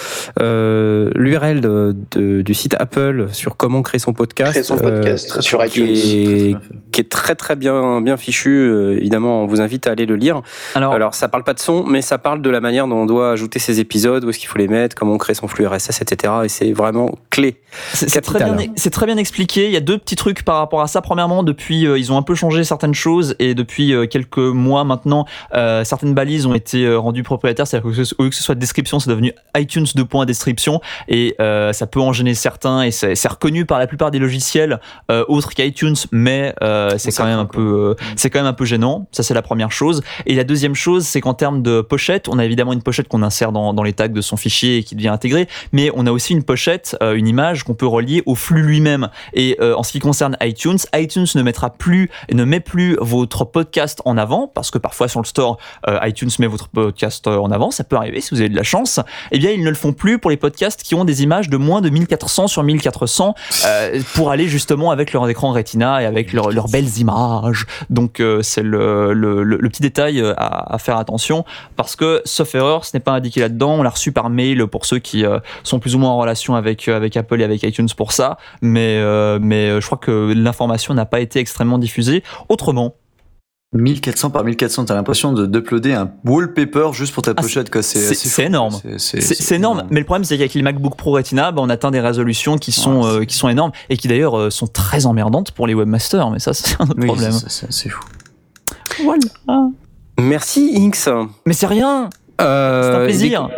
A: l'URL du site Apple sur comment créer son podcast,
G: sur iTunes,
A: qui est très très bien fichu. Évidemment, on vous invite à aller le lire. Alors ça parle pas de son, mais ça parle de la manière dont on doit ajouter ses épisodes, où est-ce qu'il faut les mettre, comment on crée son flux RSS, etc. Et c'est vraiment clé.
C: C'est très bien expliqué. Il y a 2 petits trucs par rapport à ça. Premièrement, depuis ils ont un peu changé certaines choses, et depuis quelques mois maintenant, certaines balises ont été rendues propriétaires, c'est-à-dire que au lieu que ce soit description, c'est devenu iTunes description, et ça peut en gêner certains, et c'est reconnu par la plupart des logiciels autres qu'iTunes, mais c'est quand même un peu gênant. Ça, c'est la première chose. Et la deuxième chose, c'est qu'en termes de pochette, on a évidemment une pochette qu'on insère dans les tags de son fichier et qui devient intégrée, mais on a aussi une pochette, une image qu'on peut relier au flux lui-même. Et en ce qui concerne iTunes ne met plus votre podcast en avant, parce que parfois sur le store, iTunes met votre podcast en avant, ça peut arriver si vous avez de la chance. Eh bien, ils ne le font plus pour les podcasts qui ont des images de moins de 1400 sur 1400 pour aller justement avec leur écran Retina et avec leurs belles images. Donc c'est le petit détail à faire attention, parce que, sauf erreur, ce n'est pas indiqué là-dedans. On l'a reçu par mail pour ceux qui sont plus ou moins en relation avec Apple et avec iTunes pour ça, mais je crois que l'information n'a pas été extrêmement diffusée. Autrement,
B: 1400 par 1400, t'as l'impression d'uploader un wallpaper juste pour ta pochette, quoi.
C: C'est énorme. C'est énorme. Mais le problème, c'est qu'avec les MacBook Pro Retina, on atteint des résolutions qui sont énormes et qui d'ailleurs sont très emmerdantes pour les webmasters. Mais ça, c'est un autre problème.
B: C'est fou.
C: Voilà.
A: Merci, Inks.
C: Mais c'est rien. C'est un plaisir.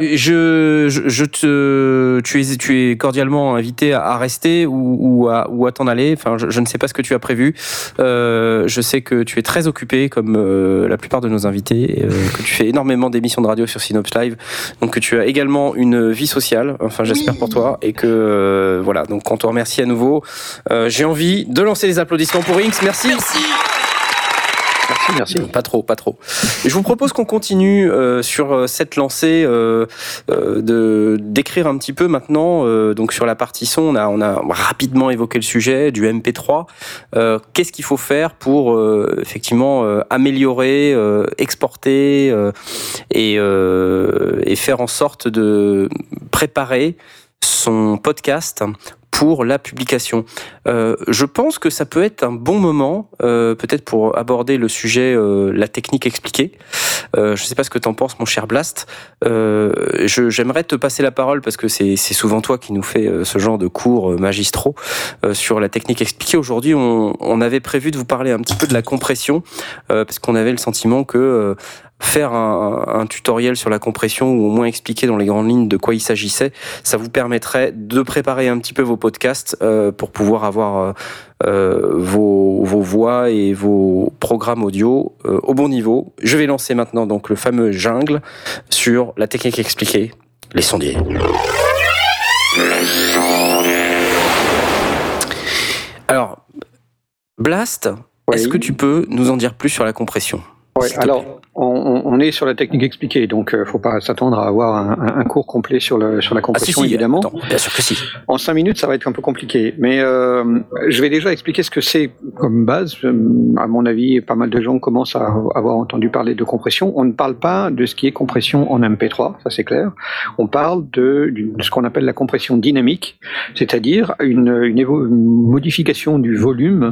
A: Tu es cordialement invité à rester ou à t'en aller. Enfin, je ne sais pas ce que tu as prévu. Je sais que tu es très occupé, comme la plupart de nos invités, que tu fais énormément d'émissions de radio sur Synops Live, donc que tu as également une vie sociale. Enfin, j'espère pour toi, et que voilà. Donc, on te remercie à nouveau. J'ai envie de lancer les applaudissements pour Inks. Merci. Merci. Pas trop. Et je vous propose qu'on continue sur cette lancée d'écrire un petit peu maintenant. Donc sur la partie son, on a rapidement évoqué le sujet du MP3. Qu'est-ce qu'il faut faire pour effectivement améliorer, exporter et faire en sorte de préparer son podcast pour la publication. Je pense que ça peut être un bon moment, peut-être pour aborder le sujet, la technique expliquée. Je ne sais pas ce que tu en penses, mon cher Blast. J'aimerais te passer la parole parce que c'est souvent toi qui nous fais ce genre de cours magistraux sur la technique expliquée. Aujourd'hui, on avait prévu de vous parler un petit peu de la compression parce qu'on avait le sentiment que faire un tutoriel sur la compression ou au moins expliquer dans les grandes lignes de quoi il s'agissait, ça vous permettrait de préparer un petit peu vos podcasts pour pouvoir avoir vos voix et vos programmes audio au bon niveau. Je vais lancer maintenant donc le fameux jungle sur la technique expliquée, les sondiers. Alors, Blast, est-ce que tu peux nous en dire plus sur la compression ?
D: Oui, alors on est sur la technique expliquée, donc faut pas s'attendre à avoir un cours complet sur la compression, évidemment.
A: Attends, bien sûr que si.
D: En 5 minutes, ça va être un peu compliqué, mais je vais déjà expliquer ce que c'est comme base. À mon avis, pas mal de gens commencent à avoir entendu parler de compression. On ne parle pas de ce qui est compression en MP3, ça c'est clair. On parle de ce qu'on appelle la compression dynamique, c'est-à-dire une modification du volume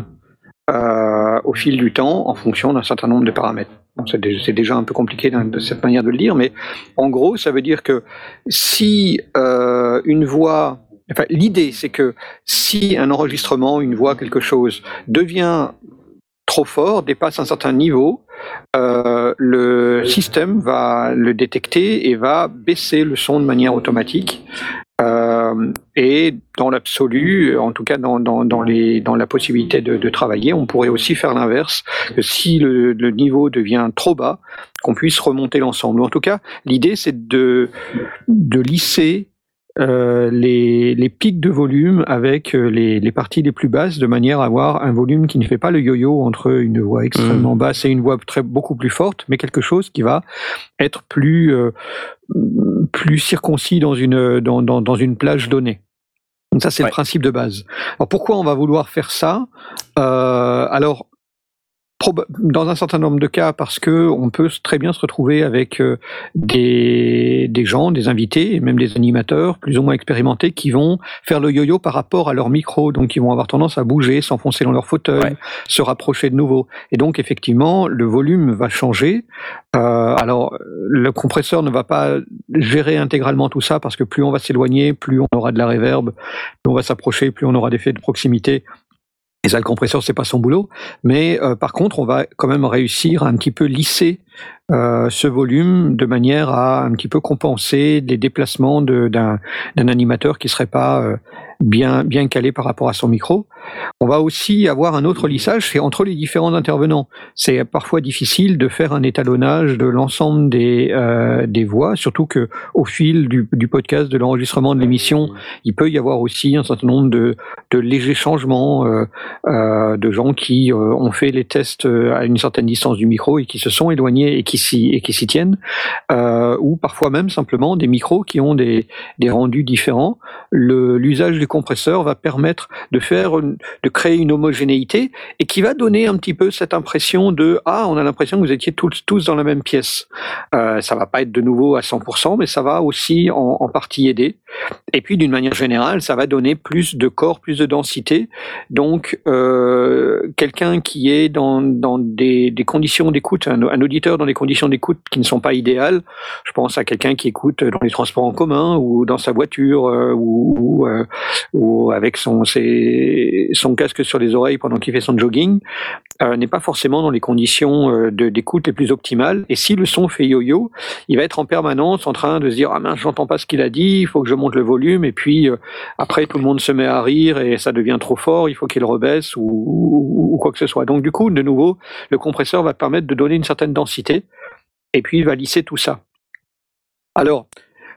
D: au fil du temps en fonction d'un certain nombre de paramètres. C'est déjà un peu compliqué de cette manière de le dire, mais en gros, ça veut dire que si une voix... Enfin, l'idée, c'est que si un enregistrement, une voix, quelque chose, devient trop fort, dépasse un certain niveau, le système va le détecter et va baisser le son de manière automatique. Et dans l'absolu, en tout cas dans la possibilité de travailler, on pourrait aussi faire l'inverse, que si le niveau devient trop bas, qu'on puisse remonter l'ensemble. En tout cas, l'idée c'est de lisser les pics de volume avec les parties les plus basses, de manière à avoir un volume qui ne fait pas le yo-yo entre une voix extrêmement basse et une voix beaucoup plus forte, mais quelque chose qui va être plus circoncis dans une plage donnée. Donc ça, c'est le principe de base. Alors pourquoi on va vouloir faire ça ? Alors, dans un certain nombre de cas, parce que on peut très bien se retrouver avec des gens, des invités et même des animateurs plus ou moins expérimentés qui vont faire le yo-yo par rapport à leur micro, donc ils vont avoir tendance à bouger, s'enfoncer dans leur fauteuil, se rapprocher de nouveau, et donc effectivement le volume va changer. Alors le compresseur ne va pas gérer intégralement tout ça, parce que plus on va s'éloigner, plus on aura de la reverb, plus on va s'approcher, plus on aura d'effets de proximité. Et ça, le compresseur, c'est pas son boulot. Mais par contre, on va quand même réussir à un petit peu lisser ce volume de manière à un petit peu compenser les déplacements d'un animateur qui serait pas bien calé par rapport à son micro. On va aussi avoir un autre lissage, c'est entre les différents intervenants. C'est parfois difficile de faire un étalonnage de l'ensemble des voix, surtout que au fil du podcast, de l'enregistrement de l'émission, il peut y avoir aussi un certain nombre de légers changements, de gens qui ont fait les tests à une certaine distance du micro et qui se sont éloignés et qui s'y tiennent, ou parfois même simplement des micros qui ont des rendus différents. L'usage du compresseur va permettre de créer une homogénéité et qui va donner un petit peu cette impression de on a l'impression que vous étiez tous dans la même pièce. Ça va pas être de nouveau à 100%, mais ça va aussi en partie aider. Et puis d'une manière générale, ça va donner plus de corps, plus de densité. Donc quelqu'un qui est dans des conditions d'écoute, un auditeur dans des conditions d'écoute qui ne sont pas idéales, je pense à quelqu'un qui écoute dans les transports en commun ou dans sa voiture ou avec son casque sur les oreilles pendant qu'il fait son jogging, n'est pas forcément dans les conditions d'écoute les plus optimales. Et si le son fait yo-yo, il va être en permanence en train de se dire « Ah mince, j'entends pas ce qu'il a dit, il faut que je monte le volume. » Et puis après, tout le monde se met à rire et ça devient trop fort, il faut qu'il rebaisse ou quoi que ce soit. Donc du coup, de nouveau, le compresseur va permettre de donner une certaine densité et puis il va lisser tout ça. Alors,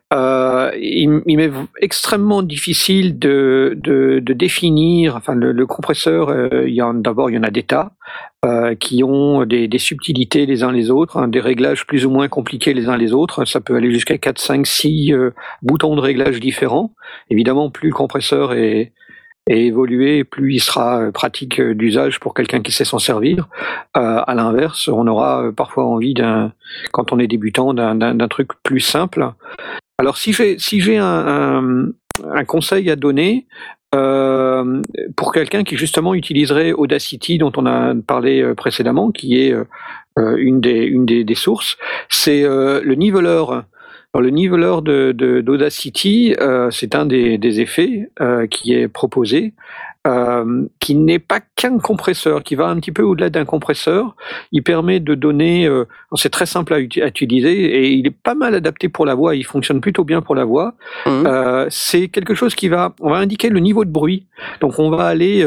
D: il m'est extrêmement difficile de définir. Enfin, le compresseur, d'abord, il y en a des tas qui ont des subtilités les uns les autres, des réglages plus ou moins compliqués les uns les autres. Ça peut aller jusqu'à 4, 5, 6 boutons de réglage différents. Évidemment, plus le compresseur est évolué, plus il sera pratique d'usage pour quelqu'un qui sait s'en servir. À l'inverse, on aura parfois envie quand on est débutant, d'un truc plus simple. Alors si j'ai un conseil à donner pour quelqu'un qui justement utiliserait Audacity dont on a parlé précédemment, qui est une des sources, c'est le niveleur. Alors, le niveleur d'Audacity, c'est un des effets qui est proposé, qui n'est pas qu'un compresseur, qui va un petit peu au-delà d'un compresseur. Il permet de donner, c'est très simple à utiliser et il est pas mal adapté pour la voix. Il fonctionne plutôt bien pour la voix. C'est quelque chose on va indiquer le niveau de bruit. Donc on va aller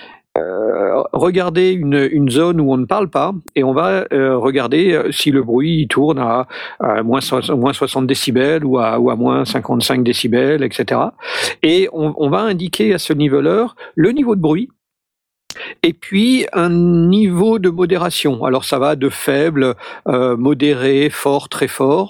D: regarder une zone où on ne parle pas et on va regarder si le bruit tourne à moins 60 décibels ou à moins 55 décibels, etc. Et on va indiquer à ce niveleur le niveau de bruit et puis un niveau de modération. Alors ça va de faible, modéré, fort, très fort.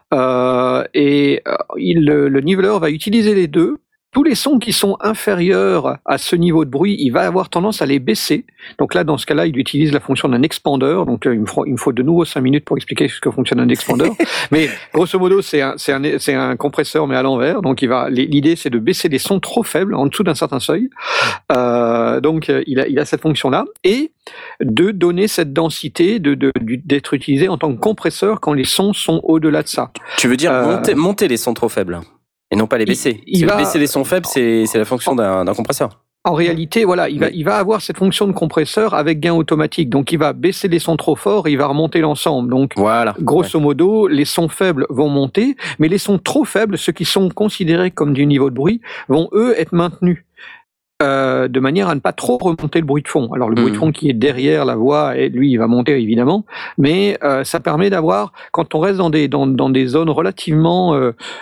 D: Le niveleur va utiliser les deux. Tous les sons qui sont inférieurs à ce niveau de bruit, il va avoir tendance à les baisser. Donc là, dans ce cas-là, il utilise la fonction d'un expandeur. Donc il me faut de nouveau 5 minutes pour expliquer ce que fonctionne un expandeur. Mais grosso modo, c'est un compresseur, mais à l'envers. Donc l'idée, c'est de baisser les sons trop faibles, en dessous d'un certain seuil. Donc il a cette fonction-là. Et de donner cette densité, d'être utilisé en tant que compresseur quand les sons sont au-delà de ça.
A: Tu veux dire monter les sons trop faibles et non pas les baisser. Baisser les sons faibles, c'est la fonction d'un compresseur.
D: En réalité, voilà, il va avoir cette fonction de compresseur avec gain automatique. Donc, il va baisser les sons trop forts et il va remonter l'ensemble. Donc, grosso modo, les sons faibles vont monter, mais les sons trop faibles, ceux qui sont considérés comme du niveau de bruit, vont eux être maintenus. De manière à ne pas trop remonter le bruit de fond. Alors le bruit de fond qui est derrière la voix, lui, il va monter évidemment, mais ça permet d'avoir, quand on reste dans des zones relativement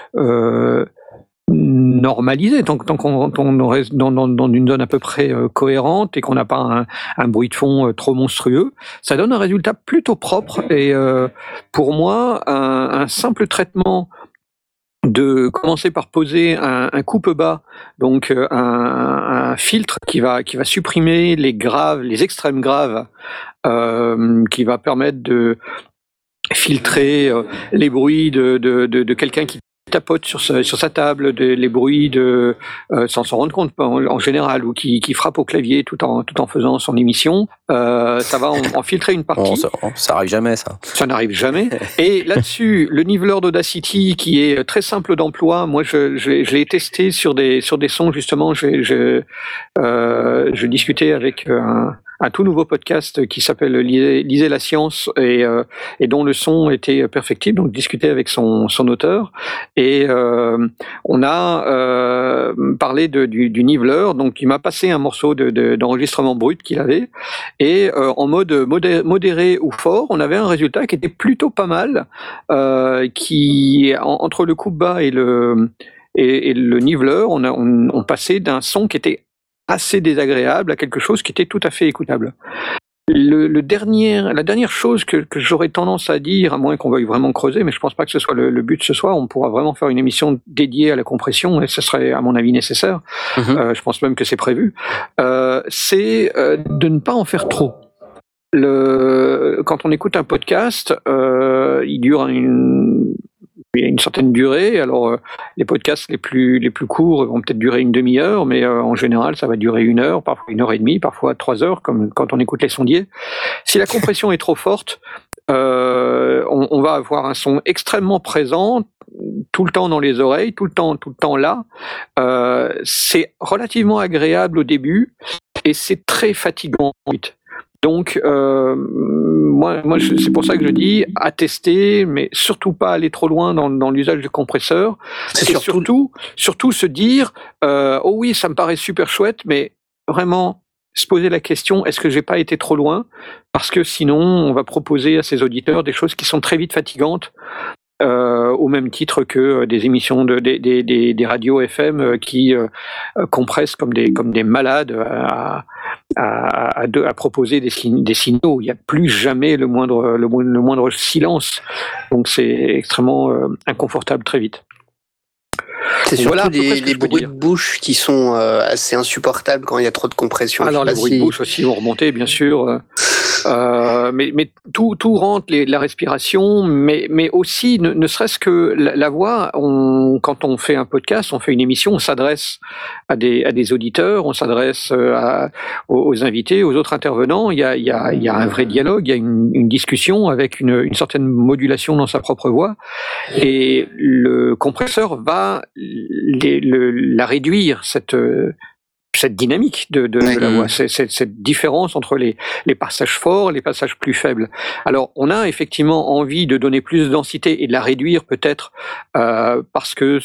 D: normalisées, tant qu'on reste dans une zone à peu près cohérente et qu'on n'a pas un bruit de fond trop monstrueux, ça donne un résultat plutôt propre. Et pour moi, un simple traitement de commencer par poser un coupe-bas, donc un filtre qui va supprimer les extrêmes graves, qui va permettre de filtrer les bruits de quelqu'un qui tapote sur sa table, les bruits sans s'en rendre compte en général, ou qui frappe au clavier tout en faisant son émission. Ça va en filtrer une partie.
A: Ça arrive jamais, ça.
D: Ça n'arrive jamais. Et là-dessus, le niveleur d'Audacity, qui est très simple d'emploi, moi je l'ai testé sur des sons justement. Je discutais avec un tout nouveau podcast qui s'appelle Lisez la science et dont le son était perfectible, donc discuter avec son auteur et on a parlé du niveleur, donc il m'a passé un morceau d'enregistrement brut qu'il avait et en mode modéré ou fort, on avait un résultat qui était plutôt pas mal, qui entre le coupe-bas et le niveleur, on passait d'un son qui était assez désagréable à quelque chose qui était tout à fait écoutable. La dernière chose que j'aurais tendance à dire, à moins qu'on veuille vraiment creuser, mais je pense pas que ce soit le but ce soir, on pourra vraiment faire une émission dédiée à la compression, et ce serait à mon avis nécessaire, je pense même que c'est prévu, c'est de ne pas en faire trop. Quand on écoute un podcast, il dure il y a une certaine durée. Alors, les podcasts les plus courts vont peut-être durer une demi-heure, mais en général, ça va durer 1 heure, parfois 1h30, parfois 3 heures, comme quand on écoute les sondiers. Si la compression est trop forte, on va avoir un son extrêmement présent, tout le temps dans les oreilles, tout le temps là. C'est relativement agréable au début et c'est très fatigant ensuite. Donc, moi, c'est pour ça que je dis à tester, mais surtout pas aller trop loin dans l'usage du compresseur.
G: C'est
D: et surtout se dire, oh oui, ça me paraît super chouette, mais vraiment se poser la question, est-ce que j'ai pas été trop loin? Parce que sinon, on va proposer à ses auditeurs des choses qui sont très vite fatigantes. Au même titre que des émissions des radios FM qui compressent comme des malades à proposer des signaux. Il n'y a plus jamais le moindre silence. Donc c'est extrêmement inconfortable très vite.
G: C'est surtout les bruits de bouche qui sont assez insupportables quand il y a trop de compression.
D: Alors les bruits de bouche aussi vont remonter, bien sûr. Mais tout rentre, la respiration, mais aussi ne serait-ce que la voix. Quand on fait un podcast, on fait une émission, on s'adresse à des auditeurs, on s'adresse aux invités, aux autres intervenants. Il y a un vrai dialogue, il y a une discussion avec une certaine modulation dans sa propre voix, et le compresseur va la réduire, cette dynamique de la voix, cette différence entre les passages forts et les passages plus faibles. Alors, on a effectivement envie de donner plus de densité et de la réduire peut-être parce que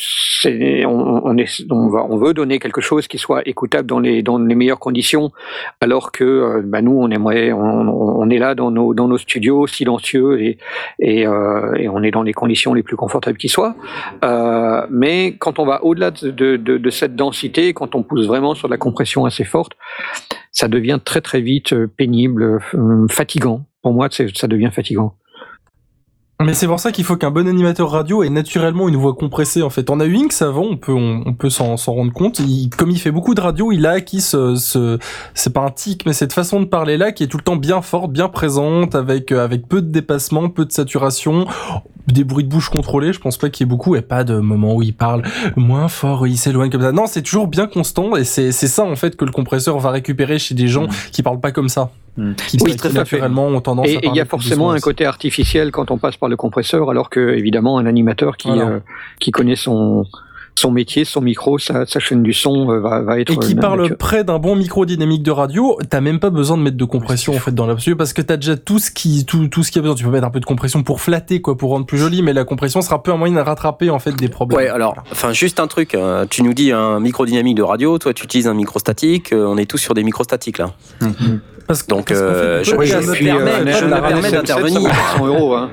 D: on veut donner quelque chose qui soit écoutable dans les meilleures conditions, alors que nous, on est là dans nos studios silencieux et on est dans les conditions les plus confortables qui soient. Mais quand on va au-delà de cette densité, quand on pousse vraiment sur la compression assez forte, ça devient très très vite pénible, fatigant. Pour moi, ça devient fatigant.
E: Mais c'est pour ça qu'il faut qu'un bon animateur radio ait naturellement une voix compressée, en fait. On a eu Inks avant, on peut s'en rendre compte. Comme il fait beaucoup de radio, il a acquis c'est pas un tic, mais cette façon de parler là qui est tout le temps bien forte, bien présente, avec peu de dépassement, peu de saturation, des bruits de bouche contrôlés. Je pense pas qu'il y ait beaucoup, et pas de moments où il parle moins fort, où il s'éloigne comme ça. Non, c'est toujours bien constant, et c'est ça, en fait, que le compresseur va récupérer chez des gens qui parlent pas comme ça. Qui naturellement ont tendance à parler.
D: Et il y a forcément un côté artificiel quand on passe par le compresseur, alors que évidemment un animateur qui connaît son métier, son micro, sa chaîne du son va être...
E: Et qui parle près d'un bon micro dynamique de radio, t'as même pas besoin de mettre de compression en fait dans l'absolu, parce que t'as déjà tout ce qui a besoin. Tu peux mettre un peu de compression pour flatter, quoi, pour rendre plus joli, mais la compression sera peu un moyen de rattraper en fait des problèmes.
A: Ouais, alors, juste un truc, tu nous dis un micro dynamique de radio, toi tu utilises un micro statique, on est tous sur des micros statiques là. Donc je me permets d'intervenir.
D: 400 €, hein.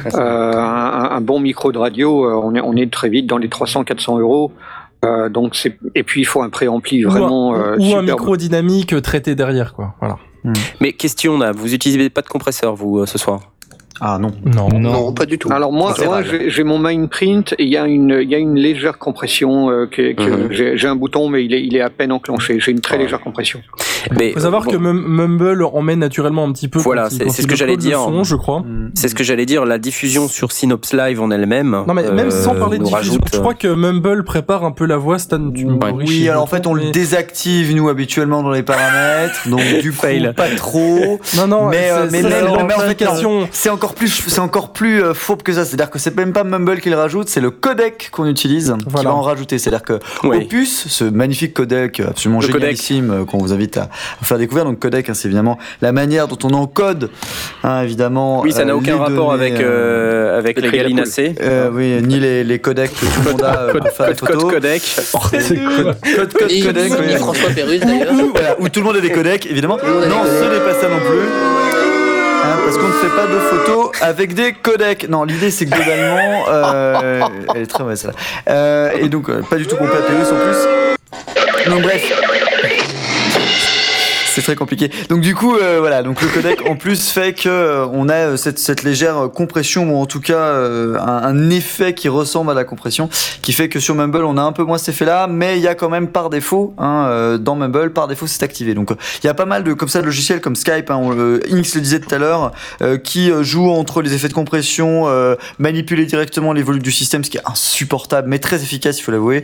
D: Un bon micro de radio, on est très vite dans les 300-400 €. Donc et puis il faut un préampli vraiment
E: ou un micro dynamique traité derrière, quoi. Voilà.
A: Mais question là, vous utilisez pas de compresseur vous ce soir?
B: Ah non,
G: pas du tout.
D: Alors moi j'ai mon Mindprint et il y a une légère compression j'ai un bouton mais il est à peine enclenché. J'ai une très légère compression.
E: Mais faut savoir que Mumble emmène naturellement un petit peu.
A: Voilà, c'est ce que j'allais dire.
E: Son, je crois.
A: C'est ce que j'allais dire. La diffusion sur Synops Live en elle-même.
E: Non mais même sans parler de diffusion, je crois que Mumble prépare un peu la voix. Stan, tu me corriges.
B: Oui, alors en fait on le désactive nous habituellement dans les paramètres, donc du coup pas trop.
E: Non,
B: mais en fait
E: c'est
B: encore plus fourbe que ça. C'est-à-dire que c'est même pas Mumble qui le rajoute, c'est le codec qu'on utilise qui va en rajouter. C'est-à-dire que Opus, ce magnifique codec absolument génialissime qu'on vous invite à faire découvrir. Donc codec, c'est évidemment la manière dont on encode, évidemment.
A: Oui, ça n'a aucun rapport avec les gallinacés.
B: Oui, ni les codecs que tout le monde a pour faire des photos.
A: Code codec.
B: Codec.
G: Ni François Pérusse d'ailleurs.
B: Où tout le monde a des codecs, évidemment. Non, ce n'est pas ça non plus. Parce qu'on ne fait pas de photos avec des codecs. Non, l'idée c'est que globalement, elle est très mauvaise celle-là. Et donc pas du tout pompé à Pérusse en plus. Donc bref. C'est très compliqué. Donc du coup, voilà, donc le codec en plus fait que on a cette légère compression, ou en tout cas un effet qui ressemble à la compression, qui fait que sur Mumble on a un peu moins cet effet-là, mais il y a quand même par défaut, dans Mumble, par défaut c'est activé. Donc il y a pas mal de comme ça de logiciels comme Skype, Inks le disait tout à l'heure, qui joue entre les effets de compression, manipuler directement les volumes du système, ce qui est insupportable mais très efficace, il faut l'avouer,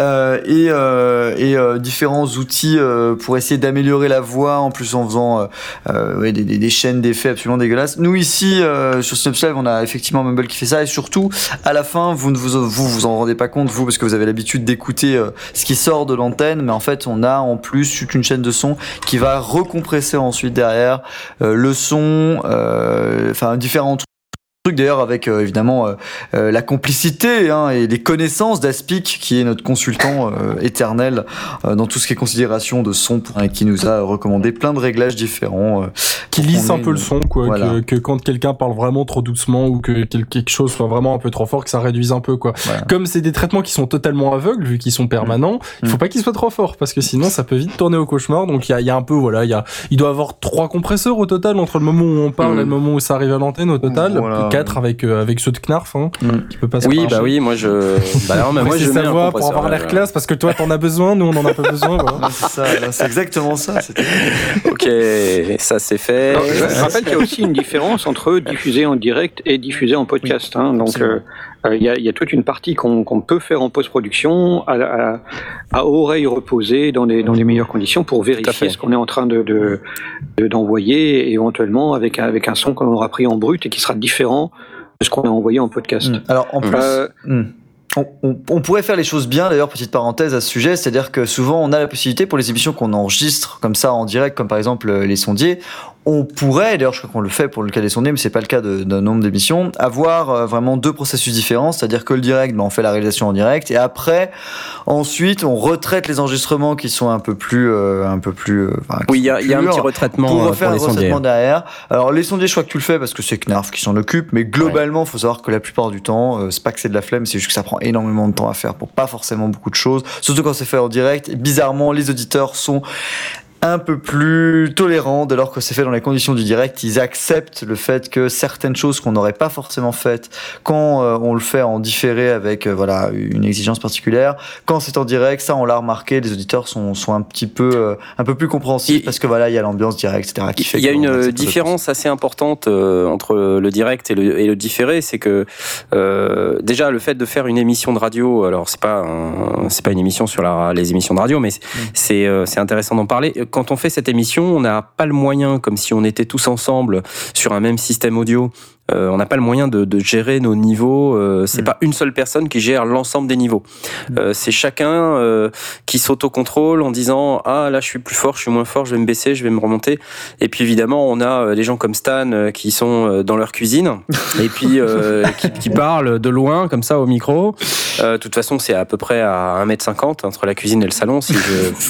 B: et différents outils pour essayer d'améliorer la voix, en plus en faisant des chaînes d'effets absolument dégueulasses. Nous ici sur Synops Live, on a effectivement Mumble qui fait ça, et surtout à la fin vous vous en rendez pas compte, vous, parce que vous avez l'habitude d'écouter ce qui sort de l'antenne, mais en fait on a en plus toute une chaîne de son qui va recompresser ensuite derrière le son, différents trucs d'ailleurs, avec évidemment la complicité et les connaissances d'Aspic, qui est notre consultant éternel dans tout ce qui est considération de son, et qui nous a recommandé plein de réglages différents,
E: qui lisse un peu le son, quoi,
B: voilà.
E: que quand quelqu'un parle vraiment trop doucement, ou que quelque chose soit vraiment un peu trop fort, que ça réduise un peu, quoi.
B: Voilà.
E: Comme c'est des traitements qui sont totalement aveugles, vu qu'ils sont permanents, il faut pas qu'ils soient trop forts, parce que sinon ça peut vite tourner au cauchemar. Donc il y a un peu, voilà, il doit avoir 3 compresseurs au total entre le moment où on parle et le moment où ça arrive à l'antenne, au total, voilà. 4 avec ceux de Knarf, qui peut pas se
A: oui, bah oui, moi je mets un
E: compresseur pour avoir l'air classe, parce que toi t'en as besoin, nous on en a pas besoin, voilà.
B: C'est ça, c'est exactement ça.
A: Ok, ça c'est fait.
D: Alors, je rappelle qu'il y a aussi une différence entre diffuser en direct et diffuser en podcast. Oui. Donc il y a toute une partie qu'on peut faire en post-production à oreille reposée dans les meilleures conditions pour vérifier ce qu'on est en train d'envoyer, et éventuellement avec un son qu'on aura pris en brut et qui sera différent de ce qu'on a envoyé en podcast.
B: Alors en plus, on pourrait faire les choses bien, d'ailleurs, petite parenthèse à ce sujet, c'est-à-dire que souvent on a la possibilité pour les émissions qu'on enregistre comme ça en direct, comme par exemple les sondiers, on pourrait, d'ailleurs je crois qu'on le fait pour le cas des sondiers, mais c'est pas le cas d'un nombre d'émissions, avoir vraiment 2 processus différents, c'est-à-dire que le direct, on fait la réalisation en direct, et après, ensuite, on retraite les enregistrements qui sont un peu plus
A: oui, il y a un petit retraitement
B: pour refaire
A: les
B: un retraitement
A: sondiers
B: derrière. Alors les sondiers, je crois que tu le fais parce que c'est Knarf qui s'en occupe, mais globalement, faut savoir que la plupart du temps, c'est pas que c'est de la flemme, c'est juste que ça prend énormément de temps à faire pour pas forcément beaucoup de choses, surtout quand c'est fait en direct. Et bizarrement, les auditeurs sont un peu plus tolérants dès lors que c'est fait dans les conditions du direct. Ils acceptent le fait que certaines choses qu'on n'aurait pas forcément faites quand on le fait en différé avec une exigence particulière, quand c'est en direct, ça on l'a remarqué, les auditeurs sont un petit peu un peu plus compréhensifs, parce que il y a l'ambiance directe, etc. qui fait
A: il y a une différence assez importante entre le direct et le différé, c'est que déjà le fait de faire une émission de radio, alors c'est pas une émission sur les émissions de radio, mais c'est intéressant d'en parler. Quand on fait cette émission, on n'a pas le moyen, comme si on était tous ensemble sur un même système audio, on n'a pas le moyen de gérer nos niveaux. C'est pas une seule personne qui gère l'ensemble des niveaux. C'est chacun qui s'autocontrôle en disant là je suis plus fort, je suis moins fort, je vais me baisser, je vais me remonter. Et puis évidemment on a des gens comme Stan qui sont dans leur cuisine et puis qui parlent de loin comme ça au micro. De toute façon c'est à peu près à 1m50 entre la cuisine et le salon si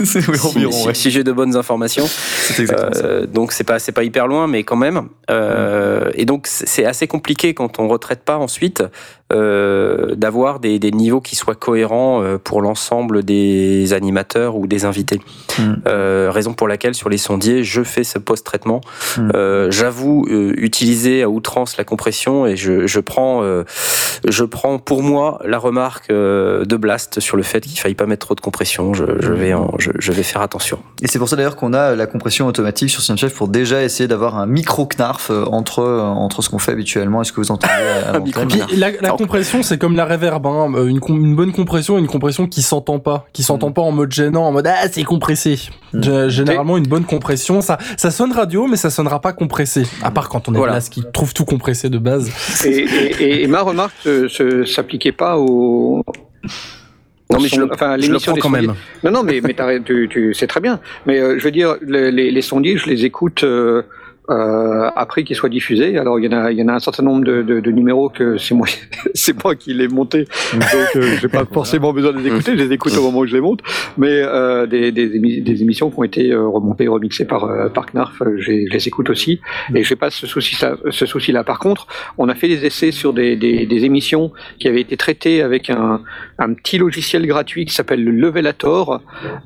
A: j'ai de bonnes informations.
B: C'est exactement ça.
A: Donc c'est pas hyper loin, mais quand même. Et donc c'est assez compliqué quand on retraite pas ensuite d'avoir des niveaux qui soient cohérents pour l'ensemble des animateurs ou des invités. Raison pour laquelle sur les sondiers je fais ce post-traitement. J'avoue utiliser à outrance la compression, et je prends pour moi la remarque de Blast sur le fait qu'il faille pas mettre trop de compression. Je vais faire attention.
B: Et c'est pour ça d'ailleurs qu'on a la compression automatique sur Synops Live, pour déjà essayer d'avoir un micro Knarf entre ce qu'on fait habituellement et ce que vous entendez à l'antenne.
E: La compression, c'est comme la reverb, une bonne compression et une compression qui s'entend pas en mode gênant, en mode c'est compressé. Généralement une bonne compression, ça sonne radio, mais ça sonnera pas compressé, à part quand on est Blast qui trouve tout compressé de base.
D: Et ma remarque s'appliquait pas au...
A: Non, mais je le prends quand même.
D: Non, mais tu c'est très bien. Mais je veux dire, les sondiers, je les écoute après qu'il soit diffusé. Alors il y en a un certain nombre de numéros que c'est moi qui les monté, donc j'ai pas forcément besoin de les écouter, je les écoute au moment où je les monte, mais des émissions qui ont été remontées, remixées par Knarf, je les écoute aussi, et j'ai pas ce souci-là. Par contre, on a fait des essais sur des émissions qui avaient été traitées avec un petit logiciel gratuit qui s'appelle le Levelator,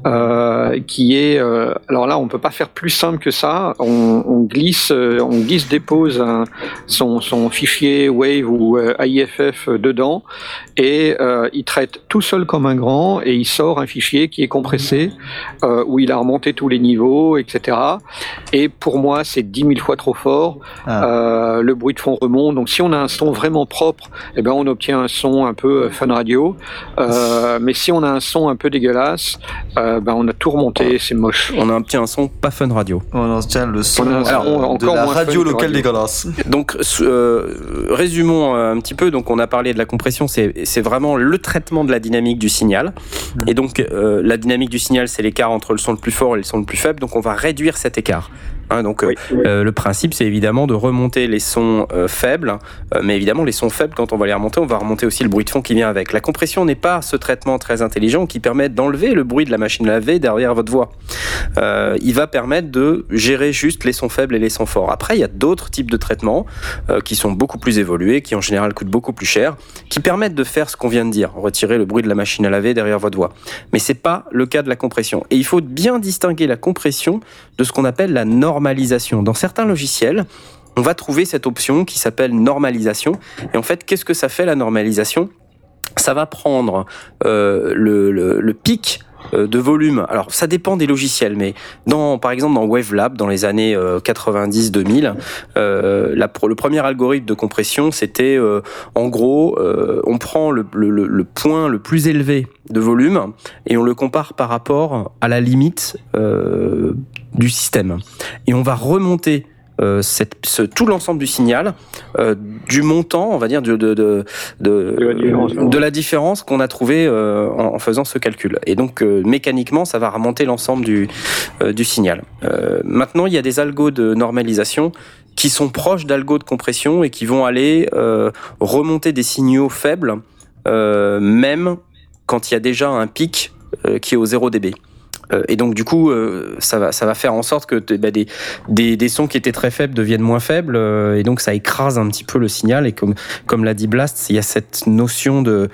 D: qui est alors là on peut pas faire plus simple que ça. On dépose son fichier Wave ou AIFF dedans, et il traite tout seul comme un grand, et il sort un fichier qui est compressé, où il a remonté tous les niveaux, etc. Et pour moi c'est 10 000 fois trop fort. Le bruit de fond remonte, donc si on a un son vraiment propre, eh ben on obtient un son un peu fun radio, mais si on a un son un peu dégueulasse, on a tout remonté, c'est moche.
A: On a obtient un son pas fun radio.
B: On obtient le son
D: de
B: la radio locale dégueulasse.
A: Donc résumons un petit peu. Donc on a parlé de la compression, c'est vraiment le traitement de la dynamique du signal. Et donc la dynamique du signal, c'est l'écart entre le son le plus fort et le son le plus faible. Donc on va réduire cet écart. Le principe, c'est évidemment de remonter les sons faibles, mais évidemment les sons faibles, quand on va les remonter, on va remonter aussi le bruit de fond qui vient avec. La compression n'est pas ce traitement très intelligent qui permet d'enlever le bruit de la machine à laver derrière votre voix. Il va permettre de gérer juste les sons faibles et les sons forts. Après, il y a d'autres types de traitements qui sont beaucoup plus évolués, qui en général coûtent beaucoup plus cher, qui permettent de faire ce qu'on vient de dire, retirer le bruit de la machine à laver derrière votre voix. Mais c'est pas le cas de la compression. Et il faut bien distinguer la compression de ce qu'on appelle la normalisation. Dans certains logiciels, on va trouver cette option qui s'appelle normalisation. Et en fait, qu'est-ce que ça fait, la normalisation ? Ça va prendre le pic de volume. Alors, ça dépend des logiciels, mais par exemple dans Wavelab, dans les années 90-2000, le premier algorithme de compression, c'était en gros, on prend le point le plus élevé de volume et on le compare par rapport à la limite du système. Et on va remonter tout l'ensemble du signal, du montant, on va dire, de la différence qu'on a trouvé en faisant ce calcul. Et donc, mécaniquement, ça va remonter l'ensemble du signal. Maintenant, il y a des algos de normalisation qui sont proches d'algos de compression et qui vont aller remonter des signaux faibles, même quand il y a déjà un pic qui est au 0 dB. Et donc du coup, ça va faire en sorte que des sons qui étaient très faibles deviennent moins faibles, et donc ça écrase un petit peu le signal. Et comme l'a dit Blast, il y a cette notion de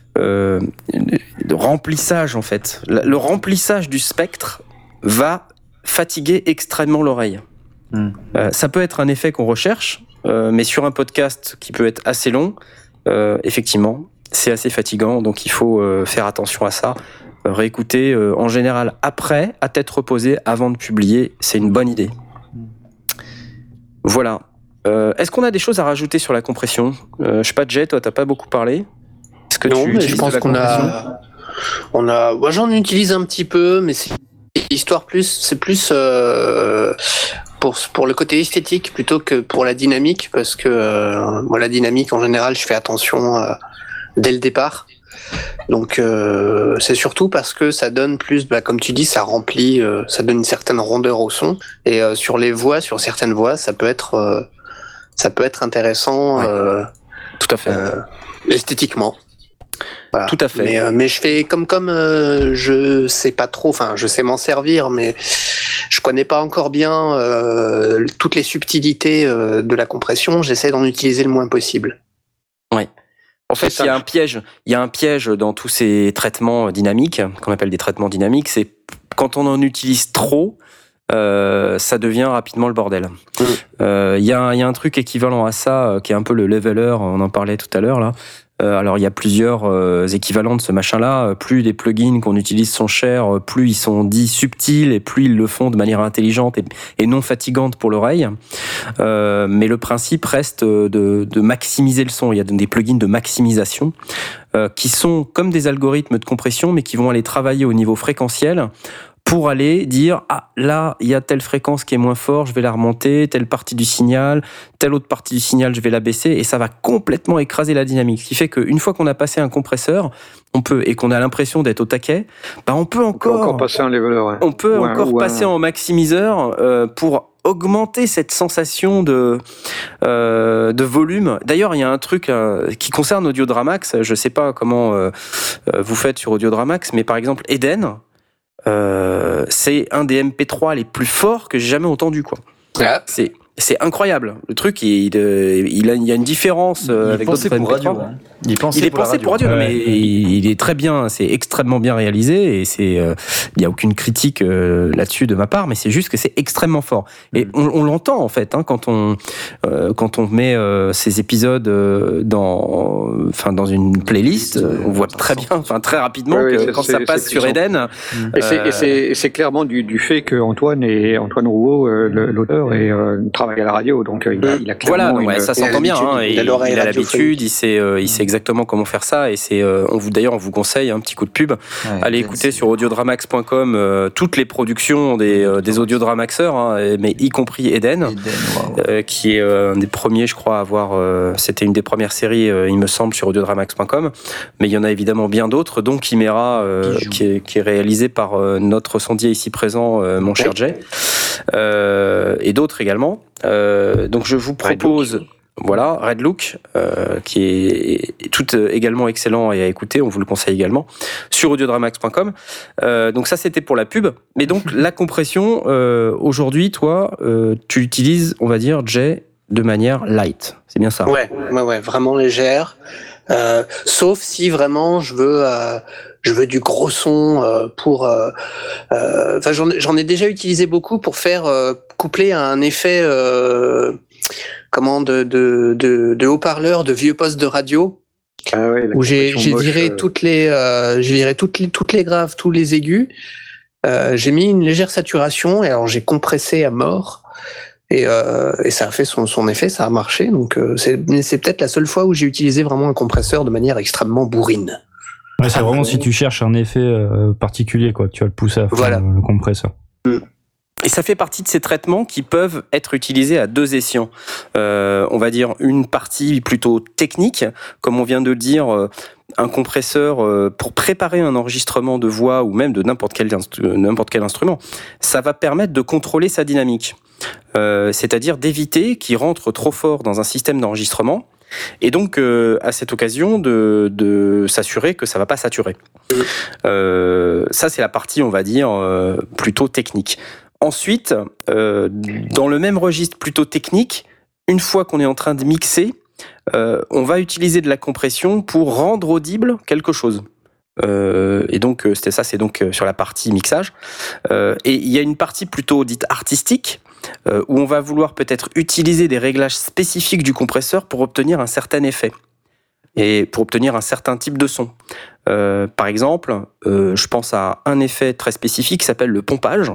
A: remplissage en fait. Le remplissage du spectre va fatiguer extrêmement l'oreille. Ça peut être un effet qu'on recherche, mais sur un podcast qui peut être assez long, effectivement, c'est assez fatigant. Donc il faut faire attention à ça. Réécouter en général après, à tête reposée, avant de publier, c'est une bonne idée. Voilà. Est-ce qu'on a des choses à rajouter sur la compression ? Je sais pas, Jay, toi t'as pas beaucoup parlé. Est-ce que
G: non, mais je pense qu'on a. Moi, j'en utilise un petit peu, mais c'est plus pour le côté esthétique plutôt que pour la dynamique, parce que moi la dynamique en général, je fais attention dès le départ. Donc c'est surtout parce que ça donne plus, comme tu dis, ça remplit, ça donne une certaine rondeur au son. Et sur certaines voix, ça peut être intéressant,
A: tout à fait,
G: esthétiquement. Voilà.
A: Tout à fait.
G: Mais je fais comme je sais pas trop, je sais m'en servir, mais je connais pas encore bien toutes les subtilités de la compression. J'essaie d'en utiliser le moins possible.
A: Ouais. En fait, il y a un piège dans tous ces traitements dynamiques, qu'on appelle des traitements dynamiques, c'est quand on en utilise trop, ça devient rapidement le bordel. Il y a un truc équivalent à ça, qui est un peu le leveler, on en parlait tout à l'heure là. Alors il y a plusieurs équivalents de ce machin-là. Plus les plugins qu'on utilise sont chers, plus ils sont dits subtils et plus ils le font de manière intelligente et non fatigante pour l'oreille. Mais le principe reste de maximiser le son. Il y a des plugins de maximisation qui sont comme des algorithmes de compression, mais qui vont aller travailler au niveau fréquentiel pour aller dire là il y a telle fréquence qui est moins forte, je vais la remonter, telle partie du signal, telle autre partie du signal je vais la baisser, et ça va complètement écraser la dynamique. Ce qui fait qu'une fois qu'on a passé un compresseur, et qu'on a l'impression d'être au taquet, on peut encore
D: passer un leveler. Ouais.
A: On peut encore passer en maximiseur pour augmenter cette sensation de volume. D'ailleurs, il y a un truc qui concerne Audiodramax. Je sais pas comment vous faites sur Audiodramax, mais par exemple Eden, c'est un des MP3 les plus forts que j'ai jamais entendu, quoi.
G: Ah.
A: C'est incroyable. Le truc, il y a une différence avec d'autres MP3.
B: Radio, hein. Il est pensé pour radio,
A: mais il est très bien, c'est extrêmement bien réalisé, et il y a aucune critique là-dessus de ma part, mais c'est juste que c'est extrêmement fort. Et on l'entend en fait, hein, quand on met ces épisodes dans une playlist, on voit très bien, très rapidement quand ça passe sur Eden.
D: Et c'est clairement du fait que Antoine Rouault, l'auteur, travaille à la radio, donc il a clairement
A: ça s'entend bien, hein, il a l'habitude, il sait exactement comment faire ça, et on vous conseille un petit coup de pub. Allez écouter sur audiodramax.com toutes les productions des audiodramaxeurs, hein, mais y compris Eden, qui est un des premiers, je crois, à avoir. C'était une des premières séries, il me semble, sur audiodramax.com. Mais il y en a évidemment bien d'autres, dont Chimera, qui est réalisé par notre sondier ici présent, mon cher Jay, et d'autres également. Donc je vous propose. Voilà, Red Look, qui est tout également excellent et à écouter, on vous le conseille également, sur audiodramax.com. Donc ça, c'était pour la pub. Mais donc, la compression, aujourd'hui, toi, tu l'utilises, on va dire, Jay, de manière light. C'est bien ça?
G: Ouais, vraiment légère. Sauf si vraiment je veux du gros son pour. J'en ai déjà utilisé beaucoup pour faire coupler à un effet de haut-parleur de vieux postes de radio. Où j'ai viré toutes les graves, tous les aigus. J'ai mis une légère saturation et alors j'ai compressé à mort. Et ça a fait son effet, ça a marché. Donc c'est peut-être la seule fois où j'ai utilisé vraiment un compresseur de manière extrêmement bourrine.
F: Ouais, c'est vraiment si tu cherches un effet particulier, quoi, tu vas le pousser à fond, le compresseur.
A: Et ça fait partie de ces traitements qui peuvent être utilisés à deux escients. On va dire une partie plutôt technique, comme on vient de le dire, un compresseur pour préparer un enregistrement de voix ou même de n'importe quel instrument. Ça va permettre de contrôler sa dynamique. C'est-à-dire d'éviter qu'il rentre trop fort dans un système d'enregistrement, et donc à cette occasion de s'assurer que ça va pas saturer. Ça, c'est la partie, on va dire, plutôt technique. Ensuite, dans le même registre plutôt technique, une fois qu'on est en train de mixer, on va utiliser de la compression pour rendre audible quelque chose. Et donc, c'est donc sur la partie mixage. Et il y a une partie plutôt dite artistique, où on va vouloir peut-être utiliser des réglages spécifiques du compresseur pour obtenir un certain effet et pour obtenir un certain type de son. Par exemple, je pense à un effet très spécifique qui s'appelle le pompage.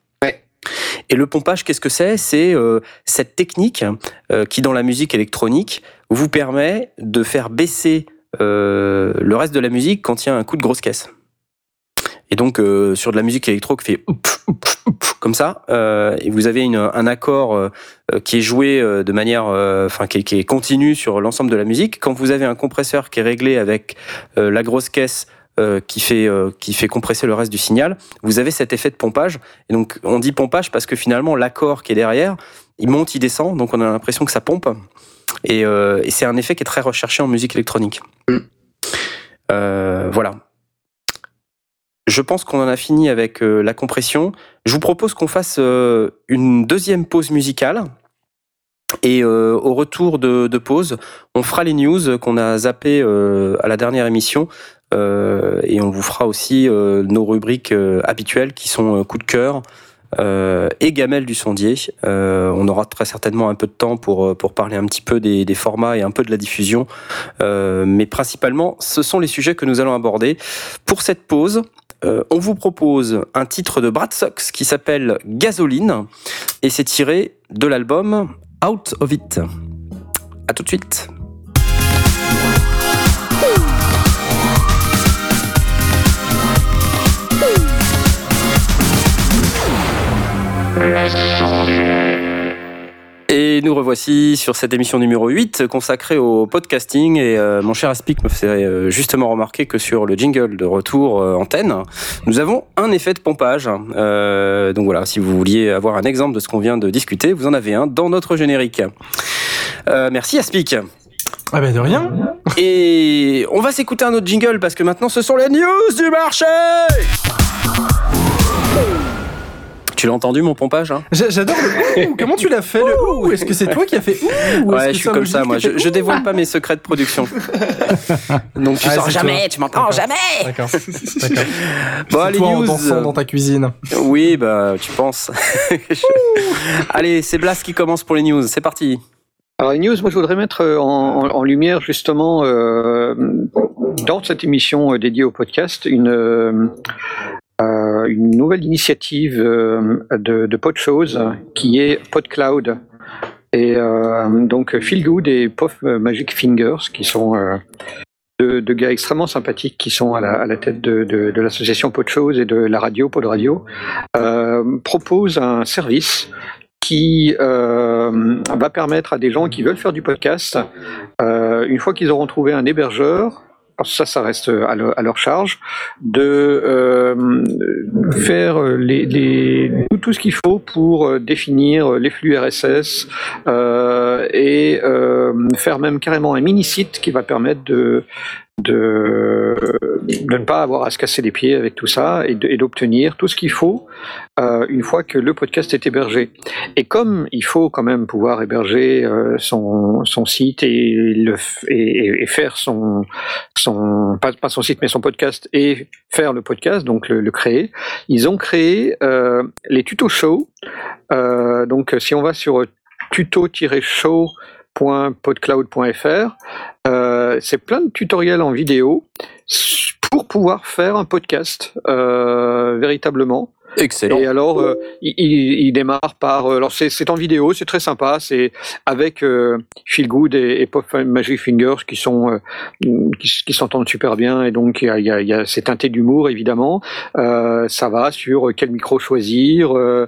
A: Et le pompage, qu'est-ce que c'est ? C'est cette technique qui, dans la musique électronique, vous permet de faire baisser le reste de la musique quand il y a un coup de grosse caisse. Et donc, sur de la musique électro qui fait comme ça, et vous avez un accord qui est joué de manière, qui est continu sur l'ensemble de la musique. Quand vous avez un compresseur qui est réglé avec la grosse caisse qui fait compresser le reste du signal, vous avez cet effet de pompage. Et donc, on dit pompage parce que finalement, l'accord qui est derrière, il monte, il descend, donc on a l'impression que ça pompe. Et c'est un effet qui est très recherché en musique électronique. Voilà. Je pense qu'on en a fini avec la compression. Je vous propose qu'on fasse une deuxième pause musicale. Et au retour de pause, on fera les news qu'on a zappées à la dernière émission. Et on vous fera aussi nos rubriques habituelles qui sont coup de cœur et gamelle du sondier. On aura très certainement un peu de temps pour parler un petit peu des formats et un peu de la diffusion. Mais principalement, ce sont les sujets que nous allons aborder. Pour cette pause, on vous propose un titre de Brad Sox qui s'appelle Gasoline et c'est tiré de l'album Out of It. À tout de suite. Et nous revoici sur cette émission numéro 8 consacrée au podcasting et mon cher Aspic me faisait justement remarquer que sur le jingle de retour antenne, nous avons un effet de pompage. Donc voilà, si vous vouliez avoir un exemple de ce qu'on vient de discuter, vous en avez un dans notre générique. Merci Aspic.
E: Ah ben de rien.
A: Et on va s'écouter un autre jingle parce que maintenant ce sont les news du marché. Tu l'as entendu mon pompage hein?
E: J'adore le ouh. Comment tu l'as fait le ouh? Est-ce que c'est toi qui as fait ouh?
A: Ouais, je suis comme ça moi. Je dévoile pas mes secrets de production. Donc tu sors jamais, tu m'entends jamais.
E: D'accord.
A: Bon, allez,
E: toi
A: news.
E: En dansant dans ta cuisine.
A: Oui, bah tu penses. Allez, c'est Blas qui commence pour les news. C'est parti.
D: Alors les news, moi je voudrais mettre en lumière justement dans cette émission dédiée au podcast une nouvelle initiative de PodShows qui est PodCloud. Et donc Feel Good et Puff Magic Fingers qui sont deux gars extrêmement sympathiques qui sont à la tête de l'association PodShows et de la radio Pod Radio proposent un service qui va permettre à des gens qui veulent faire du podcast, une fois qu'ils auront trouvé un hébergeur, ça reste à leur charge, de faire tout ce qu'il faut pour définir les flux RSS et faire même carrément un mini-site qui va permettre de ne pas avoir à se casser les pieds avec tout ça et d'obtenir tout ce qu'il faut une fois que le podcast est hébergé. Et comme il faut quand même pouvoir héberger son site et faire pas son site mais son podcast et faire le podcast, donc le créer, ils ont créé les tutos show. Donc si on va sur tuto-show.podcloud.fr, c'est plein de tutoriels en vidéo pour pouvoir faire un podcast véritablement.
A: Excellent.
D: Et alors, il démarre par... alors, c'est en vidéo, c'est très sympa. C'est avec Feel Good et Puff Magic Fingers qui s'entendent super bien. Et donc, il y a cette teinté d'humour, évidemment. Ça va sur quel micro choisir,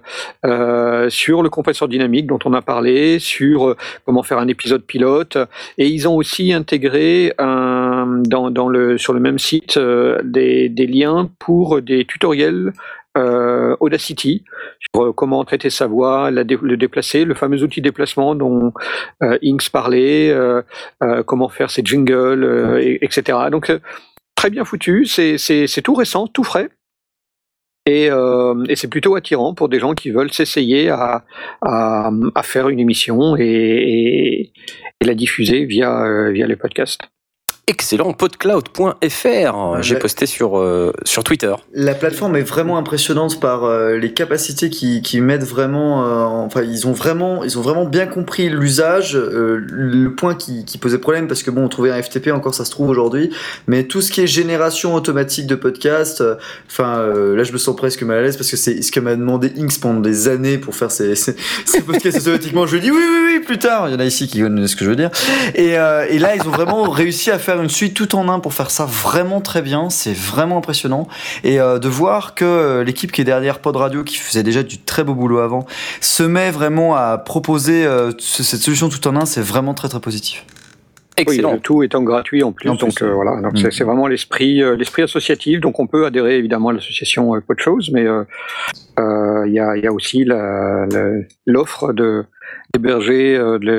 D: sur le compresseur dynamique dont on a parlé, sur comment faire un épisode pilote. Et ils ont aussi intégré sur le même site des liens pour des tutoriels Audacity sur comment traiter sa voix, le déplacer, le fameux outil déplacement dont Inks parlait, comment faire ses jingles, etc. Donc très bien foutu, c'est tout récent, tout frais. Et c'est plutôt attirant pour des gens qui veulent s'essayer à faire une émission et la diffuser via les podcasts.
A: Excellent, podcloud.fr. J'ai posté sur Twitter.
B: La plateforme est vraiment impressionnante par les capacités qui mettent vraiment. Enfin, ils ont vraiment bien compris l'usage. Le point qui posait problème, parce que bon, on trouvait un FTP encore, ça se trouve aujourd'hui, mais tout ce qui est génération automatique de podcasts. Là, je me sens presque mal à l'aise parce que c'est ce que m'a demandé Inks pendant des années pour faire ces podcasts automatiquement. Je lui dis oui, plus tard. Il y en a ici qui connaissent ce que je veux dire. Et là, ils ont vraiment réussi à faire une suite tout en un pour faire ça vraiment très bien. C'est vraiment impressionnant. Et de voir que l'équipe qui est derrière Pod Radio, qui faisait déjà du très beau boulot avant, se met vraiment à proposer cette solution tout en un, c'est vraiment très très positif.
A: Excellent.
D: Oui, le tout étant gratuit en plus, donc voilà. Donc c'est vraiment l'esprit associatif. Donc on peut adhérer évidemment à l'association PodShows, mais il y a aussi l'offre d'héberger,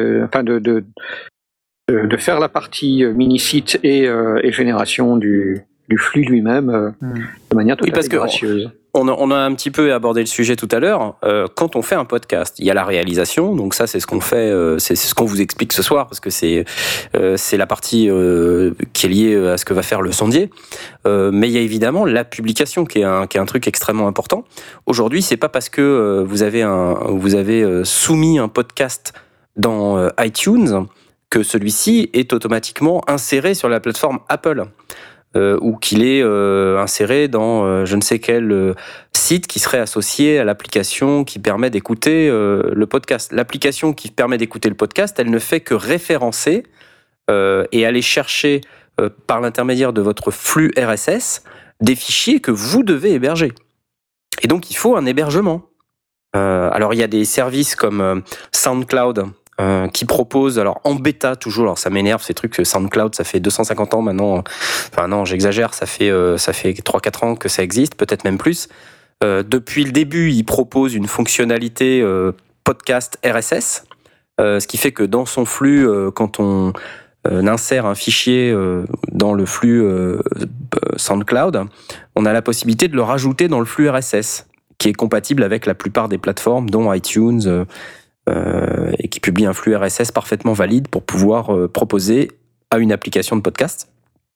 D: de faire la partie mini-site et génération du flux lui-même de manière tout à fait gracieuse.
A: On a un petit peu abordé le sujet tout à l'heure. Quand on fait un podcast, il y a la réalisation. Donc ça, c'est ce qu'on fait. C'est ce qu'on vous explique ce soir parce que c'est la partie qui est liée à ce que va faire le sondier. Mais il y a évidemment la publication qui est un truc extrêmement important. Aujourd'hui, c'est pas parce que vous avez soumis un podcast dans iTunes que celui-ci est automatiquement inséré sur la plateforme Apple. Ou qu'il est inséré dans je ne sais quel site qui serait associé à l'application qui permet d'écouter le podcast. L'application qui permet d'écouter le podcast, elle ne fait que référencer et aller chercher par l'intermédiaire de votre flux RSS des fichiers que vous devez héberger. Et donc il faut un hébergement. Alors il y a des services comme SoundCloud qui proposent, alors en bêta toujours, alors ça m'énerve ces trucs, SoundCloud ça fait 250 ans maintenant, enfin non j'exagère, ça fait 3-4 ans que ça existe, peut-être même plus. Depuis le début ils proposent une fonctionnalité podcast RSS, ce qui fait que dans son flux, quand on insère un fichier dans le flux SoundCloud, on a la possibilité de le rajouter dans le flux RSS, qui est compatible avec la plupart des plateformes, dont iTunes, et qui publie un flux RSS parfaitement valide pour pouvoir proposer à une application de podcast.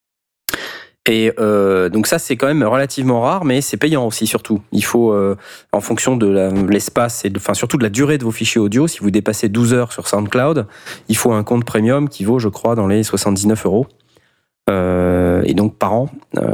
A: Et donc ça, c'est quand même relativement rare, mais c'est payant aussi, surtout. Il faut, en fonction de l'espace et surtout de la durée de vos fichiers audio, si vous dépassez 12 heures sur SoundCloud, il faut un compte premium qui vaut, je crois, dans les 79 €. Et donc par an.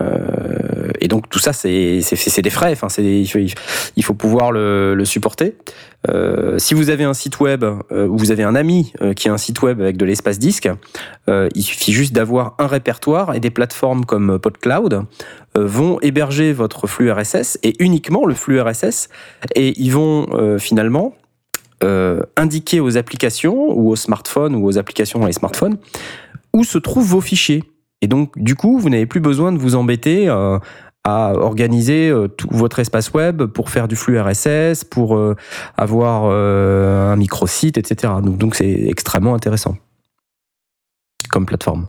A: Et donc tout ça, c'est des frais. Enfin, il faut pouvoir le supporter. Si vous avez un site web ou vous avez un ami qui a un site web avec de l'espace disque, il suffit juste d'avoir un répertoire, et des plateformes comme PodCloud vont héberger votre flux RSS, et uniquement le flux RSS, et ils vont finalement indiquer aux applications ou aux smartphones ou aux applications dans les smartphones où se trouvent vos fichiers. Et donc, du coup, vous n'avez plus besoin de vous embêter à organiser tout votre espace web pour faire du flux RSS, pour avoir un microsite, etc. Donc, c'est extrêmement intéressant comme plateforme.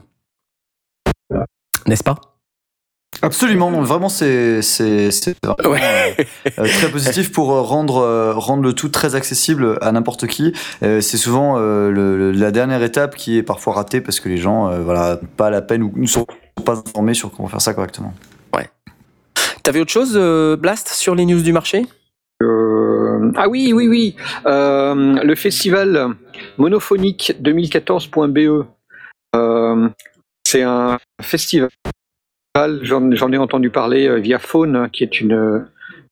A: N'est-ce pas ?
B: Absolument, non, vraiment c'est vraiment, très positif pour rendre le tout très accessible à n'importe qui. C'est souvent la dernière étape qui est parfois ratée parce que les gens pas la peine ou ne sont pas informés sur comment faire ça correctement.
A: Ouais. T'avais autre chose, Blast, sur les news du marché ?
D: Ah oui. Le festival monophonique 2014.be, c'est un festival. J'en ai entendu parler via Phone, qui est une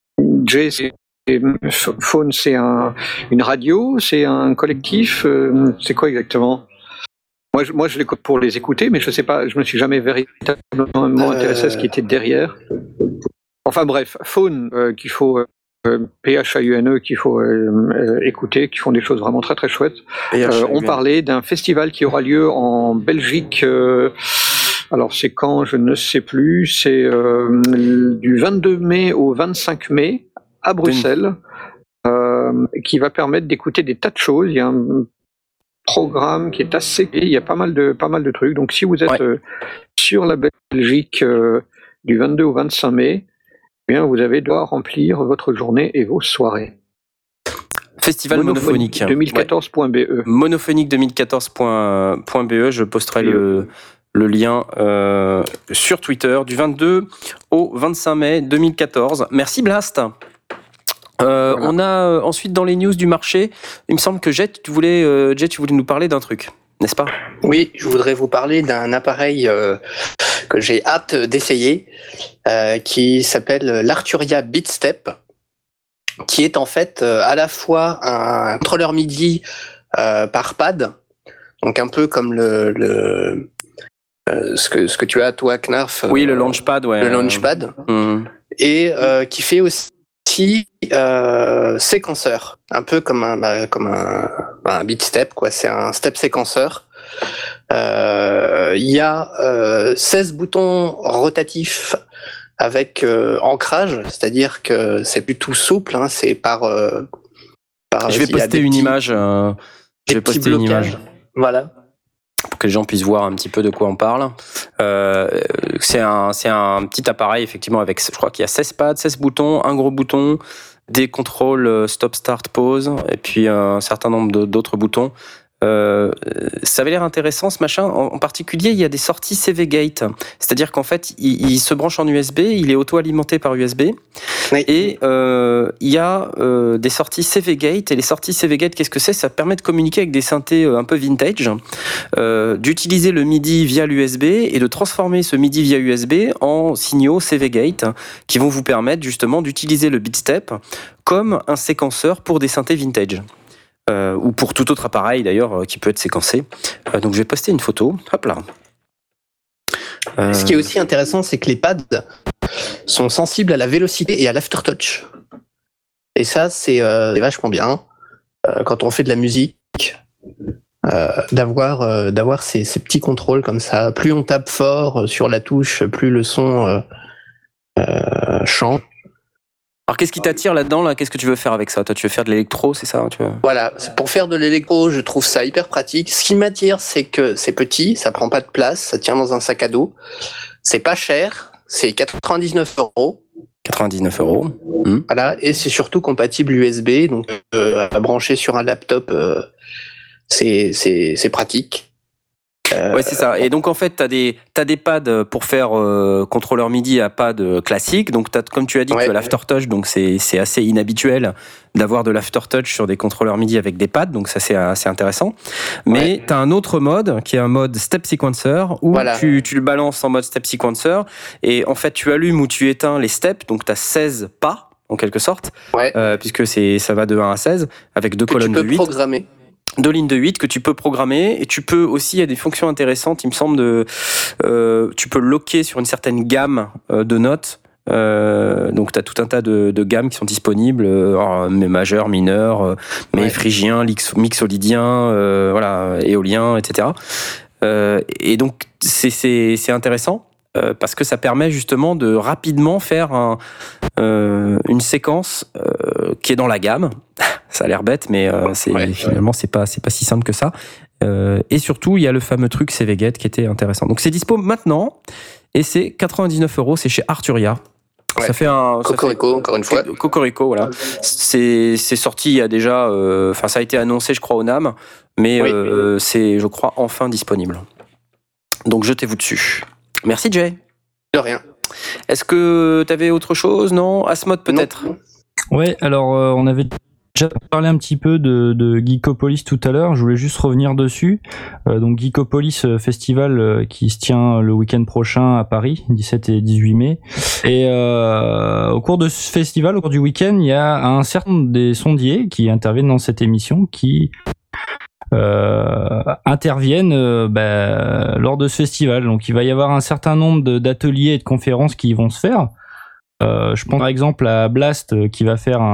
D: Phone, c'est une radio, c'est un collectif, c'est quoi exactement ? Moi, je l'écoute pour les écouter, mais je sais pas, je me suis jamais véritablement intéressé à ce qui était derrière. Enfin bref, Phone, qu'il faut PHAUNE, qu'il faut écouter, qui font des choses vraiment très très chouettes. On parlait d'un festival qui aura lieu en Belgique. Alors c'est quand, je ne sais plus, c'est du 22 mai au 25 mai à Bruxelles, qui va permettre d'écouter des tas de choses. Il y a un programme qui est assez, il y a pas mal de trucs. Donc si vous êtes sur la Belgique du 22 au 25 mai, eh bien vous avez devoir remplir votre journée et vos soirées.
A: Festival monophonique
D: 2014.be.
A: Monophonique 2014.be, je posterai le lien sur Twitter du 22 au 25 mai 2014. Merci Blast. Voilà. On a ensuite dans les news du marché, il me semble que Jet, tu voulais nous parler d'un truc, n'est-ce pas ?
G: Oui, je voudrais vous parler d'un appareil que j'ai hâte d'essayer, qui s'appelle l'Arturia BeatStep, qui est en fait à la fois un contrôleur MIDI par pad, donc un peu comme ce que tu as toi, Knarf.
A: Oui, le Launchpad, ouais.
G: Le Launchpad. Et qui fait aussi séquenceur, un peu comme un beatstep, quoi. C'est un step séquenceur. Il y a 16 boutons rotatifs avec ancrage, c'est-à-dire que c'est plus tout souple, hein, c'est par
A: je vais poster une image. Je vais poster une image.
G: Voilà.
A: Pour que les gens puissent voir un petit peu de quoi on parle. C'est un petit appareil, effectivement, avec, je crois qu'il y a 16 pads, 16 boutons, un gros bouton, des contrôles stop, start, pause, et puis un certain nombre d'autres boutons. Ça avait l'air intéressant ce machin. En particulier, il y a des sorties CV Gate, c'est-à-dire qu'en fait, il se branche en USB, il est auto-alimenté par USB,
G: oui.
A: Et il y a des sorties CV Gate. Et les sorties CV Gate, qu'est-ce que c'est ? Ça permet de communiquer avec des synthés un peu vintage, d'utiliser le MIDI via l'USB et de transformer ce MIDI via USB en signaux CV Gate qui vont vous permettre justement d'utiliser le BeatStep comme un séquenceur pour des synthés vintage. Ou pour tout autre appareil d'ailleurs qui peut être séquencé. Donc je vais poster une photo. Hop là.
G: Ce qui est aussi intéressant, c'est que les pads sont sensibles à la vélocité et à l'aftertouch. Et ça, c'est vachement bien quand on fait de la musique. D'avoir ces petits contrôles comme ça. Plus on tape fort sur la touche, plus le son change.
A: Alors qu'est-ce qui t'attire là-dedans là ? Qu'est-ce que tu veux faire avec ça ? Toi, tu veux faire de l'électro, c'est ça ?
G: Voilà, pour faire de l'électro, je trouve ça hyper pratique. Ce qui m'attire, c'est que c'est petit, ça prend pas de place, ça tient dans un sac à dos. C'est pas cher, c'est 99 €.
A: 99 €.
G: Voilà, et c'est surtout compatible USB, donc à brancher sur un laptop, c'est pratique.
A: Ouais, c'est ça. Et donc en fait, t'as des pads pour faire contrôleur MIDI à pad classique. Donc comme tu as dit que l'aftertouch, donc c'est assez inhabituel d'avoir de l'aftertouch sur des contrôleurs MIDI avec des pads. Donc ça c'est assez intéressant. Mais t'as un autre mode qui est un mode step sequencer où tu le balances en mode step sequencer et en fait tu allumes ou tu éteins les steps. Donc t'as 16 pas en quelque sorte, puisque ça va de 1 à 16 avec deux colonnes de 8.
G: Tu peux programmer.
A: 2 lignes de 8 que tu peux programmer et tu peux aussi, il y a des fonctions intéressantes, il me semble, tu peux locker sur une certaine gamme de notes. Donc tu as tout un tas de gammes qui sont disponibles, majeur, mineur, mais phrygien, mixolydien, éolien, etc. Et donc c'est intéressant. Parce que ça permet justement de rapidement faire une séquence qui est dans la gamme. Ça a l'air bête, mais finalement c'est pas si simple que ça. Et surtout, il y a le fameux truc CVGET qui était intéressant. Donc c'est dispo maintenant et c'est 99 €. C'est chez Arturia. Ça fait un
G: Cocorico, encore une fois.
A: Cocorico, voilà. C'est sorti il y a déjà. Ça a été annoncé, je crois, au NAMM, mais c'est, je crois, enfin disponible. Donc jetez-vous dessus. Merci Jay.
G: De rien.
A: Est-ce que tu avais autre chose ? Non ? Asmod peut-être ?
F: Ouais, alors on avait déjà parlé un petit peu de Geekopolis tout à l'heure, je voulais juste revenir dessus. Donc Geekopolis festival qui se tient le week-end prochain à Paris, 17 et 18 mai. Et au cours de ce festival, au cours du week-end, il y a un certain nombre des sondiers qui interviennent dans cette émission qui interviennent lors de ce festival. Donc il va y avoir un certain nombre d'ateliers et de conférences qui vont se faire. Je pense par exemple à Blast qui va faire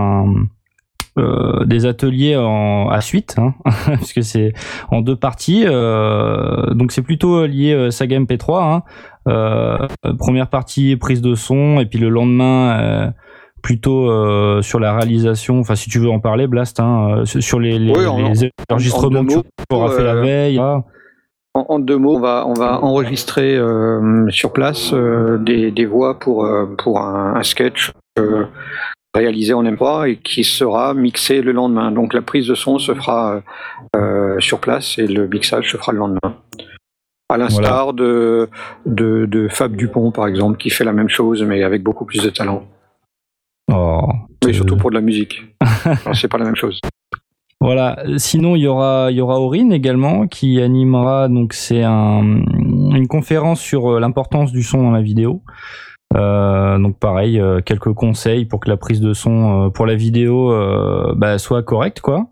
F: des ateliers à suite, parce que c'est en 2 parties. Donc c'est plutôt lié saga MP3. Première partie prise de son et puis le lendemain plutôt sur la réalisation, enfin si tu veux en parler Blast, sur les enregistrements que tu auras fait la veille.
D: En 2 mots, on va enregistrer sur place des voix pour un sketch réalisé en MP3 et qui sera mixé le lendemain. Donc la prise de son se fera sur place et le mixage se fera le lendemain. À l'instar de Fab Dupont par exemple, qui fait la même chose mais avec beaucoup plus de talent. Mais surtout pour de la musique. Alors, c'est pas la même chose.
F: Voilà. Sinon, il y aura Aurine également qui animera. Donc, c'est une conférence sur l'importance du son dans la vidéo. Donc, pareil, quelques conseils pour que la prise de son pour la vidéo soit correcte, quoi.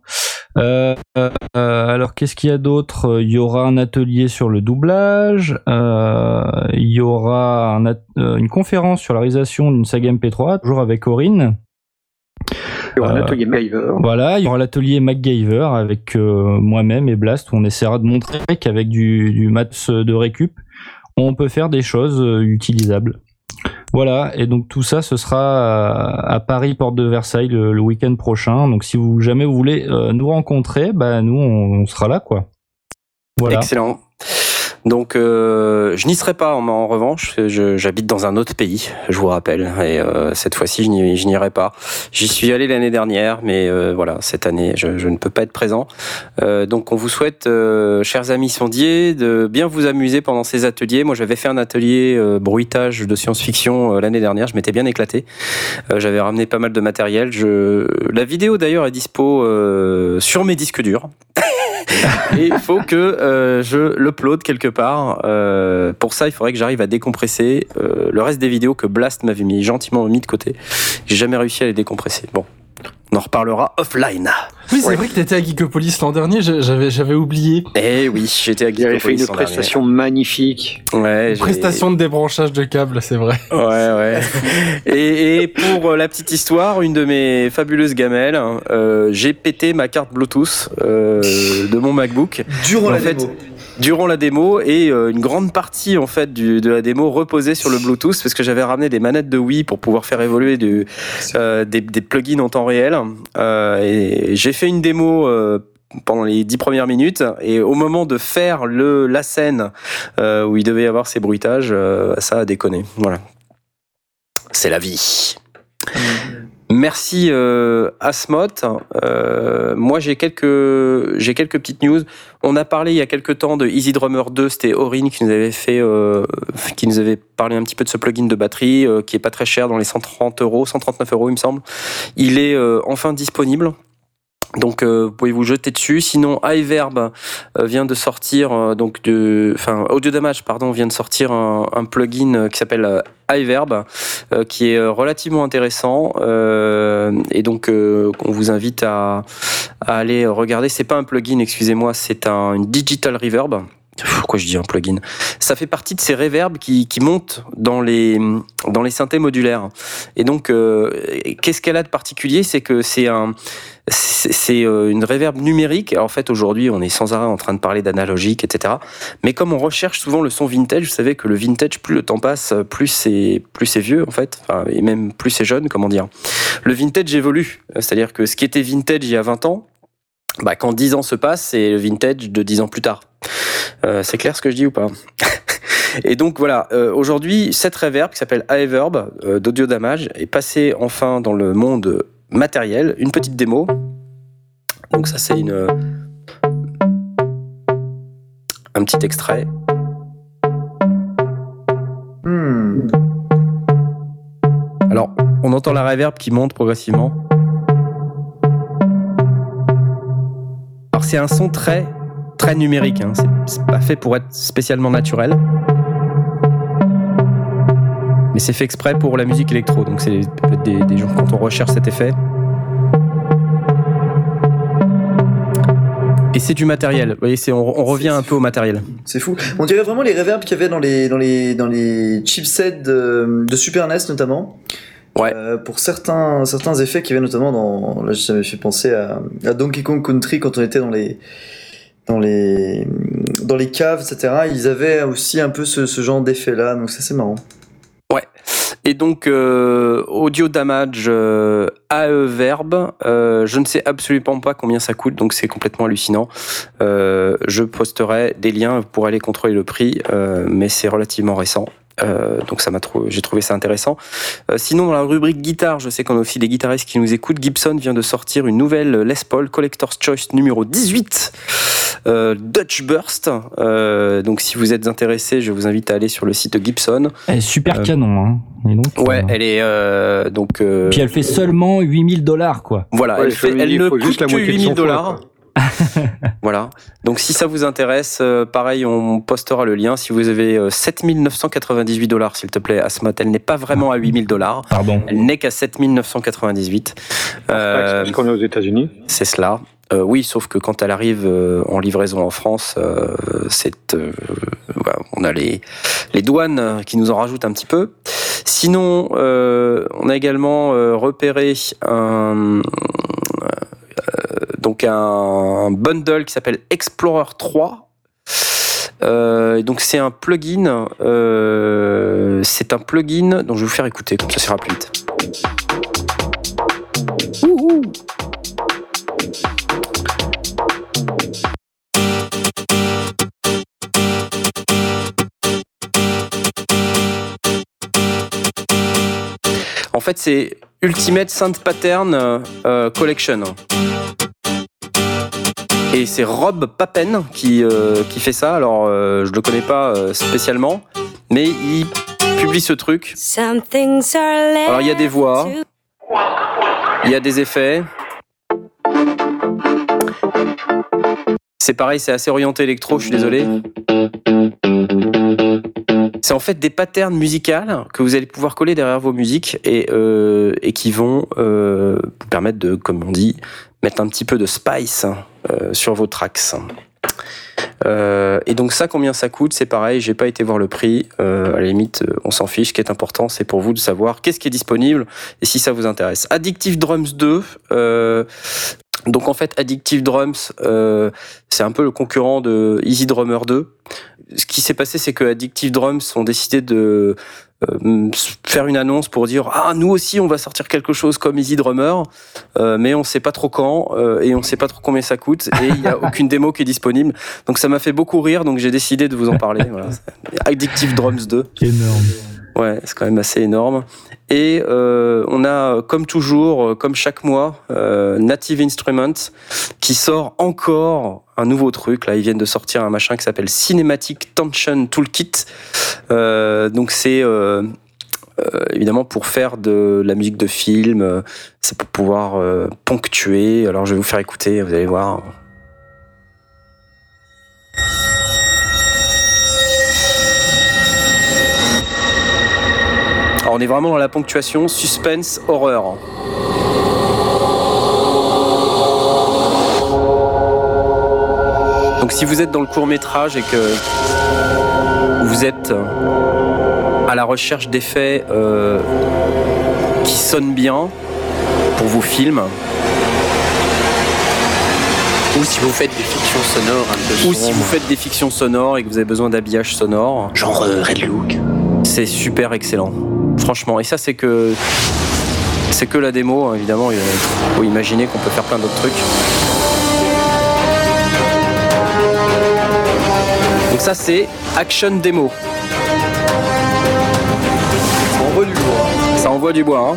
F: Alors, qu'est-ce qu'il y a d'autre ? Il y aura un atelier sur le doublage. Il y aura une conférence sur la réalisation d'une saga MP3, toujours avec Aurine.
D: Il y aura l'atelier MacGyver.
F: Voilà, il y aura l'atelier MacGyver avec moi-même et Blast où on essaiera de montrer qu'avec du maths de récup, on peut faire des choses utilisables. Voilà, et donc tout ça, ce sera à Paris, porte de Versailles, le week-end prochain. Donc si jamais vous voulez nous rencontrer, nous, on sera là, quoi. Voilà.
A: Excellent. Donc, je n'y serai pas en revanche. J'habite dans un autre pays, je vous rappelle. Et cette fois-ci, je n'irai pas. J'y suis allé l'année dernière, mais voilà, cette année, je ne peux pas être présent. Donc, on vous souhaite, chers amis sondiers, de bien vous amuser pendant ces ateliers. Moi, j'avais fait un atelier bruitage de science-fiction l'année dernière. Je m'étais bien éclaté. J'avais ramené pas mal de matériel. La vidéo, d'ailleurs, est dispo sur mes disques durs. Et il faut que je l'upload quelque part. Pour ça, il faudrait que j'arrive à décompresser le reste des vidéos que Blast m'avait gentiment mis de côté. J'ai jamais réussi à les décompresser. Bon, on en reparlera offline.
E: Oui, c'est vrai que t'étais à Geekopolis l'an dernier, j'avais oublié.
A: Eh oui, j'étais à Geekopolis.
D: Il avait fait une prestation magnifique.
A: Ouais,
E: prestation de débranchage de câbles, c'est vrai.
A: Ouais. Et pour la petite histoire, une de mes fabuleuses gamelles, j'ai pété ma carte Bluetooth de mon MacBook. Durant la démo, et une grande partie en fait de la démo reposait sur le Bluetooth parce que j'avais ramené des manettes de Wii pour pouvoir faire évoluer des plugins en temps réel. Et j'ai fait une démo pendant les 10 premières minutes, et au moment de faire la scène où il devait y avoir ces bruitages, ça a déconné. Voilà. C'est la vie. Merci Asmoth. Moi j'ai quelques petites news. On a parlé il y a quelques temps de Easy Drummer 2, c'était Aurine qui nous avait parlé un petit peu de ce plugin de batterie qui est pas très cher, dans les 139 € il me semble. Il est enfin disponible. Donc vous pouvez vous jeter dessus. Sinon, iVerb vient de sortir Audio Damage vient de sortir un plugin qui s'appelle iVerb, qui est relativement intéressant, et donc on vous invite à aller regarder. C'est pas un plugin, excusez-moi, c'est une digital reverb. Pourquoi je dis un plugin ? Ça fait partie de ces reverbs qui montent dans les synthés modulaires. Et donc, qu'est-ce qu'elle a de particulier ? C'est que c'est une reverb numérique. Alors, en fait, aujourd'hui, on est sans arrêt en train de parler d'analogique, etc. Mais comme on recherche souvent le son vintage, vous savez que le vintage, plus le temps passe, plus c'est vieux, en fait. Enfin, et même plus c'est jeune, comment dire. Le vintage évolue. C'est-à-dire que ce qui était vintage il y a 20 ans, quand 10 ans se passent, c'est le vintage de 10 ans plus tard. C'est clair ce que je dis ou pas ? Et donc voilà, aujourd'hui, cette reverb qui s'appelle iVerb d'Audio Damage est passée enfin dans le monde matériel. Une petite démo. Donc ça, c'est un petit extrait. Alors, on entend la reverb qui monte progressivement. Alors c'est un son très numérique, hein. C'est pas fait pour être spécialement naturel, mais c'est fait exprès pour la musique électro, donc c'est peut-être des gens quand on recherche cet effet. Et c'est du matériel, vous voyez, on revient un peu au matériel.
B: C'est fou. On dirait vraiment les reverbs qu'il y avait dans les chipsets de Super NES notamment.
A: Ouais.
B: Pour certains effets qu'il y avait notamment là, ça m'a fait penser à Donkey Kong Country quand on était dans les caves, etc. Ils avaient aussi un peu ce genre d'effet là, donc ça c'est marrant.
A: Ouais. Et donc Audio Damage iVerb, je ne sais absolument pas combien ça coûte, donc c'est complètement hallucinant. Je posterai des liens pour aller contrôler le prix, mais c'est relativement récent. Donc j'ai trouvé ça intéressant. Sinon, dans la rubrique guitare, je sais qu'on a aussi des guitaristes qui nous écoutent. Gibson vient de sortir une nouvelle Les Paul Collector's Choice numéro 18, Dutch Burst. Donc si vous êtes intéressé, je vous invite à aller sur le site de Gibson.
F: Elle est super canon, hein. Et donc,
A: ouais, elle est donc.
F: Puis elle fait seulement $8,000, quoi.
A: Voilà,
D: ouais,
A: elle ne coûte
D: juste la
A: que
D: moitié de son
A: $8,000.
D: poids,
A: Voilà. Donc si ça vous intéresse, pareil, on postera le lien. Si vous avez $7,998, s'il te plaît, Asmoth, elle n'est pas vraiment à $8,000.
F: Pardon.
A: Elle n'est qu'à $7,998.
D: parce qu'on est aux États-Unis.
A: C'est cela. Oui, sauf que quand elle arrive en livraison en France, on a les douanes qui nous en rajoutent un petit peu. Sinon, on a également repéré un bundle qui s'appelle Explorer 3. Donc c'est un plugin. C'est un plugin dont je vais vous faire écouter, comme ça ira plus vite. En fait, c'est Ultimate Synth Pattern Collection. Et c'est Rob Papen qui fait ça. Alors, je le connais pas spécialement, mais il publie ce truc. Alors, il y a des voix, il y a des effets. C'est pareil, c'est assez orienté électro, je suis désolé. c'est en fait des patterns musicales que vous allez pouvoir coller derrière vos musiques et qui vont vous permettre de, comme on dit, mettre un petit peu de spice sur vos tracks. Et donc ça, combien ça coûte? C'est pareil, j'ai pas été voir le prix. À la limite, on s'en fiche. Ce qui est important, c'est pour vous de savoir qu'est-ce qui est disponible et si ça vous intéresse. Addictive Drums 2. Donc en fait, Addictive Drums, c'est un peu le concurrent de Easy Drummer 2. Ce qui s'est passé, c'est que Addictive Drums ont décidé de faire une annonce pour dire nous aussi on va sortir quelque chose comme Easy Drummer, mais on sait pas trop quand et on sait pas trop combien ça coûte et il y a aucune démo qui est disponible. Donc ça m'a fait beaucoup rire, donc j'ai décidé de vous en parler. Voilà. Addictive Drums 2.
F: Énorme.
A: Ouais, c'est quand même assez énorme. Et on a, comme toujours, comme chaque mois, Native Instruments qui sort encore un nouveau truc. Là, ils viennent de sortir un machin qui s'appelle Cinematic Tension Toolkit. Donc c'est évidemment pour faire de la musique de film. C'est pour pouvoir ponctuer. Alors je vais vous faire écouter, vous allez voir. Alors on est vraiment dans la ponctuation, suspense, horreur. Donc si vous êtes dans le court-métrage et que vous êtes à la recherche d'effets qui sonnent bien pour vos films,
G: ou si vous faites des fictions sonores un peu sombres,
A: ou si vous faites des fictions sonores et que vous avez besoin d'habillage sonore,
G: genre Red Look,
A: c'est super excellent. Franchement, et ça c'est que la démo, hein, évidemment. Il faut imaginer qu'on peut faire plein d'autres trucs. Donc ça c'est Action Demo.
B: Ça envoie du bois.
A: Ça envoie du bois, hein.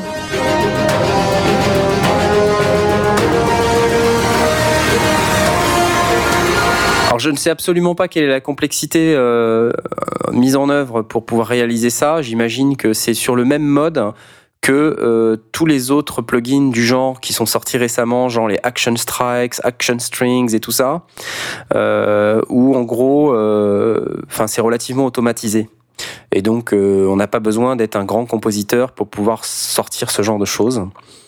A: Alors je ne sais absolument pas quelle est la complexité mise en œuvre pour pouvoir réaliser ça. J'imagine que c'est sur le même mode que tous les autres plugins du genre qui sont sortis récemment, genre les Action Strikes, Action Strings et tout ça, où en gros, c'est relativement automatisé. Et donc on n'a pas besoin d'être un grand compositeur pour pouvoir sortir ce genre de choses.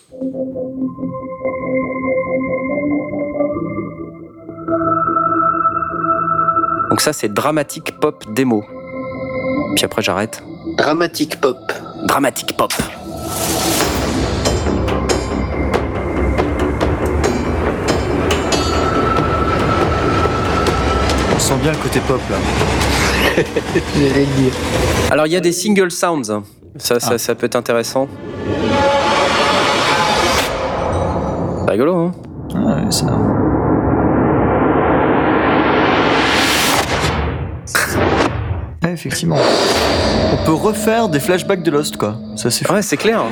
A: Donc ça c'est Dramatic Pop Demo. Puis après j'arrête.
G: Dramatic Pop.
A: Dramatic Pop.
B: On sent bien le côté pop là.
G: J'allais le dire.
A: Alors il y a des single sounds. Ça peut être intéressant. C'est rigolo, hein?
B: Ouais, ça. Ouais, effectivement. On peut refaire des flashbacks de Lost, quoi. Ça, c'est fou.
A: Ouais, c'est clair.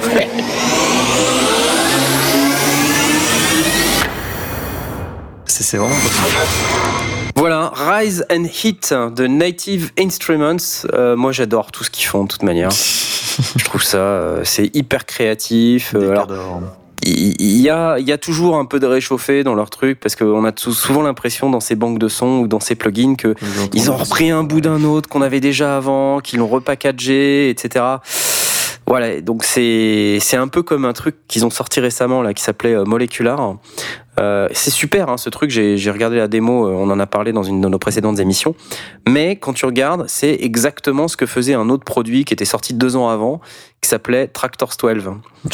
B: C'est vraiment possible.
A: Voilà, Rise and Hit de Native Instruments. Moi, j'adore tout ce qu'ils font, de toute manière. Je trouve ça, c'est hyper créatif. Alors, il y a toujours un peu de réchauffé dans leur truc parce qu'on a souvent l'impression dans ces banques de sons ou dans ces plugins que ils ont repris un bout d'un autre qu'on avait déjà avant, qu'ils l'ont repackagé, etc. Voilà, donc c'est un peu comme un truc qu'ils ont sorti récemment là qui s'appelait Molecular. C'est super, hein, ce truc. J'ai regardé la démo, on en a parlé dans une de nos précédentes émissions. Mais quand tu regardes, c'est exactement ce que faisait un autre produit qui était sorti 2 ans avant, qui s'appelait Tractors 12.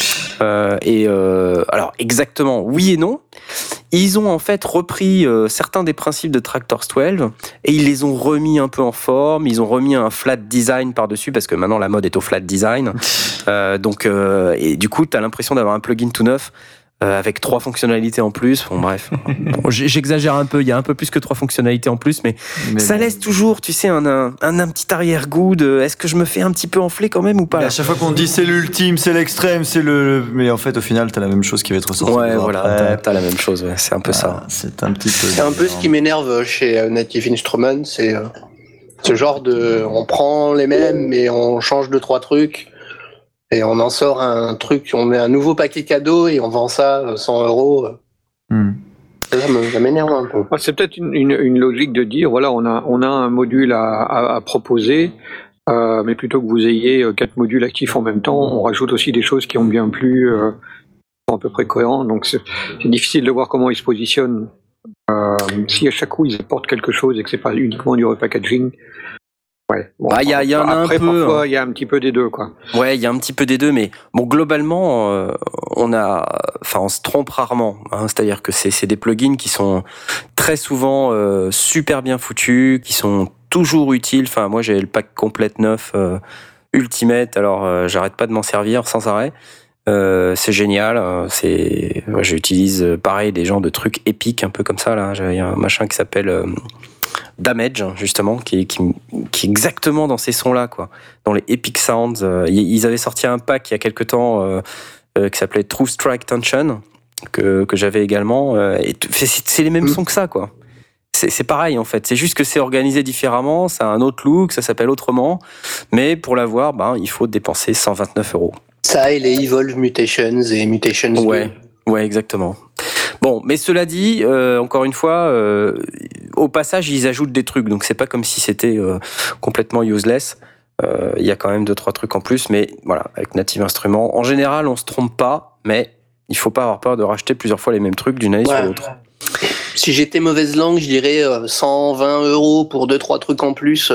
A: Alors exactement, oui et non. Ils ont en fait repris certains des principes de Tractors 12 et ils les ont remis un peu en forme. Ils ont remis un flat design par-dessus parce que maintenant la mode est au flat design. Et du coup, t'as l'impression d'avoir un plugin tout neuf. Avec 3 fonctionnalités en plus. Bon, bref. Bon, j'exagère un peu, il y a un peu plus que 3 fonctionnalités en plus, mais ça laisse toujours, tu sais, un petit arrière-goût de est-ce que je me fais un petit peu enfler quand même ou pas?
B: À chaque fois qu'on dit c'est l'ultime, c'est l'extrême, c'est le. Mais en fait, au final, t'as la même chose qui va être ressortie.
A: Ouais, voilà, t'as la même chose, ouais. C'est un peu ça.
B: C'est un petit peu.
G: C'est un peu ce qui m'énerve chez Native Instruments, c'est ce genre de. On prend les mêmes, mais on change 2-3 trucs. Et on en sort un truc, on met un nouveau paquet cadeau et on vend ça 100 €. Ça m'énerve un peu.
D: C'est peut-être une logique de dire, voilà, on a un module à proposer. mais plutôt que vous ayez 4 modules actifs en même temps, on rajoute aussi des choses qui ont bien plu, sont à peu près cohérents. Donc c'est difficile de voir comment ils se positionnent. Si à chaque coup ils apportent quelque chose et que c'est pas uniquement du repackaging. Ouais. Bon,
A: y en a
D: après,
A: un peu.
D: Parfois, il y a un petit peu des deux, quoi.
A: Ouais, il y a un petit peu des deux, mais bon, globalement, on se trompe rarement. C'est-à-dire que c'est des plugins qui sont très souvent super bien foutus, qui sont toujours utiles. Enfin, moi, j'ai le pack complète 9 Ultimate, alors j'arrête pas de m'en servir sans arrêt. C'est génial. J'utilise pareil des genres de trucs épiques, un peu comme ça. Là, il y a un machin qui s'appelle Damage, justement, qui est exactement dans ces sons-là, quoi. Dans les Epic Sounds. Ils avaient sorti un pack il y a quelque temps qui s'appelait True Strike Tension, que j'avais également. Et c'est les mêmes sons que ça, quoi. C'est pareil, en fait. C'est juste que c'est organisé différemment, ça a un autre look, ça s'appelle autrement. Mais pour l'avoir, il faut dépenser 129 €.
G: Ça et les Evolve Mutations et Mutations 2.
A: Ouais, exactement. Bon, mais cela dit, encore une fois, au passage, ils ajoutent des trucs, donc c'est pas comme si c'était complètement useless. Il y a quand même 2-3 trucs en plus, mais voilà, avec Native Instruments, en général, on se trompe pas, mais il faut pas avoir peur de racheter plusieurs fois les mêmes trucs d'une année sur l'autre.
G: Si j'étais mauvaise langue, je dirais 120 € pour 2-3 trucs en plus.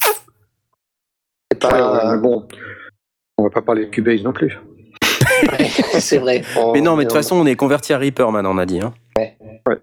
G: C'est pas...
D: mais bon, on va pas parler de Cubase non plus.
G: Ouais, c'est vrai.
A: Mais non, mais de toute façon, on est converti à Reaper maintenant, on a dit.
D: Ouais.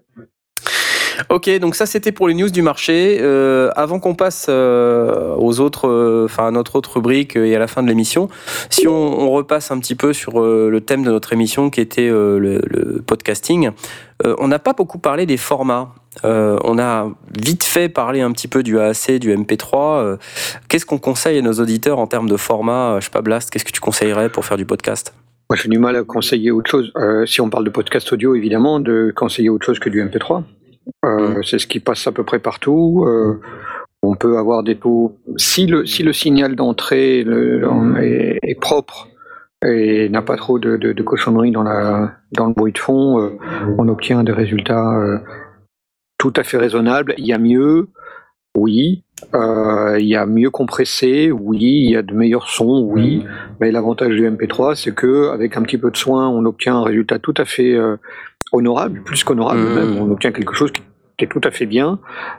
A: Ok, donc ça c'était pour les news du marché. Avant qu'on passe aux autres, à notre autre rubrique et à la fin de l'émission, si on repasse un petit peu sur le thème de notre émission qui était le podcasting, on n'a pas beaucoup parlé des formats. On a vite fait parler un petit peu du AAC, du MP3. Qu'est-ce qu'on conseille à nos auditeurs en termes de format? Je sais pas, Blast, qu'est-ce que tu conseillerais pour faire du podcast?
D: Moi, j'ai du mal à conseiller autre chose. Si on parle de podcast audio, évidemment, de conseiller autre chose que du MP3. C'est ce qui passe à peu près partout. On peut avoir des taux. Si le signal d'entrée est propre et n'a pas trop de cochonneries dans le bruit de fond, on obtient des résultats tout à fait raisonnables. Il y a mieux, oui. Il y a mieux compressé, oui. Il y a de meilleurs sons, oui. Mais l'avantage du MP3, c'est que avec un petit peu de soin, on obtient un résultat tout à fait honorable, plus qu'honorable même. On obtient quelque chose qui est tout à fait bien,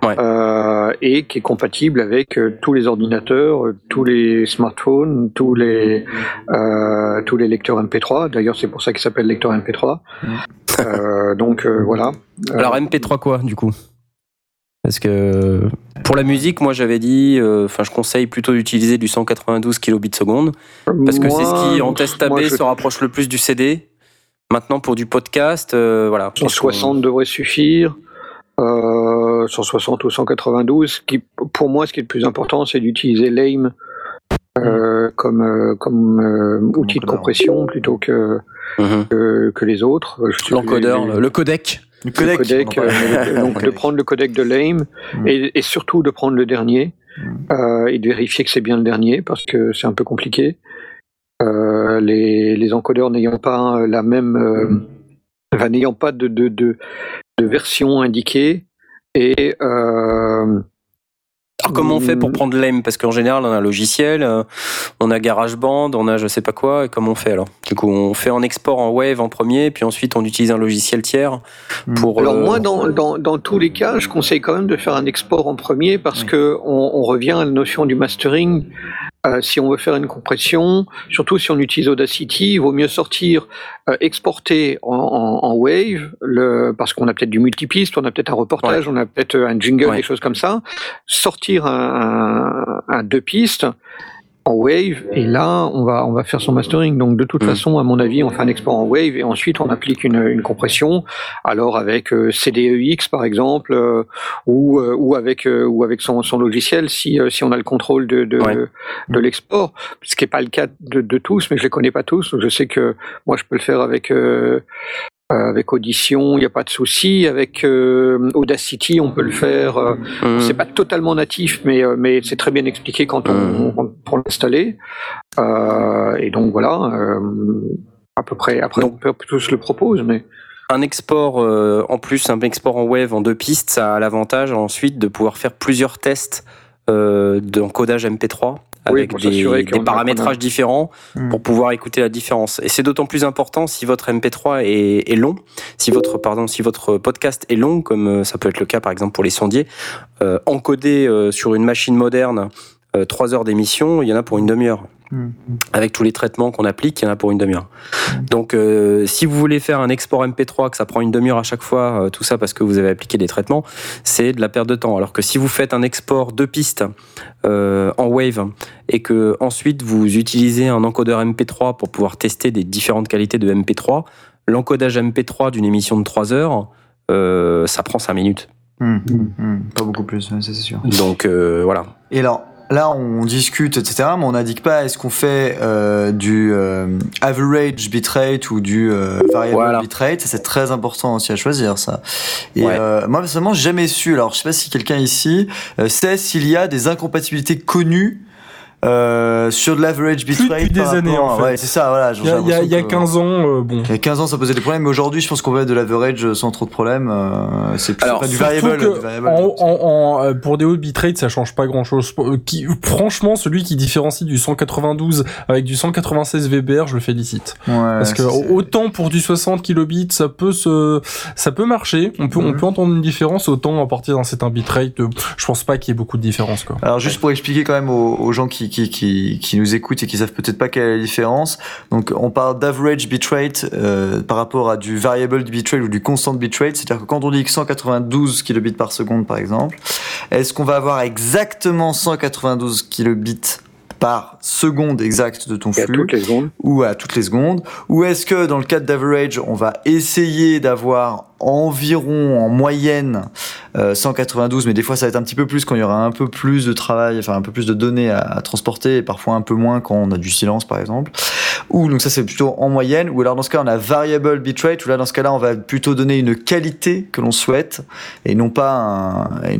D: et qui est compatible avec tous les ordinateurs, tous les smartphones, tous les lecteurs MP3. D'ailleurs, c'est pour ça qu'il s'appelle lecteur MP3. Donc voilà.
A: Alors MP3 quoi, du coup? Parce que pour la musique, moi j'avais dit, je conseille plutôt d'utiliser du 192 kilobits seconde, parce que c'est ce qui en test AB se rapproche le plus du CD. Maintenant pour du podcast, voilà.
D: 160 devrait suffire. 160 ou 192. Pour moi, ce qui est le plus important, c'est d'utiliser Lame comme outil de compression plutôt que les autres.
A: L'encodeur, le codec.
D: Donc de prendre le codec de Lame et surtout de prendre le dernier et de vérifier que c'est bien le dernier parce que c'est un peu compliqué. Les encodeurs n'ayant pas la même n'ayant pas de version indiquée et
A: alors comment on fait pour prendre Lame? Parce qu'en général on a un logiciel, on a GarageBand, on a je sais pas quoi, et comment on fait alors? Du coup on fait en export en Wave en premier, puis ensuite on utilise un logiciel tiers pour...
D: Alors moi dans tous les cas je conseille quand même de faire un export en premier parce que on revient à la notion du mastering. Si on veut faire une compression, surtout si on utilise Audacity, il vaut mieux exporter en Wave, parce qu'on a peut-être du multipiste, on a peut-être un reportage, on a peut-être un jingle, des choses comme ça, sortir un 2 pistes en Wave, et là, on va faire son mastering. Donc, de toute façon, à mon avis, on fait un export en Wave, et ensuite, on applique une compression. Alors, avec CDEX, par exemple, ou avec son logiciel, si on a le contrôle de l'export. Ce qui n'est pas le cas de tous, mais je les connais pas tous. Je sais que moi, je peux le faire avec Audition, il n'y a pas de souci. Avec Audacity, on peut le faire. C'est pas totalement natif, mais c'est très bien expliqué quand pour l'installer. Et donc voilà, à peu près. Après, on peut tous le propose, mais
A: un export en plus, un export en Wave en 2 pistes, ça a l'avantage ensuite de pouvoir faire plusieurs tests d'encodage MP3 avec des paramétrages différents pour pouvoir écouter la différence. Et c'est d'autant plus important si votre MP3 est long, si votre podcast est long, comme ça peut être le cas par exemple pour les sondiers, encodé sur une machine moderne, 3 heures d'émission, il y en a pour une demi-heure. Avec tous les traitements qu'on applique, il y en a pour une demi-heure. Donc, si vous voulez faire un export MP3, que ça prend une demi-heure à chaque fois, tout ça parce que vous avez appliqué des traitements, c'est de la perte de temps. Alors que si vous faites un export 2 pistes en Wave et que ensuite vous utilisez un encodeur MP3 pour pouvoir tester des différentes qualités de MP3, l'encodage MP3 d'une émission de 3 heures, ça prend 5 minutes.
B: Pas beaucoup plus, ça c'est sûr.
A: Donc, voilà.
B: Et alors, là, on discute, etc., mais on n'indique pas est-ce qu'on fait du average bitrate ou du variable bitrate. Ça, c'est très important aussi à choisir, ça. Et moi, personnellement, j'ai jamais su. Alors, je sais pas si quelqu'un ici sait s'il y a des incompatibilités connues sur de l'average bitrate.
E: Depuis des années, en fait.
B: Ouais, c'est ça, voilà.
E: Il y a 15 ans, bon.
B: Il y a 15 ans, ça posait des problèmes, mais aujourd'hui, je pense qu'on va être de l'average sans trop de problèmes. C'est plus pas du variable.
E: Pour des hauts bitrates, ça change pas grand chose. Franchement, celui qui différencie du 192 avec du 196 VBR, je le félicite. Parce que autant pour du 60 kilobits, ça peut marcher. On peut entendre une différence, autant à partir d'un certain bitrate, je pense pas qu'il y ait beaucoup de différence, quoi.
B: Alors, juste pour expliquer quand même aux gens qui nous écoutent et qui savent peut-être pas quelle est la différence. Donc, on parle d'average bitrate par rapport à du variable bitrate ou du constant bitrate. C'est-à-dire que quand on dit 192 kilobits par seconde, par exemple, est-ce qu'on va avoir exactement 192 kilobits par seconde exacte de ton flux, ou à toutes les secondes, ou est-ce que dans le cadre d'average, on va essayer d'avoir environ en moyenne 192, mais des fois ça va être un petit peu plus quand il y aura un peu plus de travail, enfin un peu plus de données à transporter, et parfois un peu moins quand on a du silence par exemple. Ou donc ça c'est plutôt en moyenne, ou alors dans ce cas on a variable bitrate, où là dans ce cas-là on va plutôt donner une qualité que l'on souhaite et non pas un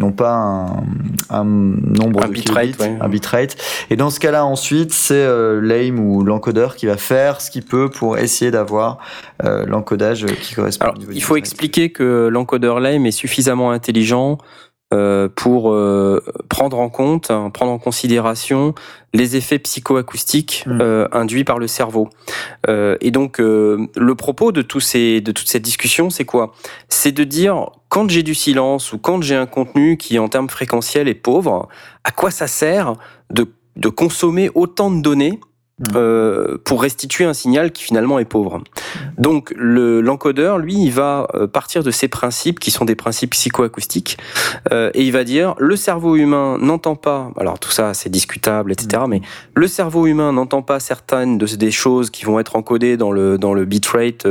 B: nombre de bitrate, un bitrate. Et dans ce cas-là ensuite c'est l'AIM ou l'encodeur qui va faire ce qu'il peut pour essayer d'avoir l'encodage qui correspond.
A: Alors, il faut expliquer que l'encodeur LAME est suffisamment intelligent pour prendre en considération les effets psychoacoustiques induits par le cerveau. Et donc, le propos de toute cette discussion, c'est quoi ? C'est de dire, quand j'ai du silence ou quand j'ai un contenu qui, en termes fréquentiels, est pauvre, à quoi ça sert de consommer autant de données pour restituer un signal qui finalement est pauvre. Donc l'encodeur, lui, il va partir de ces principes qui sont des principes psychoacoustiques et il va dire le cerveau humain n'entend pas, alors tout ça c'est discutable, etc. Mais le cerveau humain n'entend pas certaines des choses qui vont être encodées dans le bitrate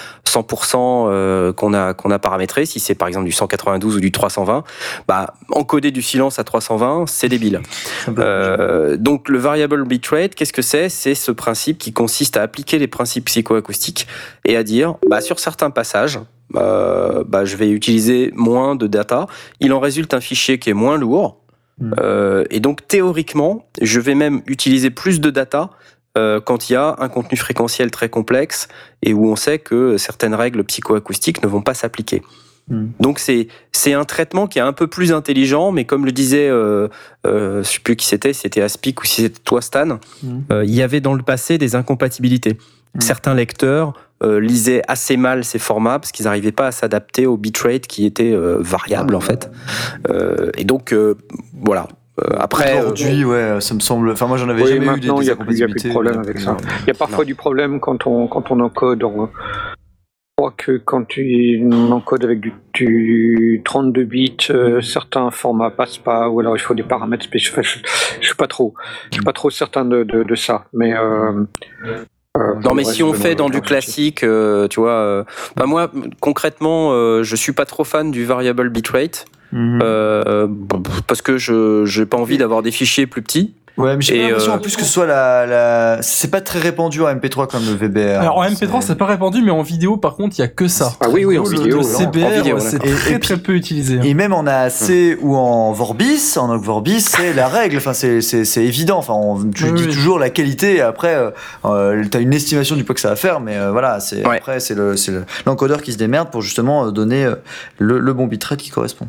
A: 100% qu'on a paramétré. Si c'est par exemple du 192 ou du 320, encoder du silence à 320, c'est débile. Donc le variable bitrate, qu'est-ce que c'est ? C'est ce principe qui consiste à appliquer les principes psychoacoustiques et à dire, sur certains passages, je vais utiliser moins de data. Il en résulte un fichier qui est moins lourd. Et donc, théoriquement, je vais même utiliser plus de data quand il y a un contenu fréquentiel très complexe et où on sait que certaines règles psychoacoustiques ne vont pas s'appliquer. Donc c'est un traitement qui est un peu plus intelligent, mais comme le disait, je sais plus qui c'était Aspic ou si c'était toi Stan, il y avait dans le passé des incompatibilités. Certains lecteurs lisaient assez mal ces formats parce qu'ils n'arrivaient pas à s'adapter au bitrate qui était variable en fait. Et donc voilà. Après,
B: aujourd'hui, ça me semble. Enfin, moi, j'en avais jamais eu des incompatibilités.
D: Il n'y a plus de problème avec ça. Il y a parfois du problème quand on encode. Je crois que quand tu encodes avec du 32 bits, certains formats passent pas, ou alors il faut des paramètres spécifiques. Je suis pas trop certain de ça, mais.
A: Non, mais si on fait dans du classique, tu vois, moi concrètement, je suis pas trop fan du variable bitrate. Parce que j'ai pas envie d'avoir des fichiers plus petits.
B: Ouais, mais j'ai pas l'impression en plus que ce soit c'est pas très répandu en MP3 comme le VBR.
E: Alors en MP3 c'est pas répandu, mais en vidéo par contre il y a que ça.
D: Ah oui, en vidéo.
E: Le CBR c'est très peu utilisé.
B: Et même en AAC ou en Vorbis, c'est la règle. Enfin c'est évident. Enfin tu dis toujours la qualité. Et après t'as une estimation du poids que ça va faire, mais voilà après c'est l'encodeur qui se démerde pour justement donner le bon bitrate qui correspond.
A: Ouais.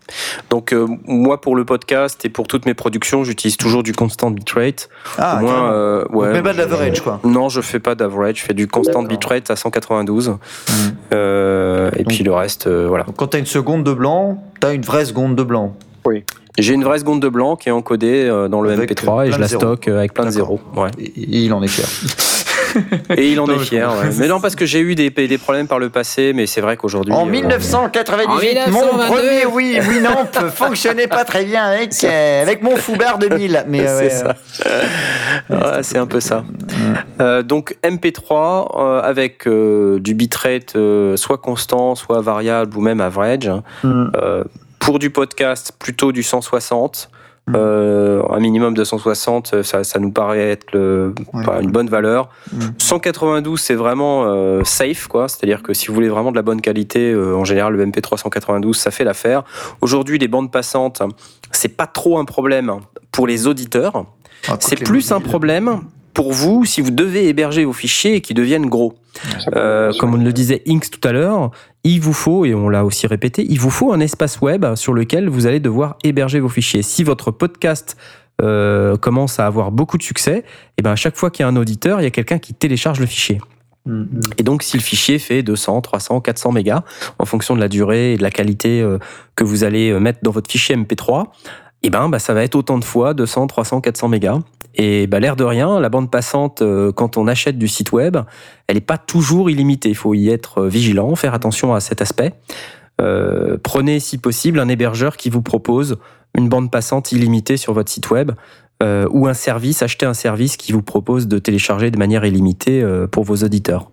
A: Donc moi pour le podcast et pour toutes mes productions, j'utilise toujours du constant bitrate.
B: Ah,
A: au moins,
B: mais pas de l'average, quoi.
A: Non, je fais pas d'average, je fais du constant bitrate à 192. Et puis le reste, voilà.
B: Donc, quand t'as une seconde de blanc, t'as une vraie seconde de blanc.
D: Oui.
A: J'ai une vraie seconde de blanc qui est encodée dans le
B: Avec
A: MP3 et je la stocke avec plein de zéros. Ouais.
B: Et il en est fier.
A: Et il en est fier, ouais. Mais non, parce que j'ai eu des problèmes par le passé, mais c'est vrai qu'aujourd'hui...
B: En 1998, mon premier Winamp fonctionnait pas très bien avec mon Foubar 2000. Mais
A: c'est ça. Ouais, c'est un peu ça. Donc MP3 avec du bitrate soit constant, soit variable ou même average. Pour du podcast, plutôt du 160. Un minimum de 160, ça nous paraît être une bonne valeur. 192, c'est vraiment safe, quoi. C'est-à-dire que si vous voulez vraiment de la bonne qualité, en général, le MP3 192, ça fait l'affaire. Aujourd'hui, les bandes passantes, c'est pas trop un problème pour les auditeurs. C'est plus un problème pour vous si vous devez héberger vos fichiers et qu'ils deviennent gros. Comme on le disait Inks tout à l'heure, il vous faut, et on l'a aussi répété, il vous faut un espace web sur lequel vous allez devoir héberger vos fichiers. Si votre podcast commence à avoir beaucoup de succès, et ben à chaque fois qu'il y a un auditeur, il y a quelqu'un qui télécharge le fichier. Et donc si le fichier fait 200, 300, 400 mégas, en fonction de la durée et de la qualité que vous allez mettre dans votre fichier MP3, et ben ça va être autant de fois 200, 300, 400 mégas. Et l'air de rien, la bande passante, quand on achète du site web, elle n'est pas toujours illimitée. Il faut y être vigilant, faire attention à cet aspect. Prenez, si possible, un hébergeur qui vous propose une bande passante illimitée sur votre site web ou un service, achetez un service qui vous propose de télécharger de manière illimitée pour vos auditeurs.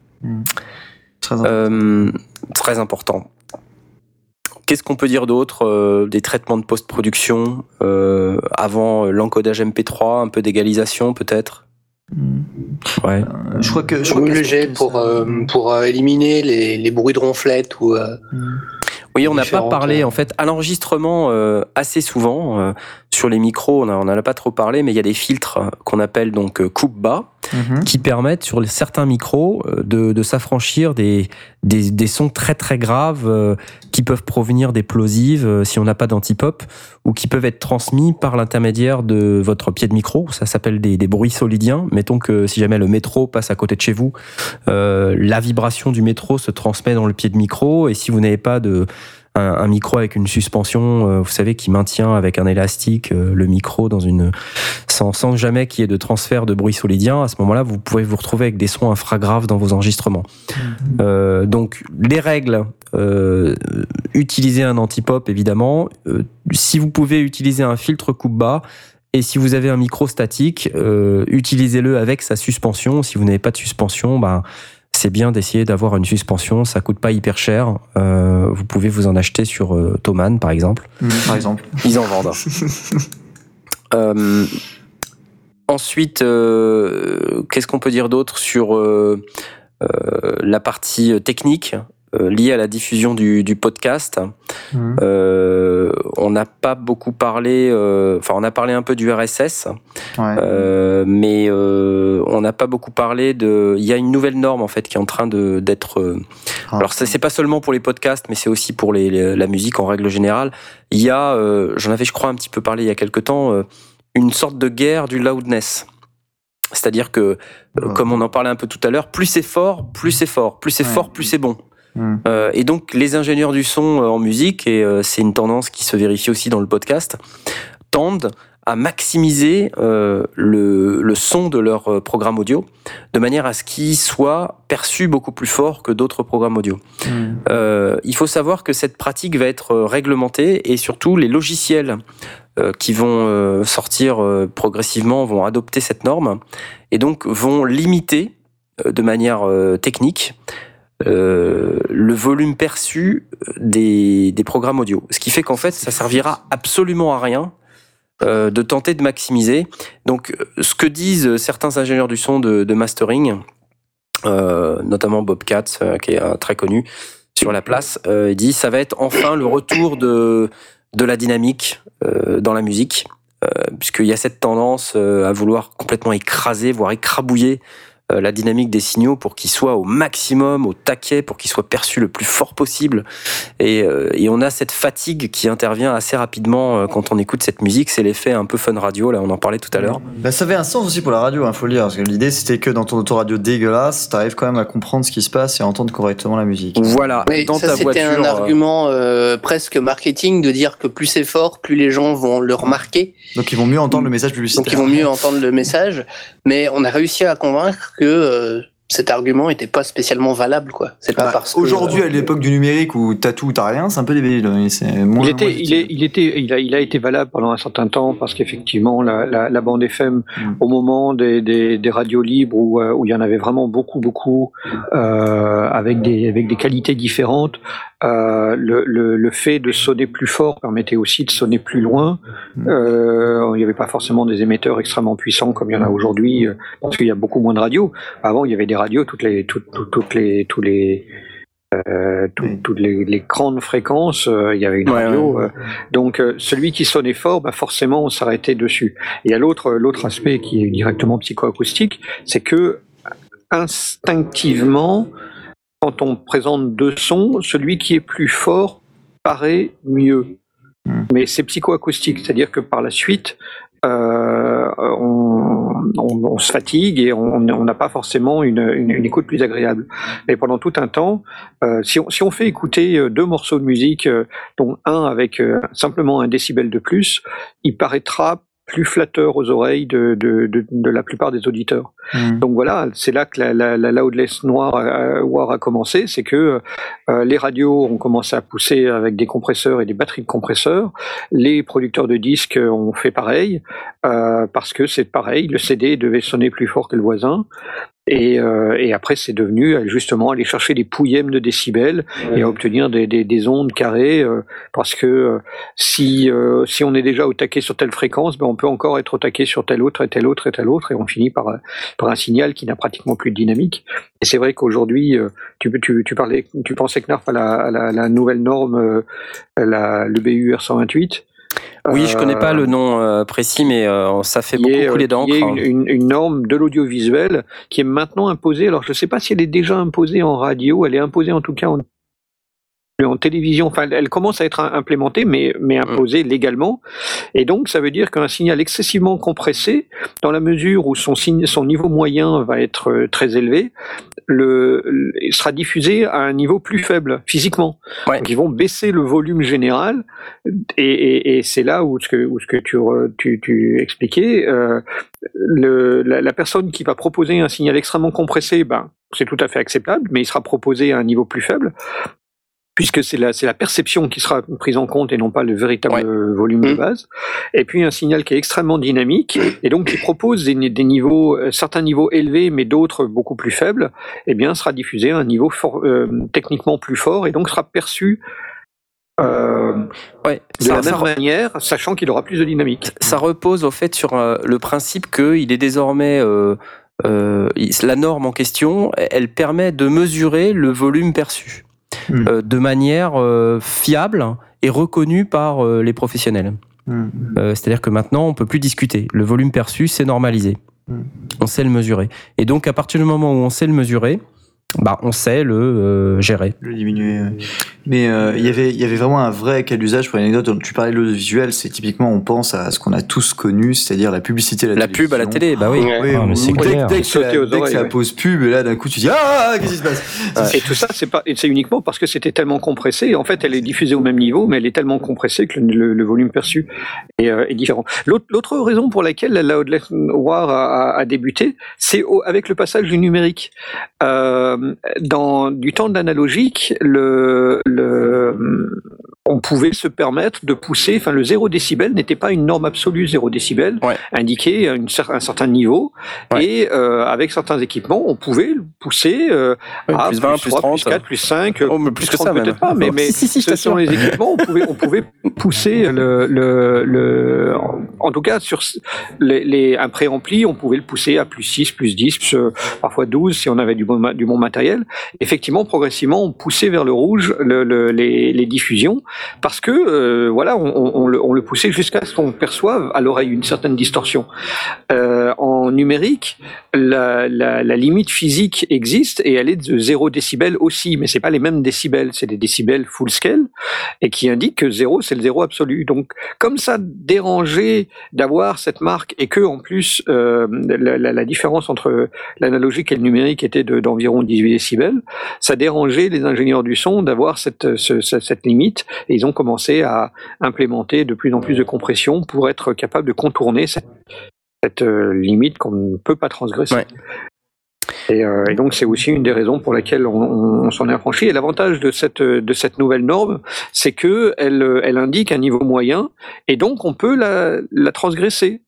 A: Très important. Qu'est-ce qu'on peut dire d'autre des traitements de post-production avant l'encodage MP3, un peu d'égalisation peut-être. Ouais.
B: Je crois que
G: léger pour éliminer les bruits de ronflette ou.
A: Oui, on n'a pas parlé en fait à l'enregistrement assez souvent sur les micros. On n'en a pas trop parlé, mais il y a des filtres qu'on appelle donc coupe bas qui permettent sur certains micros de s'affranchir des sons très très graves qui peuvent provenir des plosives si on n'a pas d'antipop ou qui peuvent être transmis par l'intermédiaire de votre pied de micro. Ça s'appelle des bruits solidiens. Mettons que si jamais le métro passe à côté de chez vous, la vibration du métro se transmet dans le pied de micro et si vous n'avez pas un micro avec une suspension, vous savez, qui maintient avec un élastique le micro dans sans jamais qu'il y ait de transfert de bruit solidien. À ce moment-là, vous pouvez vous retrouver avec des sons infragraves dans vos enregistrements. Donc, les règles, utilisez un antipop, évidemment. Si vous pouvez utiliser un filtre coupe-bas, et si vous avez un micro statique, utilisez-le avec sa suspension. Si vous n'avez pas de suspension, c'est bien d'essayer d'avoir une suspension, ça coûte pas hyper cher. Vous pouvez vous en acheter sur Thomann, par exemple.
B: Par exemple.
A: Ils en vendent. Ensuite, qu'est-ce qu'on peut dire d'autre sur la partie technique liée à la diffusion du podcast? On n'a pas beaucoup parlé, on a parlé un peu du RSS, mais on n'a pas beaucoup parlé il y a une nouvelle norme en fait qui est en train d'être. Alors c'est pas seulement pour les podcasts, mais c'est aussi pour la musique en règle générale. Il y a, j'en avais je crois un petit peu parlé il y a quelque temps, une sorte de guerre du loudness. C'est-à-dire que, comme on en parlait un peu tout à l'heure, plus c'est fort, plus c'est fort, plus c'est fort, plus c'est bon. Et donc les ingénieurs du son en musique, et c'est une tendance qui se vérifie aussi dans le podcast, tendent à maximiser le son de leur programme audio de manière à ce qu'il soit perçu beaucoup plus fort que d'autres programmes audio. Il faut savoir que cette pratique va être réglementée et surtout les logiciels qui vont sortir progressivement vont adopter cette norme et donc vont limiter de manière technique le volume perçu des programmes audio. Ce qui fait qu'en fait, ça servira absolument à rien de tenter de maximiser. Donc, ce que disent certains ingénieurs du son de mastering, notamment Bob Katz, qui est très connu sur la place, il dit ça va être enfin le retour de la dynamique dans la musique, puisqu'il y a cette tendance à vouloir complètement écraser, voire écrabouiller la dynamique des signaux pour qu'ils soient au maximum, au taquet, pour qu'ils soient perçus le plus fort possible. Et on a cette fatigue qui intervient assez rapidement quand on écoute cette musique. C'est l'effet un peu fun radio, là, on en parlait tout à l'heure.
B: Bah, ça avait un sens aussi pour la radio, faut le dire, parce que l'idée c'était que dans ton autoradio dégueulasse, t'arrives quand même à comprendre ce qui se passe et à entendre correctement la musique.
A: Voilà,
G: mais
A: dans
G: ça,
A: ta
G: c'était
A: voiture.
G: Un argument presque marketing de dire que plus c'est fort, plus les gens vont le remarquer.
B: Donc ils vont mieux entendre le message publicitaire.
G: Donc ils vont mieux entendre le message, mais on a réussi à convaincre que cet argument était pas spécialement valable, quoi. C'est pas parce que
B: aujourd'hui, à l'époque du numérique où t'as tout ou t'as rien, c'est un peu débile.
D: Il a été valable pendant un certain temps parce qu'effectivement la bande FM au moment des radios libres où il y en avait vraiment beaucoup avec des qualités différentes. Le fait de sonner plus fort permettait aussi de sonner plus loin. Il n'y avait pas forcément des émetteurs extrêmement puissants comme il y en a aujourd'hui, parce qu'il y a beaucoup moins de radios. Avant, il y avait des radios toutes les grandes fréquences. Il y avait une radio. Donc, celui qui sonnait fort, forcément, on s'arrêtait dessus. Et il y a l'autre aspect qui est directement psychoacoustique, c'est que instinctivement, quand on présente deux sons, celui qui est plus fort paraît mieux. Mais c'est psychoacoustique, c'est-à-dire que par la suite, on se fatigue et on n'a pas forcément une écoute plus agréable. Mais pendant tout un temps, si on fait écouter deux morceaux de musique, dont un avec simplement 1 décibel de plus, il paraîtra plus flatteur aux oreilles de la plupart des auditeurs. Donc voilà, c'est là que la Loudness War a commencé, c'est que les radios ont commencé à pousser avec des compresseurs et des batteries de compresseurs, les producteurs de disques ont fait pareil, parce que c'est pareil, le CD devait sonner plus fort que le voisin, et après c'est devenu justement aller chercher des pouillèmes de décibels et à obtenir des ondes carrées, parce que si on est déjà au taquet sur telle fréquence, on peut encore être au taquet sur telle autre et telle autre et telle autre, et on finit par un signal qui n'a pratiquement plus de dynamique. Et c'est vrai qu'aujourd'hui, tu pensais que NARF à la nouvelle norme, le BU R128.
A: Oui, je connais pas le nom précis, mais ça fait beaucoup couler d'encre.
D: Il y a une norme de l'audiovisuel qui est maintenant imposée. Alors, je ne sais pas si elle est déjà imposée en radio, elle est imposée en tout cas en télévision. Enfin, elle commence à être implémentée, mais imposée légalement. Et donc, ça veut dire qu'un signal excessivement compressé, dans la mesure où son niveau moyen va être très élevé, sera diffusé à un niveau plus faible physiquement. Ouais. Donc ils vont baisser le volume général, et c'est là où ce que tu expliquais, la personne qui va proposer un signal extrêmement compressé, c'est tout à fait acceptable, mais il sera proposé à un niveau plus faible, puisque c'est la perception qui sera prise en compte et non pas le véritable volume de base. Et puis un signal qui est extrêmement dynamique et donc qui propose des niveaux, certains niveaux élevés mais d'autres beaucoup plus faibles, sera diffusé à un niveau techniquement plus fort et donc sera perçu de la même manière, sachant qu'il aura plus de dynamique.
A: Ça repose au fait sur le principe qu'il est désormais la norme en question, elle permet de mesurer le volume perçu. De manière fiable et reconnue par les professionnels. C'est-à-dire que maintenant, on peut plus discuter. Le volume perçu, c'est normalisé. On sait le mesurer. Et donc, à partir du moment où on sait le mesurer, on sait le gérer.
B: Le diminuer. Mais il y avait vraiment un vrai cas d'usage pour l'anecdote. Tu parlais de l'audiovisuel, c'est typiquement, on pense à ce qu'on a tous connu, c'est-à-dire la publicité à la télévision.
A: Pub à la télé, oui.
F: Mais c'est clair.
B: Dès que ça pose pub, et là d'un coup tu dis qu'est-ce qui se passe?
D: Et tout ça, c'est uniquement parce que c'était tellement compressé. En fait, elle est diffusée au même niveau, mais elle est tellement compressée que le volume perçu est différent. L'autre raison pour laquelle la Loudness War a débuté, c'est avec le passage du numérique. Du temps de l'analogique, on pouvait se permettre de pousser, le 0 décibel n'était pas une norme absolue, 0 décibel indiquait un certain niveau, et avec certains équipements, on pouvait le pousser à plus 20, plus 3, 30, plus 4, plus 5,
A: plus que 30, ça peut-être
D: pas, mais selon les équipements, on pouvait pousser en tout cas sur un préampli, on pouvait le pousser à plus 6, plus 10, parfois 12 si on avait du bon matériel. Effectivement, progressivement, on poussait vers le rouge les diffusions, parce que voilà, on le poussait jusqu'à ce qu'on perçoive à l'oreille une certaine distorsion. En numérique, la limite physique existe et elle est de 0 décibel aussi, mais c'est pas les mêmes décibels, c'est des décibels full scale et qui indiquent que 0 c'est le 0 absolu. Donc comme ça dérangeait d'avoir cette marque et que en plus la différence entre l'analogique et le numérique était d'environ 18 décibels, ça dérangeait les ingénieurs du son d'avoir cette limite et ils ont commencé à implémenter de plus en plus de compression pour être capable de contourner cette limite qu'on ne peut pas transgresser. Ouais. Et donc c'est aussi une des raisons pour laquelle on s'en est affranchi. Et l'avantage de cette nouvelle norme, c'est que elle indique un niveau moyen, et donc on peut la transgresser.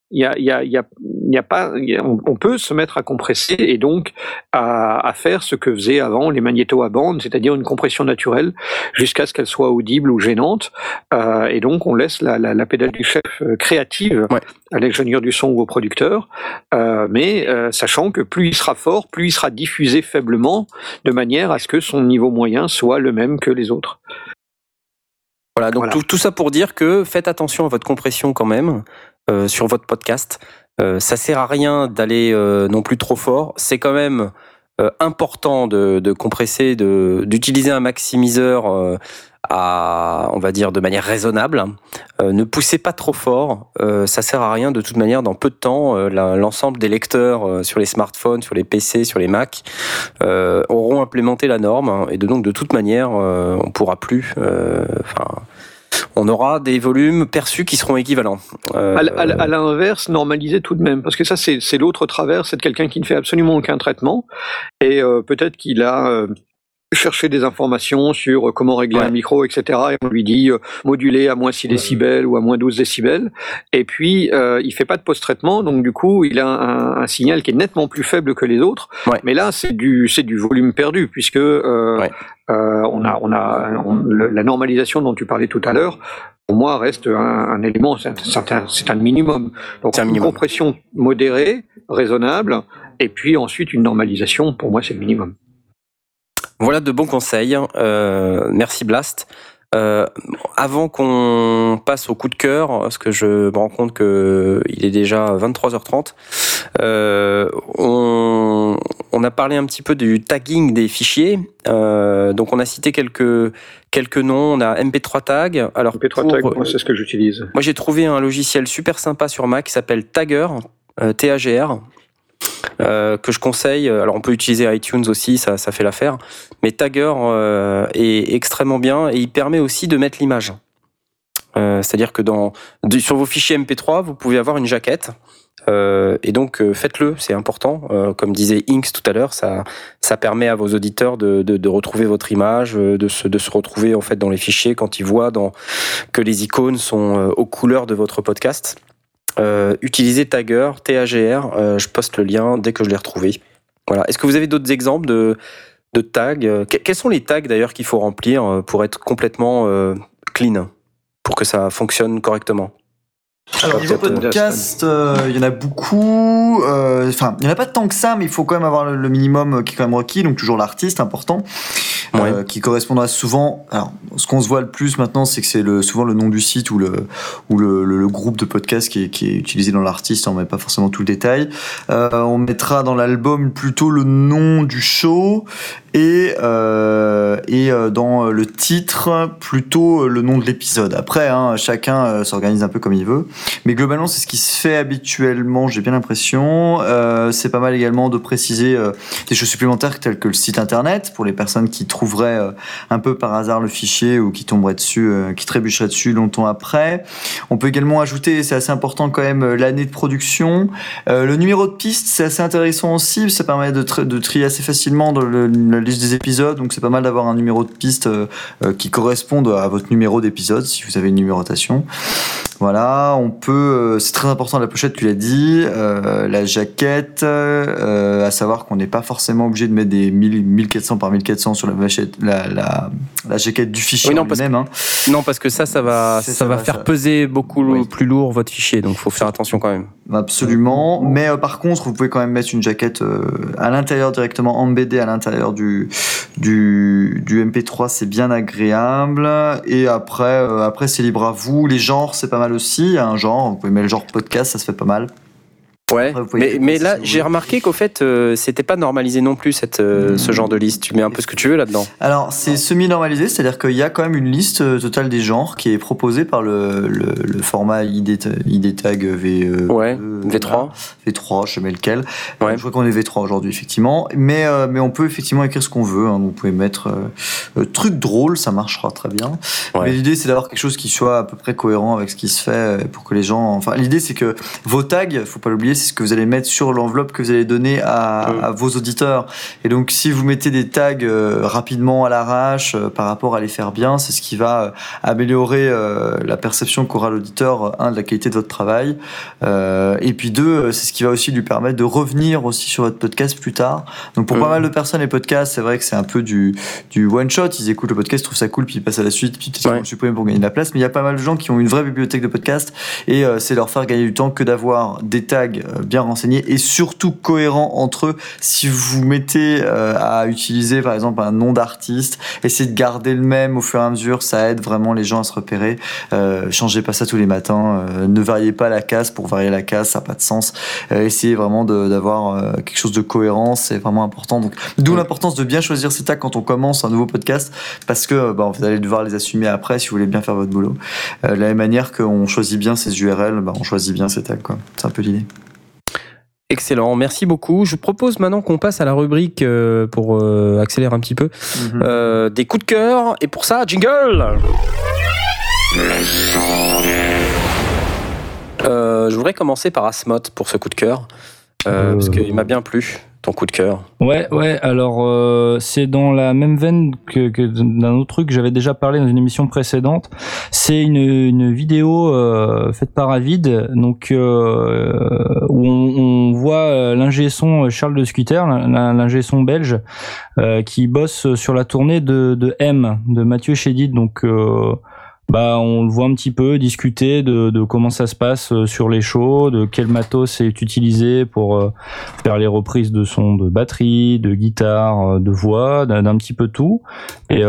D: On peut se mettre à compresser et donc à faire ce que faisaient avant les magnétos à bande, c'est-à-dire une compression naturelle jusqu'à ce qu'elle soit audible ou gênante. Et donc on laisse la pédale du chef créative à l'ingénieur du son ou au producteur, mais sachant que plus il sera fort, plus il sera diffusé faiblement, de manière à ce que son niveau moyen soit le même que les autres.
A: Voilà, donc tout ça pour dire que faites attention à votre compression quand même sur votre podcast. Ça sert à rien d'aller non plus trop fort. C'est quand même important de compresser, d'utiliser un maximiseur on va dire de manière raisonnable. Ne poussez pas trop fort. Ça sert à rien de toute manière. Dans peu de temps, l'ensemble des lecteurs sur les smartphones, sur les PC, sur les Mac auront implémenté la norme, et donc de toute manière, on pourra plus. On aura des volumes perçus qui seront équivalents.
D: À l'inverse, normaliser tout de même, parce que ça, c'est l'autre travers, c'est de quelqu'un qui ne fait absolument aucun traitement, et peut-être qu'il a cherché des informations sur comment régler un micro, etc., et on lui dit moduler à moins 6 décibels ou à moins 12 décibels, et puis il fait pas de post-traitement, donc du coup, il a un signal qui est nettement plus faible que les autres, mais là, c'est du volume perdu, puisque la normalisation dont tu parlais tout à l'heure, pour moi, reste un élément, c'est un minimum. Donc, une compression modérée, raisonnable, et puis ensuite une normalisation, pour moi, c'est le minimum.
A: Voilà de bons conseils. Merci Blast. Avant qu'on passe au coup de cœur, parce que je me rends compte qu'il est déjà 23h30, on a parlé un petit peu du tagging des fichiers. Donc on a cité quelques noms. On a MP3 Tag. Alors
D: MP3 Tag, moi c'est ce que j'utilise.
A: Moi j'ai trouvé un logiciel super sympa sur Mac qui s'appelle Tagger, T-A-G-R. Que je conseille. Alors on peut utiliser iTunes aussi, ça fait l'affaire, mais Tagger est extrêmement bien, et il permet aussi de mettre l'image. C'est-à-dire que sur vos fichiers MP3, vous pouvez avoir une jaquette, et donc faites-le, c'est important. Comme disait Inks tout à l'heure, ça permet à vos auditeurs de retrouver votre image, de se retrouver en fait dans les fichiers quand ils voient que les icônes sont aux couleurs de votre podcast. Utilisez Tagger, T-A-G-R, je poste le lien dès que je l'ai retrouvé. Voilà. Est-ce que vous avez d'autres exemples de tags? Quels sont les tags d'ailleurs qu'il faut remplir pour être complètement clean, pour que ça fonctionne correctement?
B: Alors niveau podcast, il y en a beaucoup. Enfin, il n'y en a pas tant que ça, mais il faut quand même avoir le minimum qui est quand même requis. Donc toujours l'artiste, important, qui correspondra souvent. Alors, ce qu'on se voit le plus maintenant, c'est que c'est souvent le nom du site ou le groupe de podcast qui est utilisé dans l'artiste. On met pas forcément tout le détail. On mettra dans l'album plutôt le nom du show et dans le titre plutôt le nom de l'épisode. Après, chacun s'organise un peu comme il veut. Mais globalement, c'est ce qui se fait habituellement, j'ai bien l'impression. C'est pas mal également de préciser des choses supplémentaires telles que le site internet pour les personnes qui trouveraient un peu par hasard le fichier ou qui tomberaient dessus, qui trébucheraient dessus longtemps après. On peut également ajouter, c'est assez important quand même, l'année de production. Le numéro de piste, c'est assez intéressant aussi. Ça permet de trier assez facilement dans la liste des épisodes. Donc c'est pas mal d'avoir un numéro de piste qui corresponde à votre numéro d'épisode si vous avez une numérotation. Voilà, on peut, c'est très important la pochette, tu l'as dit, la jaquette, à savoir qu'on n'est pas forcément obligé de mettre des 1400 par 1400 sur la jaquette du fichier lui-même.
A: Non, parce que ça va faire peser beaucoup plus lourd votre fichier, donc faut faire attention quand même.
B: Absolument, mais par contre, vous pouvez quand même mettre une jaquette à l'intérieur directement embêtée à l'intérieur du MP3, c'est bien agréable. Et après c'est libre à vous. Les genres, c'est pas mal aussi. Il y a un genre, vous pouvez mettre le genre podcast, ça se fait pas mal.
A: Ouais, mais là, j'ai remarqué qu'au fait, c'était pas normalisé non plus ce genre de liste. Tu mets un peu ce que tu veux là-dedans.
B: Alors, c'est semi-normalisé, c'est-à-dire qu'il y a quand même une liste totale des genres qui est proposée par le format ID tag V3. V3, je sais pas lequel. Je crois qu'on est V3 aujourd'hui, effectivement. Mais on peut effectivement écrire ce qu'on veut. Hein. Vous pouvez mettre truc drôle, ça marchera très bien. Ouais. Mais l'idée, c'est d'avoir quelque chose qui soit à peu près cohérent avec ce qui se fait pour que les gens. Enfin, l'idée, c'est que vos tags, faut pas l'oublier, c'est ce que vous allez mettre sur l'enveloppe que vous allez donner à vos auditeurs. Et donc, si vous mettez des tags rapidement à l'arrache par rapport à les faire bien, c'est ce qui va améliorer la perception qu'aura l'auditeur, de la qualité de votre travail. Et puis deux, c'est ce qui va aussi lui permettre de revenir aussi sur votre podcast plus tard. Donc, pour pas mal de personnes, les podcasts, c'est vrai que c'est un peu du one-shot. Ils écoutent le podcast, ils trouvent ça cool, puis ils passent à la suite, puis peut-être qu'ils vont supprimer pour gagner de la place. Mais il y a pas mal de gens qui ont une vraie bibliothèque de podcasts et c'est leur faire gagner du temps que d'avoir des tags bien renseignés et surtout cohérents entre eux. Si vous mettez à utiliser par exemple un nom d'artiste, essayez de garder le même au fur et à mesure, ça aide vraiment les gens à se repérer. Changez pas ça tous les matins, ne variez pas la case pour varier la case, ça n'a pas de sens. Essayez vraiment d'avoir quelque chose de cohérent, c'est vraiment important. Donc, d'où l'importance de bien choisir ces tags quand on commence un nouveau podcast, parce que vous allez devoir les assumer après si vous voulez bien faire votre boulot. De la même manière qu'on choisit bien ces URL, on choisit bien ces tags, quoi. C'est un peu l'idée.
A: Excellent, merci beaucoup. Je propose maintenant qu'on passe à la rubrique pour accélérer un petit peu des coups de cœur. Et pour ça, jingle. Je voudrais commencer par Asmoth pour ce coup de cœur parce qu'il m'a bien plu. Ton coup de cœur.
F: Ouais. Alors, c'est dans la même veine que d'un autre truc que j'avais déjà parlé dans une émission précédente. C'est une vidéo faite par Avid, donc où on voit l'ingé son Charles de Scuter, l'ingé son belge, qui bosse sur la tournée de M de Mathieu Chédid. Donc on le voit un petit peu discuter de comment ça se passe sur les shows, de quel matos est utilisé pour faire les reprises de sons de batterie, de guitare, de voix, d'un petit peu tout. Et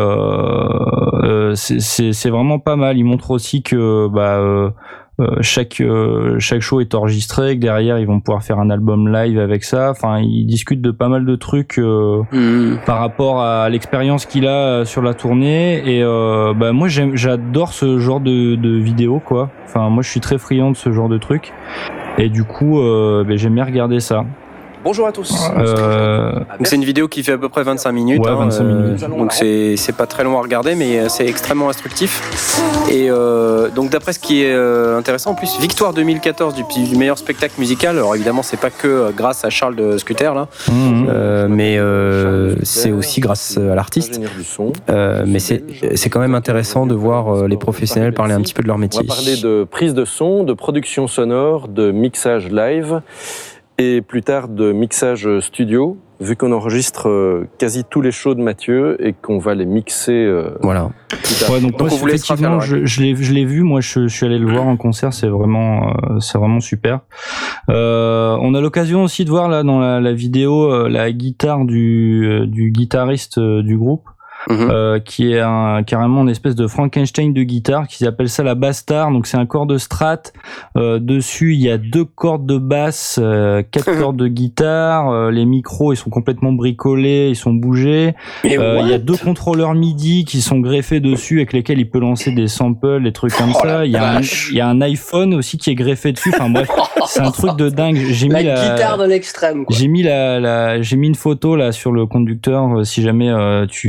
F: c'est vraiment pas mal. Il montre aussi que chaque show est enregistré, que derrière ils vont pouvoir faire un album live avec ça. Enfin, ils discutent de pas mal de trucs par rapport à l'expérience qu'il a sur la tournée. Et moi j'adore ce genre de vidéo, quoi. Enfin, moi je suis très friand de ce genre de trucs. Et du coup, j'aime bien regarder ça.
A: Bonjour à tous. Donc c'est une vidéo qui fait à peu près 25 minutes.
F: Ouais, 25 minutes.
A: Donc c'est pas très long à regarder, mais c'est extrêmement instructif. Et donc d'après ce qui est intéressant, en plus, victoire 2014 du meilleur spectacle musical. Alors évidemment, c'est pas que grâce à Charles de Scuter là, mais c'est aussi grâce à l'artiste. Mais c'est quand même intéressant de voir les professionnels parler un petit peu de leur métier.
H: On va parler de prise de son, de production sonore, de mixage live. Et plus tard de mixage studio, vu qu'on enregistre quasi tous les shows de Mathieu et qu'on va les mixer.
A: Voilà.
F: Ouais, donc moi, effectivement, je l'ai vu. Moi, je suis allé le voir en concert. C'est vraiment super. On a l'occasion aussi de voir là dans la vidéo la guitare du guitariste du groupe. Qui est carrément une espèce de Frankenstein de guitare, qui appelle ça la bass star. Donc c'est un corps de strat, dessus il y a 2 cordes de basse, 4 cordes de guitare, les micros ils sont complètement bricolés, ils sont bougés, il y a 2 contrôleurs MIDI qui sont greffés dessus avec lesquels il peut lancer des samples, des trucs comme ça. Il y a un iPhone aussi qui est greffé dessus. Enfin bref, c'est un truc de dingue. J'ai mis la
G: guitare de l'extrême, quoi.
F: J'ai mis une photo là sur le conducteur, si jamais tu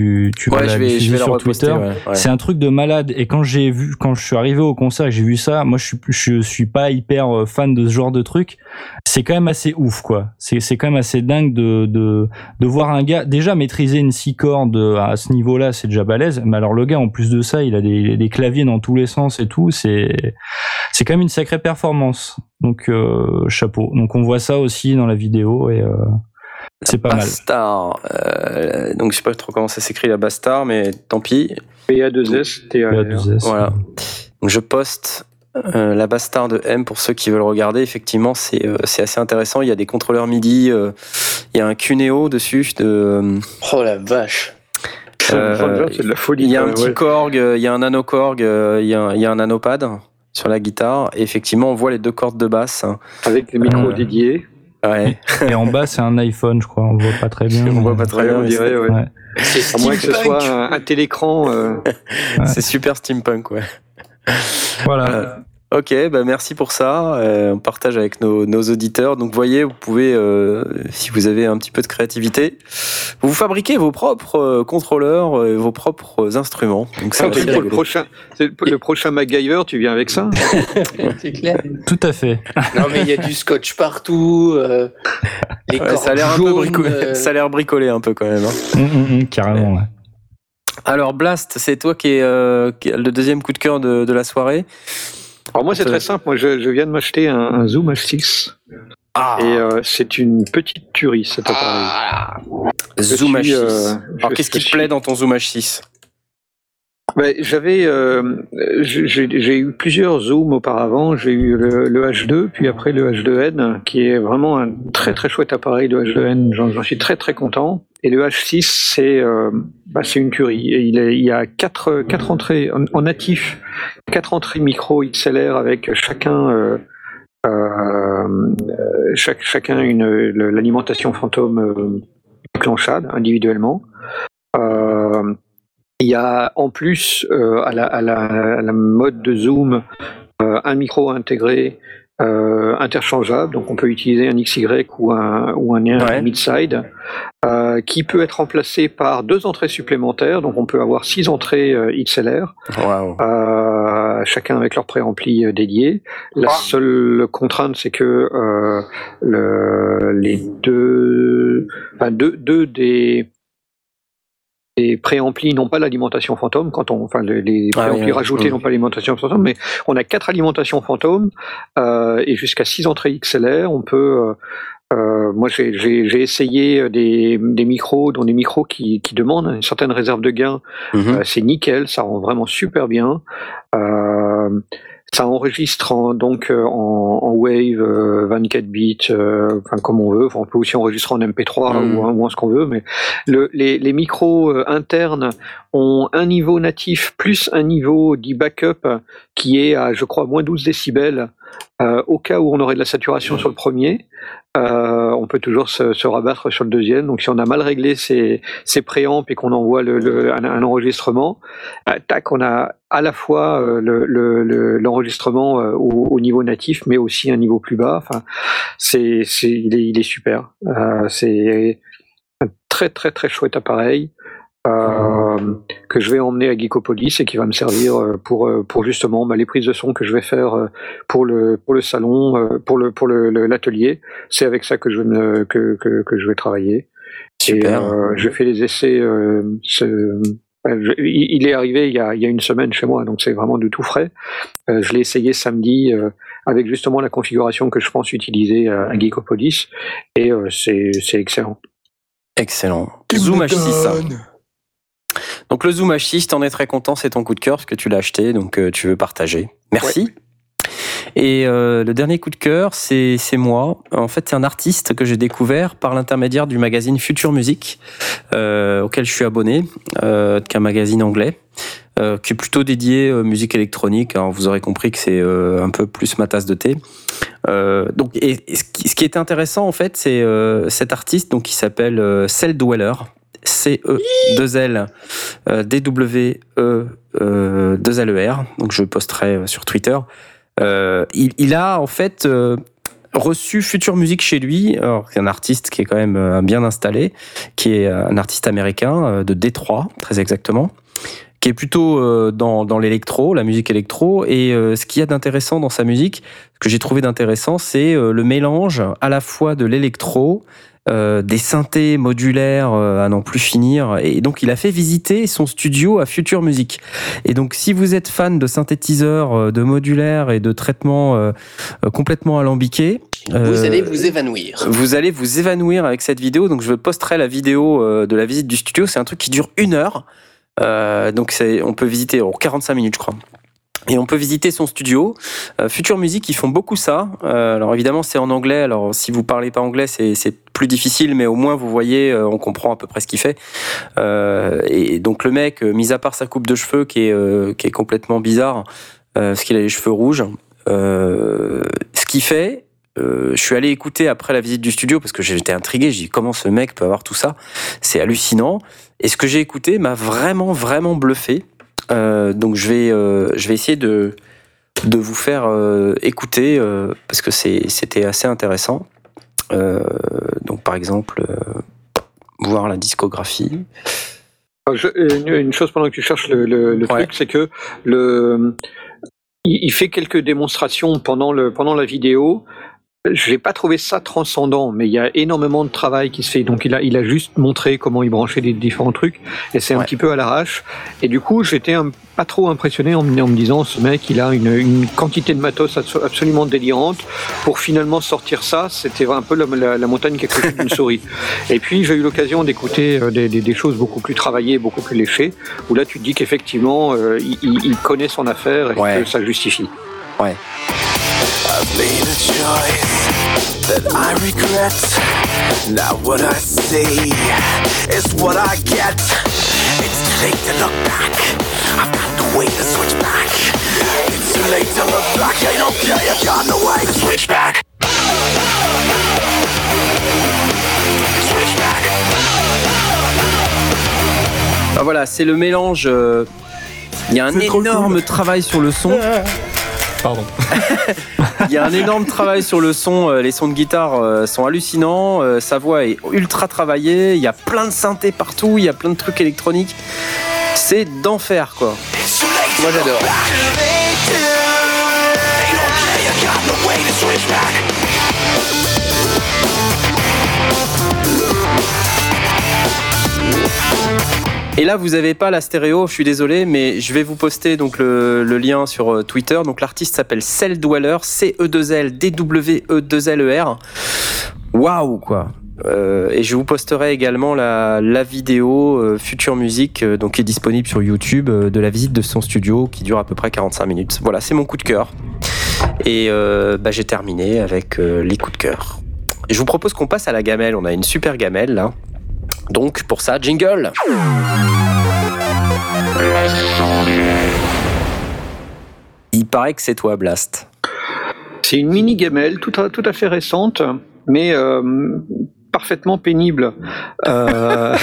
F: tu vas la diffuser sur Twitter.
A: Ouais.
F: C'est un truc de malade. Et quand je suis arrivé au concert et que j'ai vu ça, moi je suis pas hyper fan de ce genre de truc. C'est quand même assez ouf, quoi. C'est quand même assez dingue de voir un gars déjà maîtriser une 6 cordes à ce niveau-là, c'est déjà balèze. Mais alors le gars, en plus de ça, il a des claviers dans tous les sens et tout. C'est quand même une sacrée performance. Donc chapeau. Donc on voit ça aussi dans la vidéo et c'est pas mal.
A: Bass-Star. Donc je sais pas trop comment ça s'écrit la Bass-Star, mais tant pis.
D: PA2S,
F: PA2S.
A: Voilà. Donc je poste la Bass-Star de M pour ceux qui veulent regarder. Effectivement, c'est assez intéressant. Il y a des contrôleurs MIDI. Il y a un Cuneo dessus.
G: Oh la vache.
D: c'est de la folie.
A: Il y a un petit Korg, il y a un nano-Korg, il y a un nanopad sur la guitare. Et effectivement, on voit les 2 cordes de basse.
D: Avec les micros dédiés.
A: Ouais.
F: Et en bas, c'est un iPhone, je crois. On voit pas très bien.
A: On voit pas très bien,
D: on dirait, ouais.
G: C'est
D: À moins que ce
G: steampunk.
D: soit un télécran.
A: C'est super steampunk, ouais.
F: Voilà.
A: Ok, bah merci pour ça. On partage avec nos auditeurs. Donc, vous voyez, vous pouvez, si vous avez un petit peu de créativité, vous fabriquez vos propres contrôleurs, vos propres instruments. Donc,
D: Ça,
A: c'est
D: pour le prochain MacGyver, tu viens avec ça?
G: C'est clair.
F: Tout à fait.
G: Non mais il y a du scotch partout. Les cordes
A: ça a l'air un peu
G: jaunes,
A: bricolé. Ça a l'air bricolé un peu quand même. Hein.
F: Carrément, ouais.
A: Alors, Blast, c'est toi qui est le deuxième coup de cœur de la soirée.
D: Alors moi, c'est très simple. Moi, je viens de m'acheter un Zoom H6.
A: Ah.
D: Et c'est une petite tuerie, cet appareil.
A: Zoom
D: suis,
A: H6. Alors, qu'est-ce qui te plaît dans ton Zoom H6?
D: J'ai eu plusieurs zooms auparavant. J'ai eu le H2, puis après le H2N, qui est vraiment un très très chouette appareil. Le H2N, j'en suis très très content. Et le H6, c'est une tuerie. Et il y a quatre entrées en natif, 4 entrées micro XLR avec chacun l'alimentation fantôme clanchade individuellement. Il y a en plus à la mode de zoom un micro intégré interchangeable, donc on peut utiliser un XY ou un mid-side qui peut être remplacé par 2 entrées supplémentaires, donc on peut avoir 6 entrées XLR, chacun avec leur préampli dédié. La seule contrainte, c'est que les deux des préamplis n'ont pas l'alimentation fantôme, les préamplis rajoutés n'ont pas l'alimentation fantôme, mais on a 4 alimentations fantômes et jusqu'à 6 entrées XLR. On peut moi j'ai essayé des micros, dont des micros qui demandent une certaine réserve de gain. C'est nickel, ça rend vraiment super bien. Ça enregistre en wave 24 bits, comme on veut. On peut aussi enregistrer en MP3 ou en ce qu'on veut. Mais les micros internes ont un niveau natif plus un niveau dit backup qui est à, je crois, moins 12 décibels. Au cas où on aurait de la saturation sur le premier, on peut toujours se rabattre sur le deuxième. Donc si on a mal réglé ses préamps et qu'on envoie un enregistrement, tac, on a à la fois l'enregistrement au niveau natif, mais aussi un niveau plus bas. Enfin, il est super. C'est un très très très chouette appareil. Que je vais emmener à Geekopolis et qui va me servir pour justement les prises de son que je vais faire pour le salon, pour l'atelier. C'est avec ça que je vais travailler.
A: Super.
D: Et je fais les essais. Il est arrivé il y a une semaine chez moi, donc c'est vraiment du tout frais. Je l'ai essayé samedi avec justement la configuration que je pense utiliser à Geekopolis et c'est excellent.
A: Excellent. Zoom H6. Donc le Zoom H6, t'en es très content, c'est ton coup de cœur parce que tu l'as acheté, donc tu veux partager. Merci. Ouais. Et le dernier coup de cœur, c'est moi. En fait, c'est un artiste que j'ai découvert par l'intermédiaire du magazine Future Music, auquel je suis abonné, qui est un magazine anglais, qui est plutôt dédié musique électronique. Alors, vous aurez compris que c'est un peu plus ma tasse de thé. Donc, ce qui est intéressant en fait, c'est cet artiste donc qui s'appelle Cell Dweller. CE2L DWE 2LER, donc je posterai sur Twitter. Il a en fait reçu Future Music chez lui, alors c'est un artiste qui est quand même bien installé, qui est un artiste américain de Détroit, très exactement, qui est plutôt dans l'électro, la musique électro, et ce qu'il y a d'intéressant dans sa musique, ce que j'ai trouvé d'intéressant, c'est le mélange à la fois de l'électro, des synthés modulaires à n'en plus finir, et donc il a fait visiter son studio à Future Music. Et donc si vous êtes fan de synthétiseurs, de modulaires et de traitements complètement alambiqués,
G: vous allez vous évanouir.
A: Vous allez vous évanouir avec cette vidéo. Donc je posterai la vidéo de la visite du studio. C'est un truc qui dure 1 heure. Donc on peut visiter 45 minutes, je crois. Et on peut visiter son studio. Future Music, ils font beaucoup ça. Alors évidemment, c'est en anglais. Alors si vous parlez pas anglais, c'est plus difficile, mais au moins vous voyez, on comprend à peu près ce qu'il fait. Et donc le mec, mis à part sa coupe de cheveux qui est complètement bizarre, parce qu'il a les cheveux rouges, ce qu'il fait. Je suis allé écouter après la visite du studio parce que j'étais intrigué. J'ai dit comment ce mec peut avoir tout ça. C'est hallucinant. Et ce que j'ai écouté m'a vraiment bluffé. Donc je vais essayer de vous faire écouter parce que c'était assez intéressant. Donc par exemple voir la discographie.
D: Une chose pendant que tu cherches le truc, c'est que il fait quelques démonstrations pendant la vidéo. Je n'ai pas trouvé ça transcendant, mais il y a énormément de travail qui se fait. Donc il a juste montré comment il branchait les différents trucs, et c'est un petit peu à l'arrache. Et du coup, j'étais pas trop impressionné en me disant, ce mec, il a une quantité de matos absolument délirante pour finalement sortir ça. C'était un peu la montagne qui a cru d'une souris. Et puis j'ai eu l'occasion d'écouter des choses beaucoup plus travaillées, beaucoup plus léchées, où là tu te dis qu'effectivement il connaît son affaire et que ça justifie.
A: Ouais.
I: I've made a choice that I regret. Now what I see is what I get. It's too late to look back. I've got the way to switch back. It's too late to look back. I don't care, I've got the way to switch back. Switch back.
A: Ah, voilà, c'est le mélange. Il y a un énorme travail sur le son.
E: Pardon.
A: Il y a un énorme travail sur le son. Les sons de guitare sont hallucinants. Sa voix est ultra travaillée. Il y a plein de synthés partout. Il y a plein de trucs électroniques. C'est d'enfer, quoi. Moi, j'adore. Et là, vous n'avez pas la stéréo, je suis désolé, mais je vais vous poster donc le lien sur Twitter. Donc l'artiste s'appelle Celldweller, C-E-2-L-D-W-E-2-L-E-R. Waouh, quoi. Et je vous posterai également la vidéo Future Music, donc qui est disponible sur YouTube, de la visite de son studio, qui dure à peu près 45 minutes. Voilà, c'est mon coup de cœur. Et j'ai terminé avec les coups de cœur. Et je vous propose qu'on passe à la gamelle. On a une super gamelle, là. Donc, pour ça, jingle. Il paraît que c'est toi, Blast.
D: C'est une mini gamelle tout à fait récente, mais parfaitement pénible. Je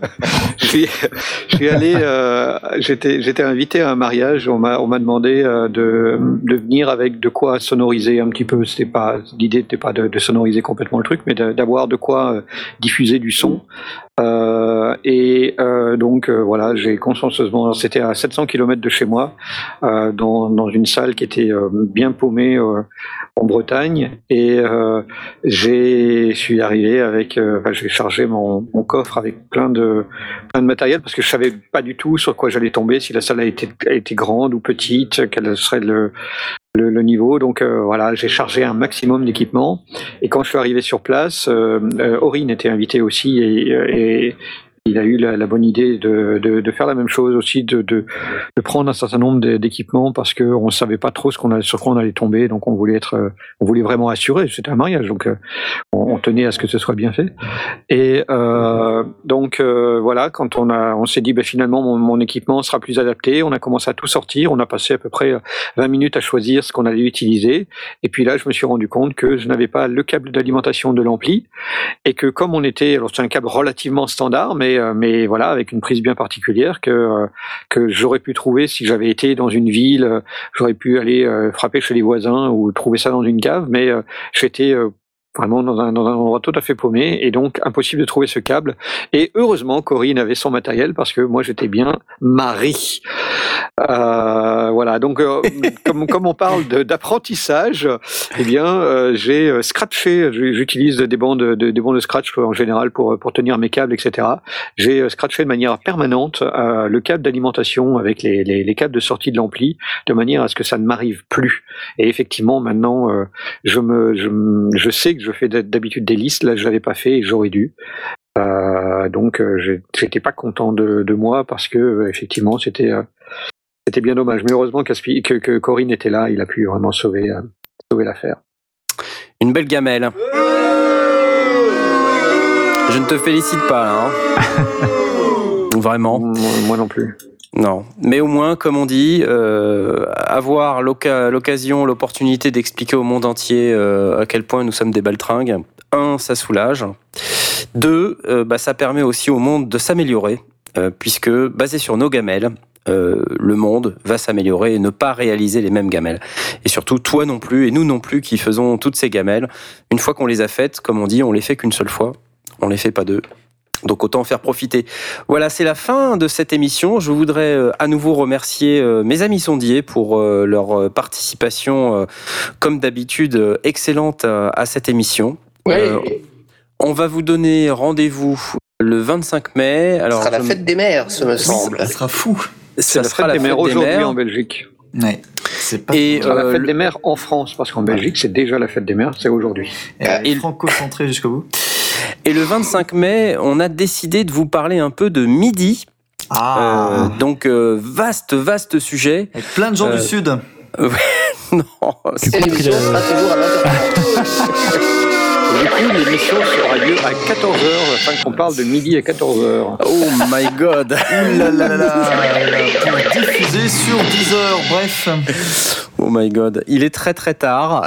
D: suis allé, j'étais invité à un mariage. On m'a demandé de venir avec de quoi sonoriser un petit peu. L'idée n'était pas de sonoriser complètement le truc, mais d'avoir de quoi diffuser du son. Donc voilà, j'ai consciencieusement, c'était à 700 km de chez moi, dans une salle qui était bien paumée en Bretagne, et je suis arrivé avec, j'ai chargé mon coffre avec plein de matériel, parce que je savais pas du tout sur quoi j'allais tomber, si la salle a été grande ou petite, quel serait le niveau. Donc voilà, j'ai chargé un maximum d'équipement, et quand je suis arrivé sur place, Aurine était invité aussi, et il a eu la bonne idée de faire la même chose aussi, de prendre un certain nombre d'équipements, parce que on savait pas trop sur quoi on allait tomber, donc on voulait vraiment assurer. C'était un mariage, donc on tenait à ce que ce soit bien fait. Et donc voilà, quand on s'est dit finalement mon équipement sera plus adapté, on a commencé à tout sortir, on a passé à peu près 20 minutes à choisir ce qu'on allait utiliser, et puis là je me suis rendu compte que je n'avais pas le câble d'alimentation de l'ampli, et que comme alors c'est un câble relativement standard, mais mais voilà, avec une prise bien particulière que j'aurais pu trouver si j'avais été dans une ville. J'aurais pu aller frapper chez les voisins ou trouver ça dans une cave, mais j'étais vraiment dans un endroit tout à fait paumé, et donc impossible de trouver ce câble. Et heureusement, Corinne avait son matériel, parce que moi j'étais bien marri. Voilà, donc comme on parle d'apprentissage, eh bien j'ai scratché, j'utilise des bandes de scratch en général pour tenir mes câbles, etc. J'ai scratché de manière permanente le câble d'alimentation avec les câbles de sortie de l'ampli, de manière à ce que ça ne m'arrive plus. Et effectivement, maintenant, je sais que je fais d'habitude des listes. Là, je l'avais pas fait et j'aurais dû. Donc, j'étais pas content de moi, parce que effectivement, c'était bien dommage. Mais heureusement que Corinne était là. Il a pu vraiment sauver l'affaire.
A: Une belle gamelle. Je ne te félicite pas, là, hein. Vraiment.
D: Moi non plus.
A: Non, mais au moins, comme on dit, avoir l'occasion, l'opportunité d'expliquer au monde entier à quel point nous sommes des baltringues. 1, ça soulage. 2, ça permet aussi au monde de s'améliorer, puisque basé sur nos gamelles, le monde va s'améliorer et ne pas réaliser les mêmes gamelles. Et surtout, toi non plus et nous non plus qui faisons toutes ces gamelles, une fois qu'on les a faites, comme on dit, on les fait qu'une seule fois, on les fait pas deux. Donc autant en faire profiter. Voilà, c'est la fin de cette émission. Je voudrais à nouveau remercier mes amis sondiers pour leur participation, comme d'habitude, excellente à cette émission.
G: Ouais.
A: On va vous donner rendez-vous le 25 mai. Alors,
G: ce sera la fête des mères, ce me semble.
B: Ça sera fou.
D: C'est la fête des mères aujourd'hui en Belgique.
B: Ouais. C'est pas
D: la fête des mères en France, parce qu'en Belgique, c'est déjà la fête des mères, c'est aujourd'hui.
B: Et franco-centré jusqu'au bout.
A: Et le 25 mai, on a décidé de vous parler un peu de MIDI. Donc, vaste sujet.
B: Avec plein de gens du Sud.
A: Non.
G: Et l'émission sera toujours à 20h.
D: Du coup, l'émission aura lieu à 14h, afin qu'on parle de midi à 14h.
A: Oh my god.
B: Ouh là là là là. Pour diffuser sur 10h, bref.
A: Oh my god, il est très tard.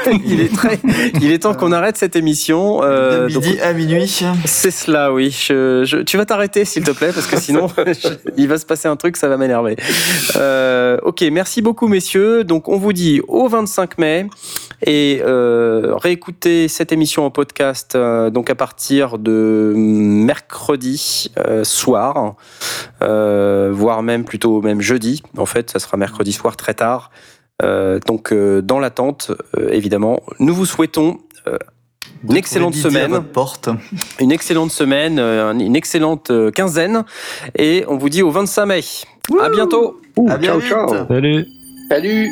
A: il est temps qu'on arrête cette émission.
B: De midi à minuit.
A: C'est cela, oui. Tu vas t'arrêter, s'il te plaît, parce que sinon, il va se passer un truc, ça va m'énerver. Ok, merci beaucoup, messieurs. Donc, on vous dit au 25 mai et réécoutez cette émission en podcast donc à partir de mercredi soir, voire même plutôt même jeudi. En fait, ça sera mercredi soir très tard. Donc, dans l'attente, évidemment, nous vous souhaitons une excellente semaine, une excellente semaine, une excellente quinzaine, et on vous dit au 25 mai. Wouh, à bientôt.
B: À bientôt.
D: Ciao.
F: Salut.
G: Salut.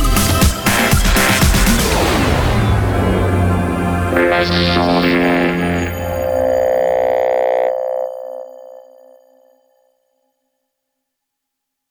I: Let's go.